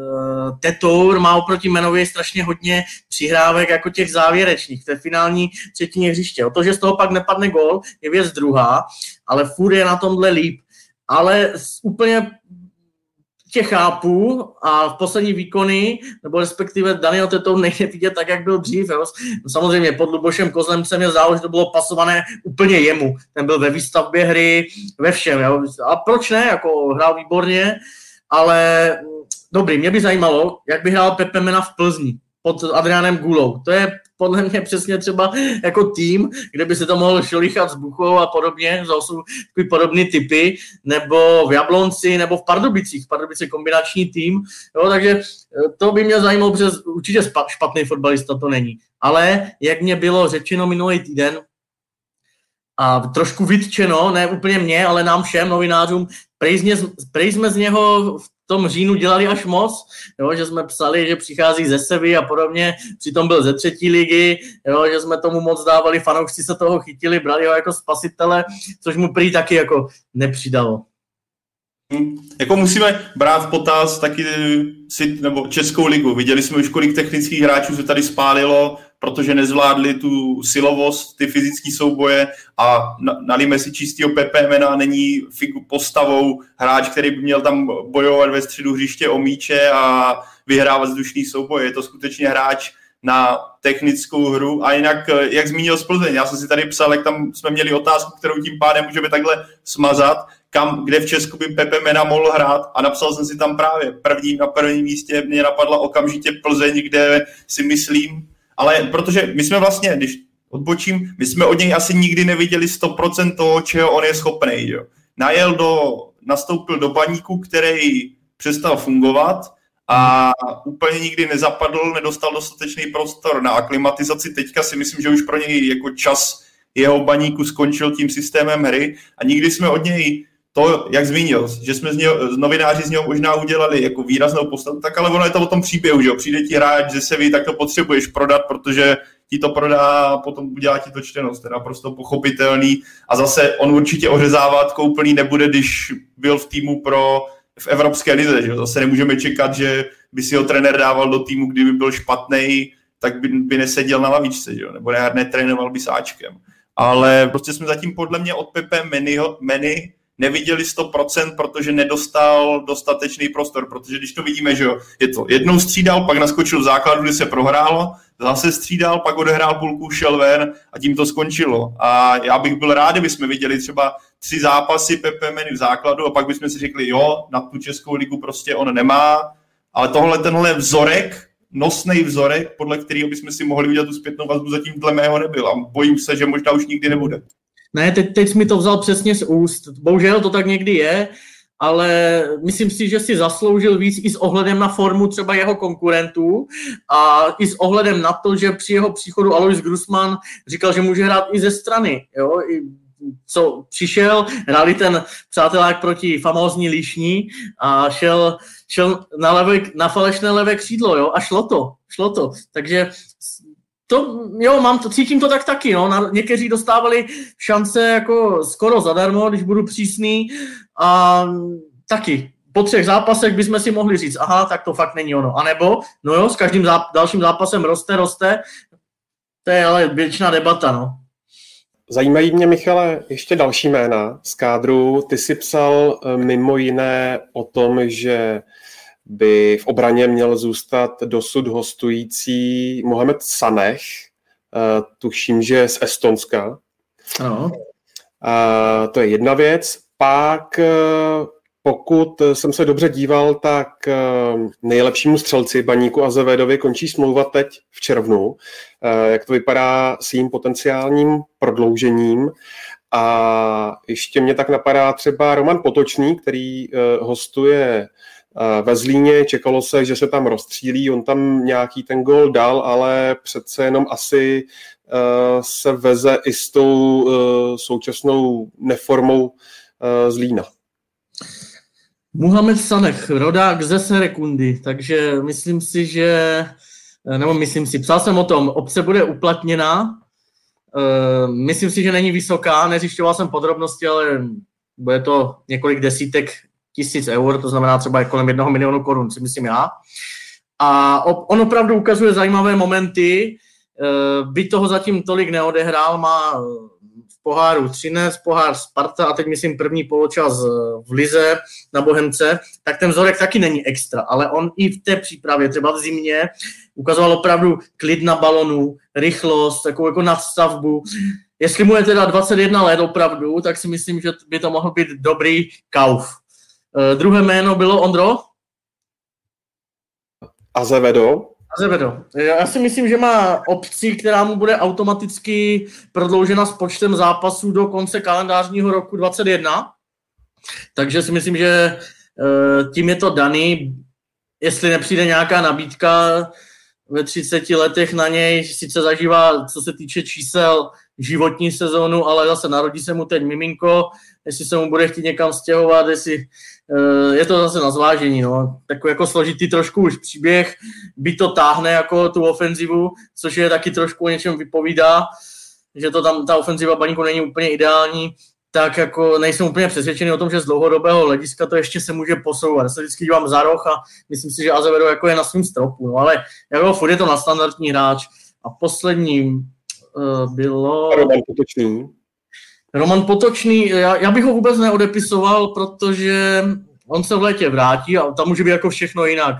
Tetour má oproti Menovi strašně hodně přihrávek jako těch závěrečných, té finální třetině hřiště. O to, že z toho pak nepadne gól, je věc druhá, ale furt je na tomhle líp. Ale úplně tě chápu a v poslední výkony, nebo respektive Daniel Tetour nejde vidět tak, jak byl dřív. Jo. Samozřejmě pod Lubošem Kozlem jsem měl záležit, že to bylo pasované úplně jemu. Ten byl ve výstavbě hry, ve všem. Jo. A proč ne? Jako hrál výborně, ale dobrý, mě by zajímalo, jak by hrál Pepe Mena v Plzni pod Adrianem Gulou. To je podle mě přesně třeba jako tým, kde by se to mohl šolichat s Buchou a podobně, to jsou takový podobný typy, nebo v Jablonci, nebo v Pardubicích. V Pardubice kombinační tým, jo, takže to by mě zajímalo, protože určitě špatný fotbalista to není. Ale jak mě bylo řečeno minulý týden, a trošku vytčeno, ne úplně mě, ale nám všem novinářům, prej jsme z něho v tom říjnu dělali až moc, jo, že jsme psali, že přichází ze Sevy a podobně, přitom byl ze 3. ligy, jo, že jsme tomu moc dávali, fanoušci se toho chytili, brali ho jako spasitele, což mu prý taky jako nepřidalo. Jako musíme brát v potaz taky nebo Českou ligu. Viděli jsme už, kolik technických hráčů se tady spálilo, protože nezvládli tu silovost, ty fyzické souboje a nalíme si čistýho Pepe Mena, není postavou hráč, který by měl tam bojovat ve středu hřiště o míče a vyhrávat vzdušný souboje. Je to skutečně hráč na technickou hru a jinak, jak zmínil z Plzeň, já jsem si tady psal, jak tam jsme měli otázku, kterou tím pádem můžeme takhle smazat, kde v Česku by Pepe Mena mohl hrát a napsal jsem si tam právě na prvním místě mě napadla okamžitě Plzeň, kde si myslím, ale protože my jsme vlastně, když odbočím, my jsme od něj asi nikdy neviděli 100% toho, čeho on je schopný. Jo. Nastoupil do Baníku, který přestal fungovat a úplně nikdy nezapadl, nedostal dostatečný prostor na aklimatizaci. Teďka si myslím, že už pro něj jako čas jeho Baníku skončil tím systémem hry a nikdy jsme od něj to, jak zmínil, že jsme novináři z něho možná udělali jako výraznou postavu, tak ale ono je to o tom příběhu, že jo, přijde ti hráč ze Sevy, tak to potřebuješ prodat, protože ti to prodá, potom udělá ti to čtenost, to je naprosto pochopitelný a zase on určitě ořezávat úplný nebude, když byl v týmu v Evropské lize, že jo, zase nemůžeme čekat, že by si ho trenér dával do týmu, kdyby byl špatnej, tak by neseděl na lavičce, že jo, nebo netrénoval by s Ačkem. Ale prostě jsme zatím podle mě od Pepe Meny neviděli 100%, protože nedostal dostatečný prostor, protože když to vidíme, že jo, je to jednou střídal, pak naskočil v základu, kdy se prohrálo, zase střídal, pak odehrál půlku, šel ven a tím to skončilo. A já bych byl rád, kdyby jsme viděli třeba 3 zápasy Pepe Meny v základu a pak bychom si řekli, jo, na tu Českou ligu prostě on nemá, ale tenhle vzorek, nosnej vzorek, podle kterého bychom si mohli udělat tu zpětnou vazbu, zatím dle mého nebyl a bojím se, že možná už nikdy nebude. Ne, teď jsi mi to vzal přesně z úst. Bohužel to tak někdy je ale myslím si, že si zasloužil víc i s ohledem na formu třeba jeho konkurentů a i s ohledem na to, že při jeho příchodu Alois Grusman říkal, že může hrát i ze strany. Jo? Co přišel, hráli ten přátelák proti famózní Líšni a šel na falešné levé křídlo, jo? A šlo to. Takže cítím to tak taky, no. Někteří dostávali šance jako skoro zadarmo, když budu přísný, a taky po 3 zápasech bychom si mohli říct, aha, tak to fakt není ono. A nebo, no jo, s každým dalším zápasem roste, to je ale věčná debata, no. Zajímají mě, Michale, ještě další jména z kádru. Ty jsi psal mimo jiné o tom, že by v obraně měl zůstat dosud hostující Mohamed Saneh, tuším, že z Estonska. Ano. To je jedna věc. Pak, pokud jsem se dobře díval, tak nejlepšímu střelci Baníku Azevedovi končí smlouva teď v červnu. Jak to vypadá s jím potenciálním prodloužením? A ještě mě tak napadá třeba Roman Potočný, který hostuje ve Zlíně, čekalo se, že se tam rozstřílí, on tam nějaký ten gól dal, ale přece jenom asi se veze i s tou současnou neformou Zlína. Mohamed Saneh, rodák ze Serekundy, takže psal jsem o tom, obce bude uplatněná, myslím si, že není vysoká, neřišťoval jsem podrobnosti, ale bude to několik desítek tisíc eur, to znamená třeba kolem 1 milionu korun, si myslím já. A on opravdu ukazuje zajímavé momenty, byť toho zatím tolik neodehrál, má v poháru Třinec, pohár Sparta a teď myslím první poločas v lize na Bohemce, tak ten vzorek taky není extra, ale on i v té přípravě, třeba v zimě, ukazoval opravdu klid na balonu, rychlost, takovou jako nadstavbu. Jestli mu je teda 21 let opravdu, tak si myslím, že by to mohl být dobrý kauf. Druhé jméno bylo Ondro? Azevedo. Já si myslím, že má opci, která mu bude automaticky prodloužena s počtem zápasů do konce kalendářního roku 2021. Takže si myslím, že tím je to daný. Jestli nepřijde nějaká nabídka ve 30 letech na něj, sice zažívá, co se týče čísel, životní sezónu, ale zase narodí se mu teď miminko, jestli se mu bude chtít někam stěhovat, jestli je to zase na zvážení, no. Takový jako složitý trošku už příběh, by to táhne jako tu ofenzivu, což je taky trošku o něčem vypovídá, že to tam ta ofenziva Baníku není úplně ideální, tak jako nejsem úplně přesvědčený o tom, že z dlouhodobého hlediska to ještě se může posouvat. Já se vždycky dívám za roh a myslím si, že Azevedo jako je na svém stropu, no, ale jako furt je to nadstandardní hráč. A posledním bylo Roman Potočný, já bych ho vůbec neodepisoval, protože on se v létě vrátí a tam může být jako všechno jinak.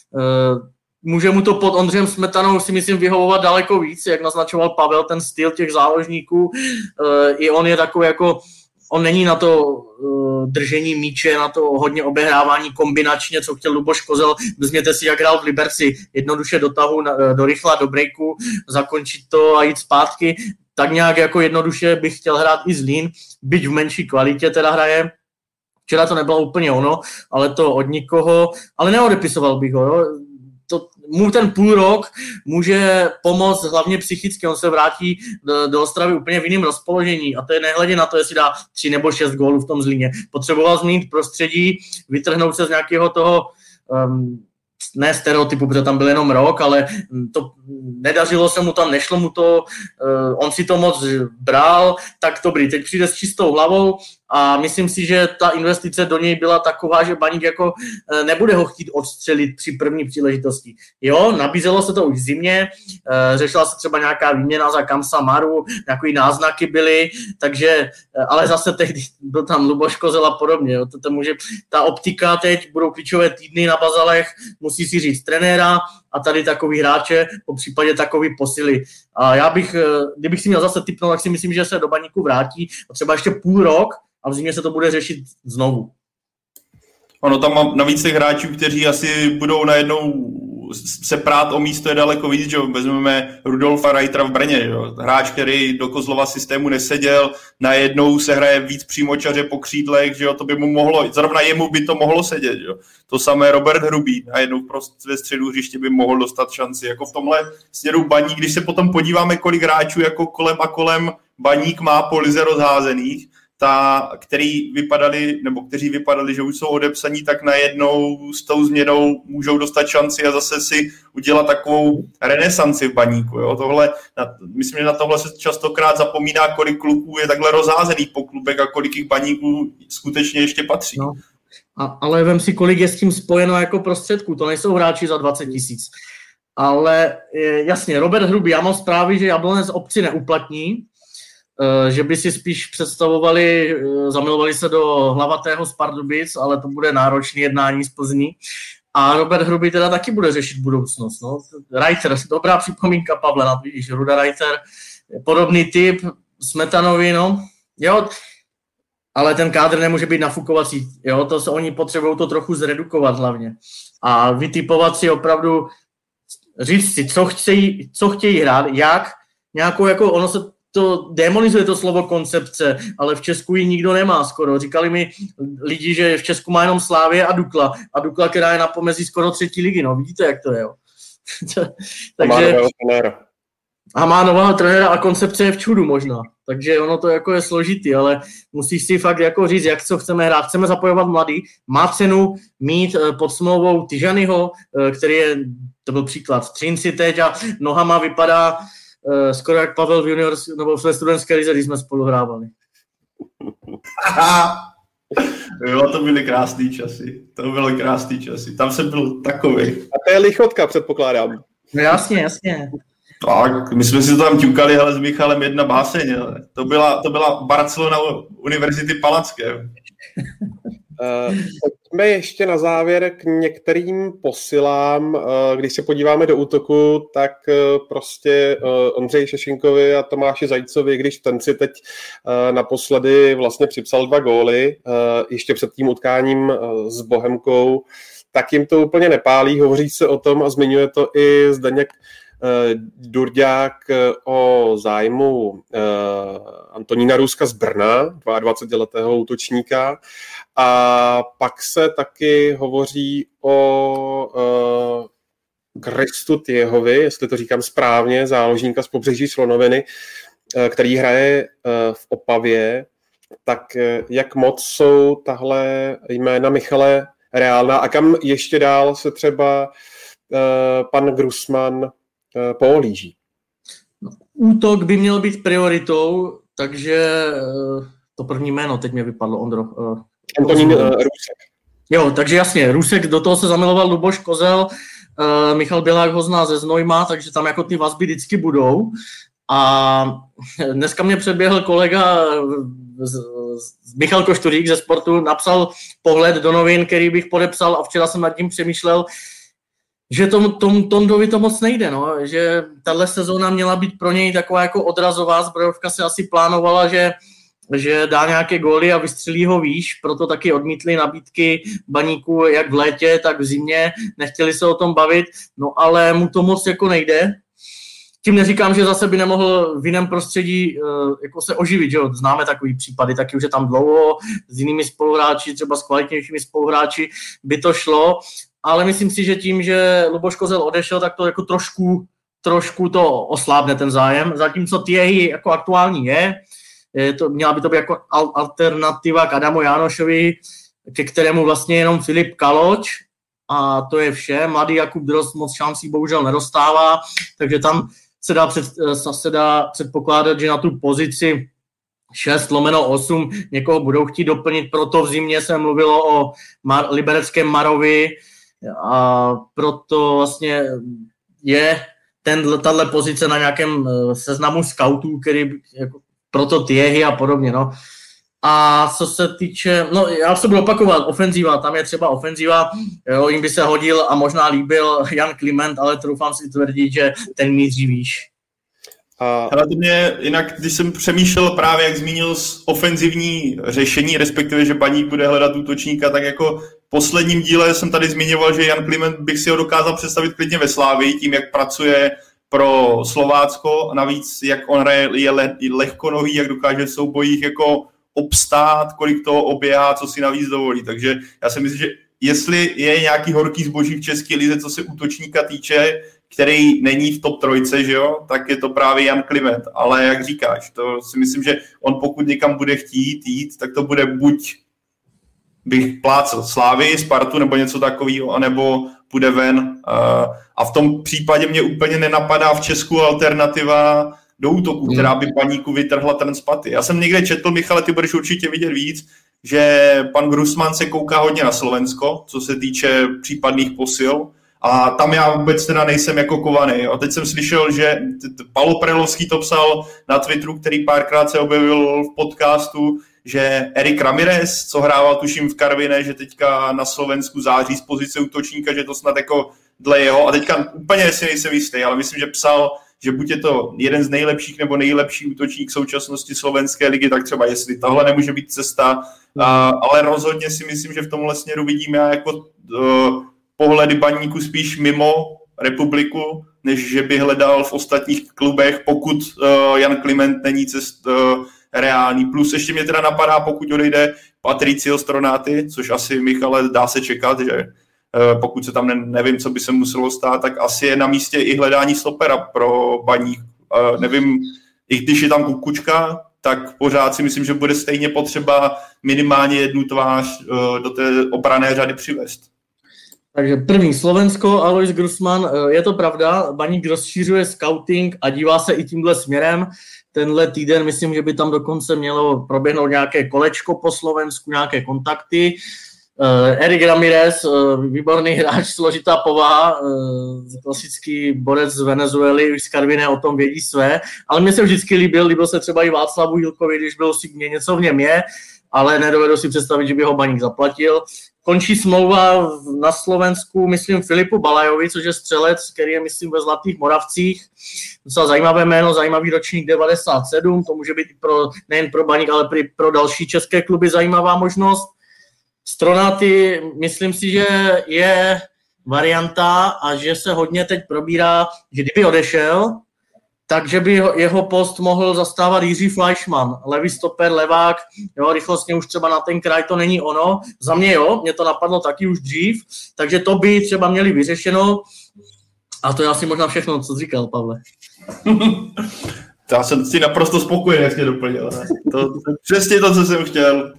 Může mu to pod Ondřejem Smetanou, si myslím, vyhovovat daleko víc, jak naznačoval Pavel, ten styl těch záložníků. I on je takový jako, on není na to držení míče, na to hodně obehrávání kombinačně, co chtěl Luboš Kozel. Vezměte si, jak hrál v Liberci, jednoduše do tahu, do rychla, do breaku, zakončit to a jít zpátky. Tak nějak jako jednoduše bych chtěl hrát i Zlín, byť v menší kvalitě teda hraje. Včera to nebylo úplně ono, ale to od nikoho, ale neodepisoval bych ho, jo. Mu ten půl rok může pomoct hlavně psychicky, on se vrátí do Ostravy úplně v jiném rozpoložení a to je nehledě na to, jestli dá 3 nebo 6 gólů v tom Zlíně. Potřeboval změnit prostředí, vytrhnout se z nějakého toho ne stereotypu, protože tam byl jenom rok, ale to nedařilo se mu tam, nešlo mu to, on si to moc bral, tak dobrý, teď přijde s čistou hlavou a myslím si, že ta investice do něj byla taková, že Baník jako nebude ho chtít odstřelit při první příležitosti. Jo, nabízelo se to už v zimě, řešila se třeba nějaká výměna za Kamsa Maru, nějaký náznaky byly, takže, ale zase tehdy byl tam Luboš Kozel a podobně. Jo. Ta optika teď, budou klíčové týdny na bazalech, musí si říct trenéra a tady takový hráče, po případě takový posily. A já bych, kdybych si měl zase tipnout, tak si myslím, že se do Baníku vrátí a třeba ještě půl rok a v zimě se to bude řešit znovu. Ono tam mám navíc těch hráčů, kteří asi budou najednou se prát o místo je daleko víc, že vezmeme Rudolfa Reitera v Brně, že? Hráč, který do Kozlova systému neseděl, najednou se hraje víc přímočaře po křídlech, že jo, to by mu mohlo, zrovna jemu by to mohlo sedět, že jo. To samé Robert Hrubý, najednou ve středu hřiště by mohl dostat šanci, jako v tomhle směru Baník, když se potom podíváme, kolik hráčů jako kolem a kolem Baník má po lize rozházených, kteří vypadali, že už jsou odepsaní, tak najednou s tou změnou můžou dostat šanci a zase si udělat takovou renesanci v Baníku. Jo? Myslím, že na tohle se častokrát zapomíná, kolik kluků je takhle rozházených po klubech a kolik jich Baníků skutečně ještě patří. No. Ale vem si, kolik je s tím spojeno jako prostředků. To nejsou hráči za 20 000. Ale jasně, Robert Hrubý, já mám zprávy, že Jablonec obci neuplatní, že by si spíš představovali, zamilovali se do hlavatého z Pardubic, ale to bude náročný jednání z Plzní. A Robert Hrubý teda taky bude řešit budoucnost. No. Reiter, dobrá připomínka, Pavle, vidíš, Ruda Reiter, podobný typ, Smetanovi, no. Jo, ale ten kádr nemůže být nafukovací, jo, to se oni potřebují to trochu zredukovat hlavně. A vytipovat si opravdu, říct si, co chtějí hrát, jak, nějakou, jako ono se to demonizuje to slovo koncepce, ale v Česku ji nikdo nemá skoro. Říkali mi lidi, že v Česku má jenom Slavie a Dukla, která je na pomezí skoro 3. ligy, no vidíte, jak to je, jo. Takže má nového trenéra a koncepce je v čudu možná. Takže ono to jako je složitý, ale musíš si fakt jako říct, jak co chceme hrát. Chceme zapojovat mladý. Má cenu mít pod smlouvou Tyžanyho, který je, to byl příklad, v Třinci teď a nohama vypadá skoro jak Pavel v junior, nebo ve studentské lize, když jsme spolu hrávali. Jo, to byly krásný časy. Tam jsem byl takovej. A to je lichotka, předpokládám. No jasně. Tak, my jsme si to tam ťukali, ale s Michalem jedna báseň. To byla Barcelona Univerzity Palacké. Pojďme ještě na závěr k některým posilám. Když se podíváme do útoku, tak prostě Ondřeji Šešinkovi a Tomáši Zajícovi, když ten si teď naposledy vlastně připsal 2 góly, ještě před tím utkáním s Bohemkou, tak jim to úplně nepálí. Hovoří se o tom a zmiňuje to i Zdeněk Durďák o zájmu Antonína Růska z Brna, 22letého útočníka. A pak se taky hovoří o Kristu Tjehovi, jestli to říkám správně, záložníka z Pobřeží Slonoviny, který hraje v Opavě. Tak jak moc jsou tahle jména, Michale, reálná a kam ještě dál se třeba pan Grusman pohlíží? Útok by měl být prioritou, takže to první jméno, teď mě vypadlo, Ondro. Antonín Růsek. Jo, takže jasně, Růsek, do toho se zamiloval Luboš Kozel, Michal Bělák ho zná ze Znojma, takže tam jako ty vazby vždycky budou. A dneska mě předběhl kolega Michal Košturík ze Sportu, napsal pohled do novin, který bych podepsal a včera jsem nad tím přemýšlel, že Tondovi to moc nejde, no, že tahle sezóna měla být pro něj taková jako odrazová, zbrojovka se asi plánovala, že dá nějaké góly a vystřelí ho výš, proto taky odmítli nabídky Baníku jak v létě, tak v zimě, nechtěli se o tom bavit, no ale mu to moc jako nejde. Tím neříkám, že zase by nemohl v jiném prostředí jako se oživit, že jo? Známe takový případy, taky už je tam dlouho, s jinými spoluhráči, třeba s kvalitnějšími spoluhráči by to šlo, ale myslím si, že tím, že Luboš Kozel odešel, tak to jako trošku to oslábne ten zájem, zatímco Thierry jako aktuální měla by to být jako alternativa k Adamu Jánošovi, ke kterému vlastně jenom Filip Kaloč a to je vše. Mladý Jakub Drozd moc šancí bohužel nedostává, takže tam se dá předpokládat, že na tu pozici 6/8 někoho budou chtít doplnit, proto v zimě se mluvilo o libereckém Marovi a proto vlastně je tahle pozice na nějakém seznamu scoutů, který jako proto Thierry a podobně, no. A co se týče, no já se budu opakovat, ofenzíva, tam je třeba ofenzíva, jo, jim by se hodil a možná líbil Jan Kliment, ale troufám si tvrdit, že ten míří výš. Ale to mě, jinak, když jsem přemýšlel právě, jak zmínil ofenzivní řešení, respektive, že Baník bude hledat útočníka, tak jako posledním díle jsem tady zmiňoval, že Jan Kliment bych si ho dokázal představit klidně ve Slávii, tím, jak pracuje pro Slovácko a navíc, jak on je lehkonohý, jak dokáže v soubojích jako obstát, kolik toho oběhá, co si navíc dovolí. Takže já si myslím, že jestli je nějaký horký zboží v české lize, co se útočníka týče, který není v top 3, že jo, tak je to právě Jan Kliment. Ale jak říkáš, to si myslím, že on pokud někam bude chtít jít, tak to bude buď bych plácel Slávii, Spartu nebo něco takového, anebo půjde ven. A v tom případě mě úplně nenapadá v Česku alternativa do útoku, která by Baníku vytrhla ten spaty. Já jsem někde četl, Michale, ty budeš určitě vidět víc, že pan Grusman se kouká hodně na Slovensko, co se týče případných posil. A tam já vůbec teda nejsem jako kovaný. A teď jsem slyšel, že Paulo Prelovský to psal na Twitteru, který párkrát se objevil v podcastu, že Erik Ramirez, co hrával tuším v Karviné, že teďka na Slovensku září z pozice útočníka, že to snad jako dle jeho. A teďka úplně si nejsem jistý, ale myslím, že psal, že buď je to jeden z nejlepších nebo nejlepší útočník současnosti slovenské ligy, tak třeba jestli tohle nemůže být cesta. Ale rozhodně si myslím, že v tomhle směru vidíme jako pohledy Baníku spíš mimo republiku, než že by hledal v ostatních klubech, pokud Jan Kliment není reálný. Plus ještě mě teda napadá, pokud odejde Patricio Stronati, což asi, Michale, dá se čekat, že pokud se tam nevím, co by se muselo stát, tak asi je na místě i hledání stopera pro Baník. Nevím, i když je tam Kukučka, tak pořád si myslím, že bude stejně potřeba minimálně jednu tvář do té obranné řady přivést. Takže první Slovensko, Alois Grusman, je to pravda, Baník rozšířuje scouting a dívá se i tímhle směrem. Tenhle týden myslím, že by tam dokonce mělo proběhnout nějaké kolečko po Slovensku, nějaké kontakty. Erik Ramirez, výborný hráč, složitá povaha, klasický borec z Venezuely, už z Karviné o tom vědí své, ale mně se vždycky líbil se třeba i Václavu Jilkovi, když byl si něco v něm je, ale nedovedu si představit, že by ho Baník zaplatil. Končí smlouva na Slovensku, myslím, Filipu Balajovi, což je střelec, který je, myslím, ve Zlatých Moravcích. Docela zajímavé jméno, zajímavý ročník 97, to může být nejen pro Baník, ale pro další české kluby zajímavá možnost. Stronati, myslím si, že je varianta a že se hodně teď probírá, že kdyby odešel, takže by jeho post mohl zastávat Jiří Fleischmann, levý stoper, levák, jo, rychlostně už třeba na ten kraj to není ono. Za mě jo, mě to napadlo taky už dřív, takže to by třeba měli vyřešeno. A to je asi možná všechno, co jsi říkal, Pavle. Já jsem si naprosto spokojený, jak mě doplnil. To přesně to, co jsem chtěl.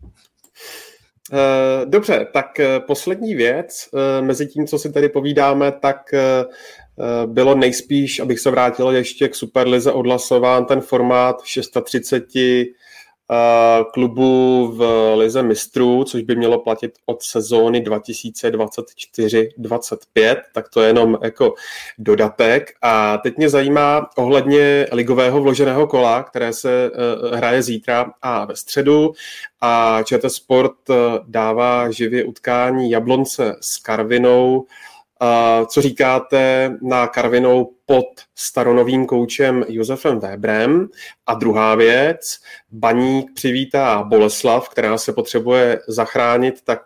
Dobře, tak poslední věc. Mezi tím, co si tady povídáme, tak bylo nejspíš, abych se vrátil ještě k Superlize, odhlasován ten formát 630 klubů v Lize mistrů, což by mělo platit od sezóny 2024-25, tak to je jenom jako dodatek. A teď mě zajímá ohledně ligového vloženého kola, které se hraje zítra a ve středu. A ČT Sport dává živě utkání Jablonce s Karvinou. Co říkáte na Karvinou pod staronovým koučem Josefem Vébrem? A druhá věc, Baník přivítá Boleslav, která se potřebuje zachránit, tak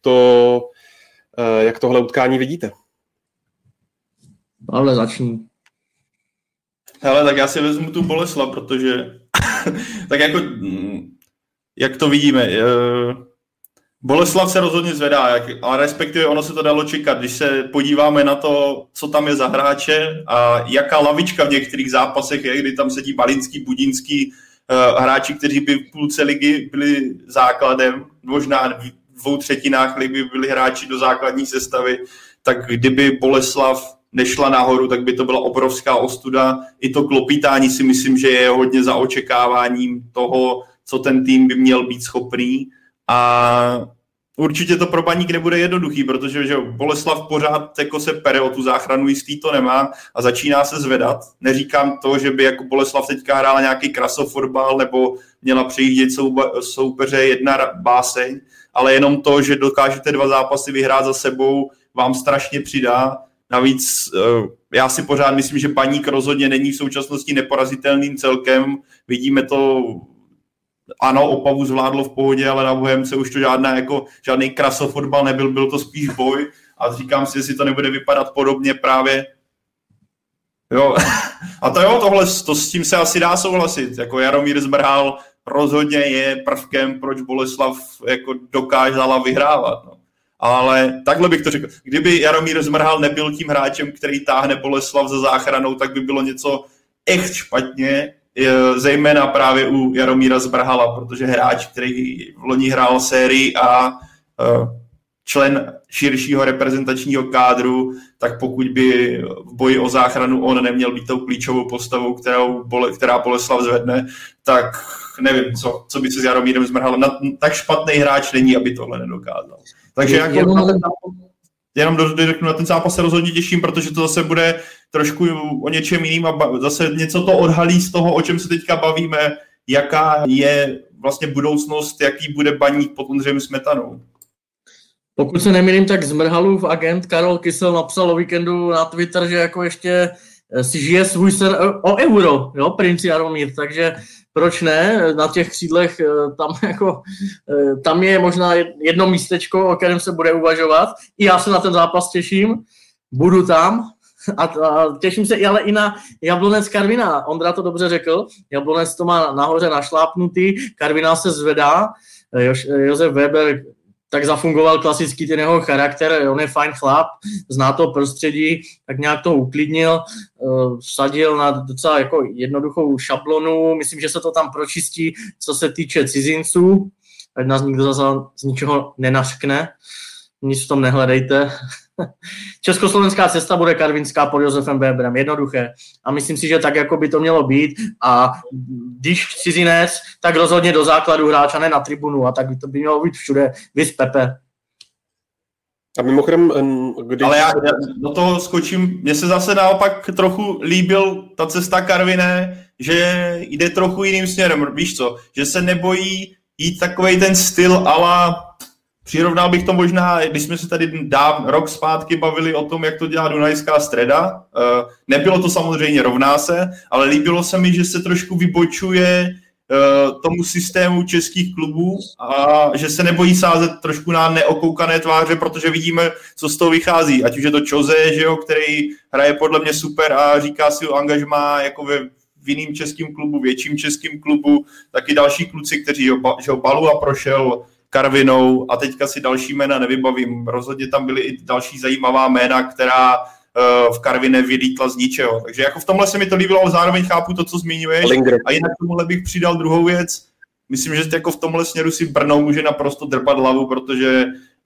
jak tohle utkání vidíte? Pavle, začni. Hele, tak já si vezmu tu Boleslav, protože tak jako, jak to vidíme, Boleslav se rozhodně zvedá, ale respektive ono se to dalo čekat, když se podíváme na to, co tam je za hráče a jaká lavička v některých zápasech je, kdy tam sedí Balinský, Budinský, hráči, kteří by v půlce ligy byli základem, možná v 2/3 ligy byli hráči do základní sestavy, tak kdyby Boleslav nešla nahoru, tak by to byla obrovská ostuda. I to klopítání si myslím, že je hodně za očekáváním toho, co ten tým by měl být schopný. A určitě to pro Baník nebude jednoduchý, protože že Boleslav pořád jako se pere o tu záchranu, jistý to nemá a začíná se zvedat. Neříkám to, že by jako Boleslav teďka hrála nějaký krasofotbal nebo měla přejíždět soupeře jedna báseň, ale jenom to, že dokážete 2 zápasy vyhrát za sebou, vám strašně přidá. Navíc já si pořád myslím, že Baník rozhodně není v současnosti neporazitelným celkem. Vidíme to ano, Opavu zvládlo v pohodě, ale na Bohemce už to žádný krasofotbal nebyl, byl to spíš boj a říkám si, jestli to nebude vypadat podobně právě. Jo, a tohle, s tím se asi dá souhlasit, jako Jaromír Zmrhal rozhodně je prvkem, proč Boleslav jako dokázala vyhrávat, no. Ale takhle bych to řekl. Kdyby Jaromír Zmrhal nebyl tím hráčem, který táhne Boleslav za záchranou, tak by bylo něco echt špatně, zejména právě u Jaromíra Zmrhala, protože hráč, který v loni hrál sérii a člen širšího reprezentačního kádru, tak pokud by v boji o záchranu on neměl být tou klíčovou postavou, která Boleslav zvedne, tak nevím, co by se s Jaromírem Zmrhalem. Tak špatný hráč není, aby tohle nedokázal. Takže jenom na ten zápas se rozhodně těším, protože to zase bude trošku o něčem jiným a zase něco to odhalí z toho, o čem se teďka bavíme, jaká je vlastně budoucnost, jaký bude Baník pod Ondřejem Smetanou. Pokud se nemýlím, tak Zmrhalův agent Karol Kysel napsal o víkendu na Twitter, že jako ještě si žije svůj sen o euro, jo, princ Jaromír, takže proč ne, na těch křídlech tam je možná jedno místečko, o kterém se bude uvažovat. I já se na ten zápas těším, budu tam a těším se ale i na Jablonec Karviná. Ondra to dobře řekl, Jablonec to má nahoře našlápnutý, Karviná se zvedá, Josef Weber tak zafungoval klasický ten jeho charakter, on je fajn chlap, zná to prostředí, tak nějak to uklidnil, vsadil na docela jako jednoduchou šablonu, myslím, že se to tam pročistí, co se týče cizinců, ať nás nikdo zase z ničeho nenařkne, nic v tom nehledejte. Československá cesta bude karvinská pod Josefem Weberem, jednoduché. A myslím si, že tak, jako by to mělo být. A když cizinec, tak rozhodně do základu hráča, ne na tribunu. A tak by to by mělo být všude. Vys Pepe. A mimochodem, Ale já do toho skočím. Mně se zase naopak trochu líbil ta cesta Karviné, že jde trochu jiným směrem. Víš co? Že se nebojí jít takovej ten styl ala... Přirovnal bych to možná, když jsme se tady rok zpátky bavili o tom, jak to dělá Dunajská Streda. Nebylo to samozřejmě rovná se, ale líbilo se mi, že se trošku vybočuje tomu systému českých klubů a že se nebojí sázet trošku na neokoukané tváře, protože vidíme, co z toho vychází. Ať už je to Chose, že jo, který hraje podle mě super a říká si o angažmá jako v jiným českým klubu, větším českým klubu, taky další kluci, kteří ho Balua prošel Karvinou a teďka si další jména nevybavím. Rozhodně tam byly i další zajímavá jména, která v Karviné vylítla z ničeho. Takže jako v tomhle se mi to líbilo, ale zároveň chápu to, co zmiňuješ. A jinak tomuhle bych přidal druhou věc. Myslím, že jako v tomhle směru si Brno může naprosto drpat hlavu, protože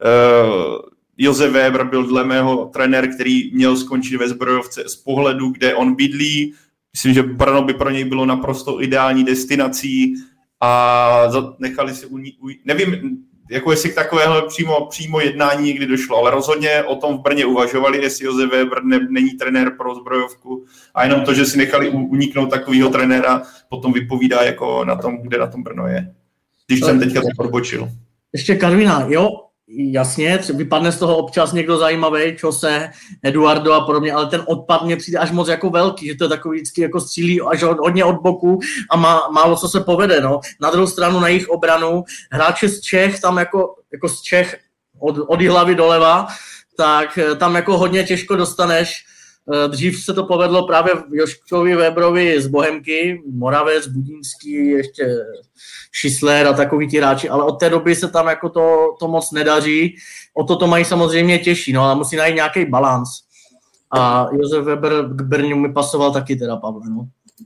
Josef Weber byl dle mého trenér, který měl skončit ve Zbrojovce z pohledu, kde on bydlí. Myslím, že Brno by pro něj bylo naprosto ideální destinací a nechali si nevím, jako jestli k takovéhle přímo jednání někdy došlo, ale rozhodně o tom v Brně uvažovali, jestli Josef Weber není trenér pro Zbrojovku a jenom to, že si nechali uniknout takového trenéra, potom vypovídá jako na tom, kde na tom Brno je. Když jsem teďka to odbočil. Ještě Karviná, jo, jasně, vypadne z toho občas někdo zajímavý, Chose, Eduardo a podobně, ale ten odpad mně přijde až moc jako velký, že to je takový vždycky jako střílí až hodně od boku a málo co se povede, no. Na druhou stranu na jejich obranu hráče z Čech, tam jako z Čech od hlavy doleva, tak tam jako hodně těžko dostaneš. Dřív se to povedlo právě Joškovi Weberovi z Bohemky, Moravec, Budínský, ještě Šisler a takový ti hráči, ale od té doby se tam jako to moc nedaří. O to mají samozřejmě těžší, no ale musí najít nějaký balans. A Josef Weber k Brnu mi pasoval taky teda, Pavle, no.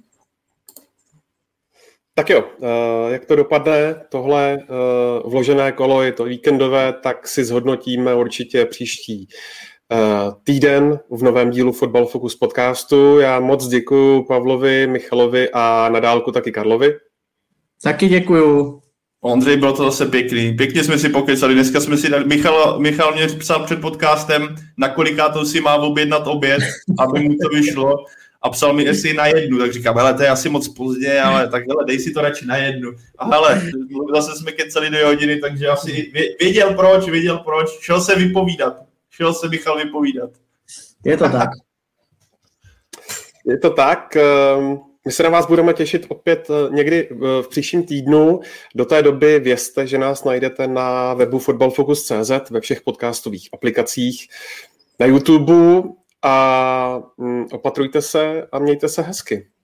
Tak jo, jak to dopadne, tohle vložené kolo, je to víkendové, tak si zhodnotíme určitě příští týden v novém dílu Fotbal Focus podcastu. Já moc děkuju Pavlovi, Michalovi a na dálku taky Karlovi. Taky děkuju. Ondřej, bylo to zase pěkný. Pěkně jsme si pokecali. Dneska jsme si dali... Michal mě psal před podcastem, na kolikátou si má objednat oběd, aby mu to vyšlo. A psal mi, jestli na jednu. Tak říkám, hele, to je asi moc pozdě, ale tak hele, dej si to radši na jednu. A hele, zase jsme kecali 2 hodiny, takže asi věděl proč. Šel se Michal vypovídat. Je to tak. Je to tak. My se na vás budeme těšit opět někdy v příštím týdnu. Do té doby vězte, že nás najdete na webu fotbalfocus.cz, ve všech podcastových aplikacích, na YouTube a opatrujte se a mějte se hezky.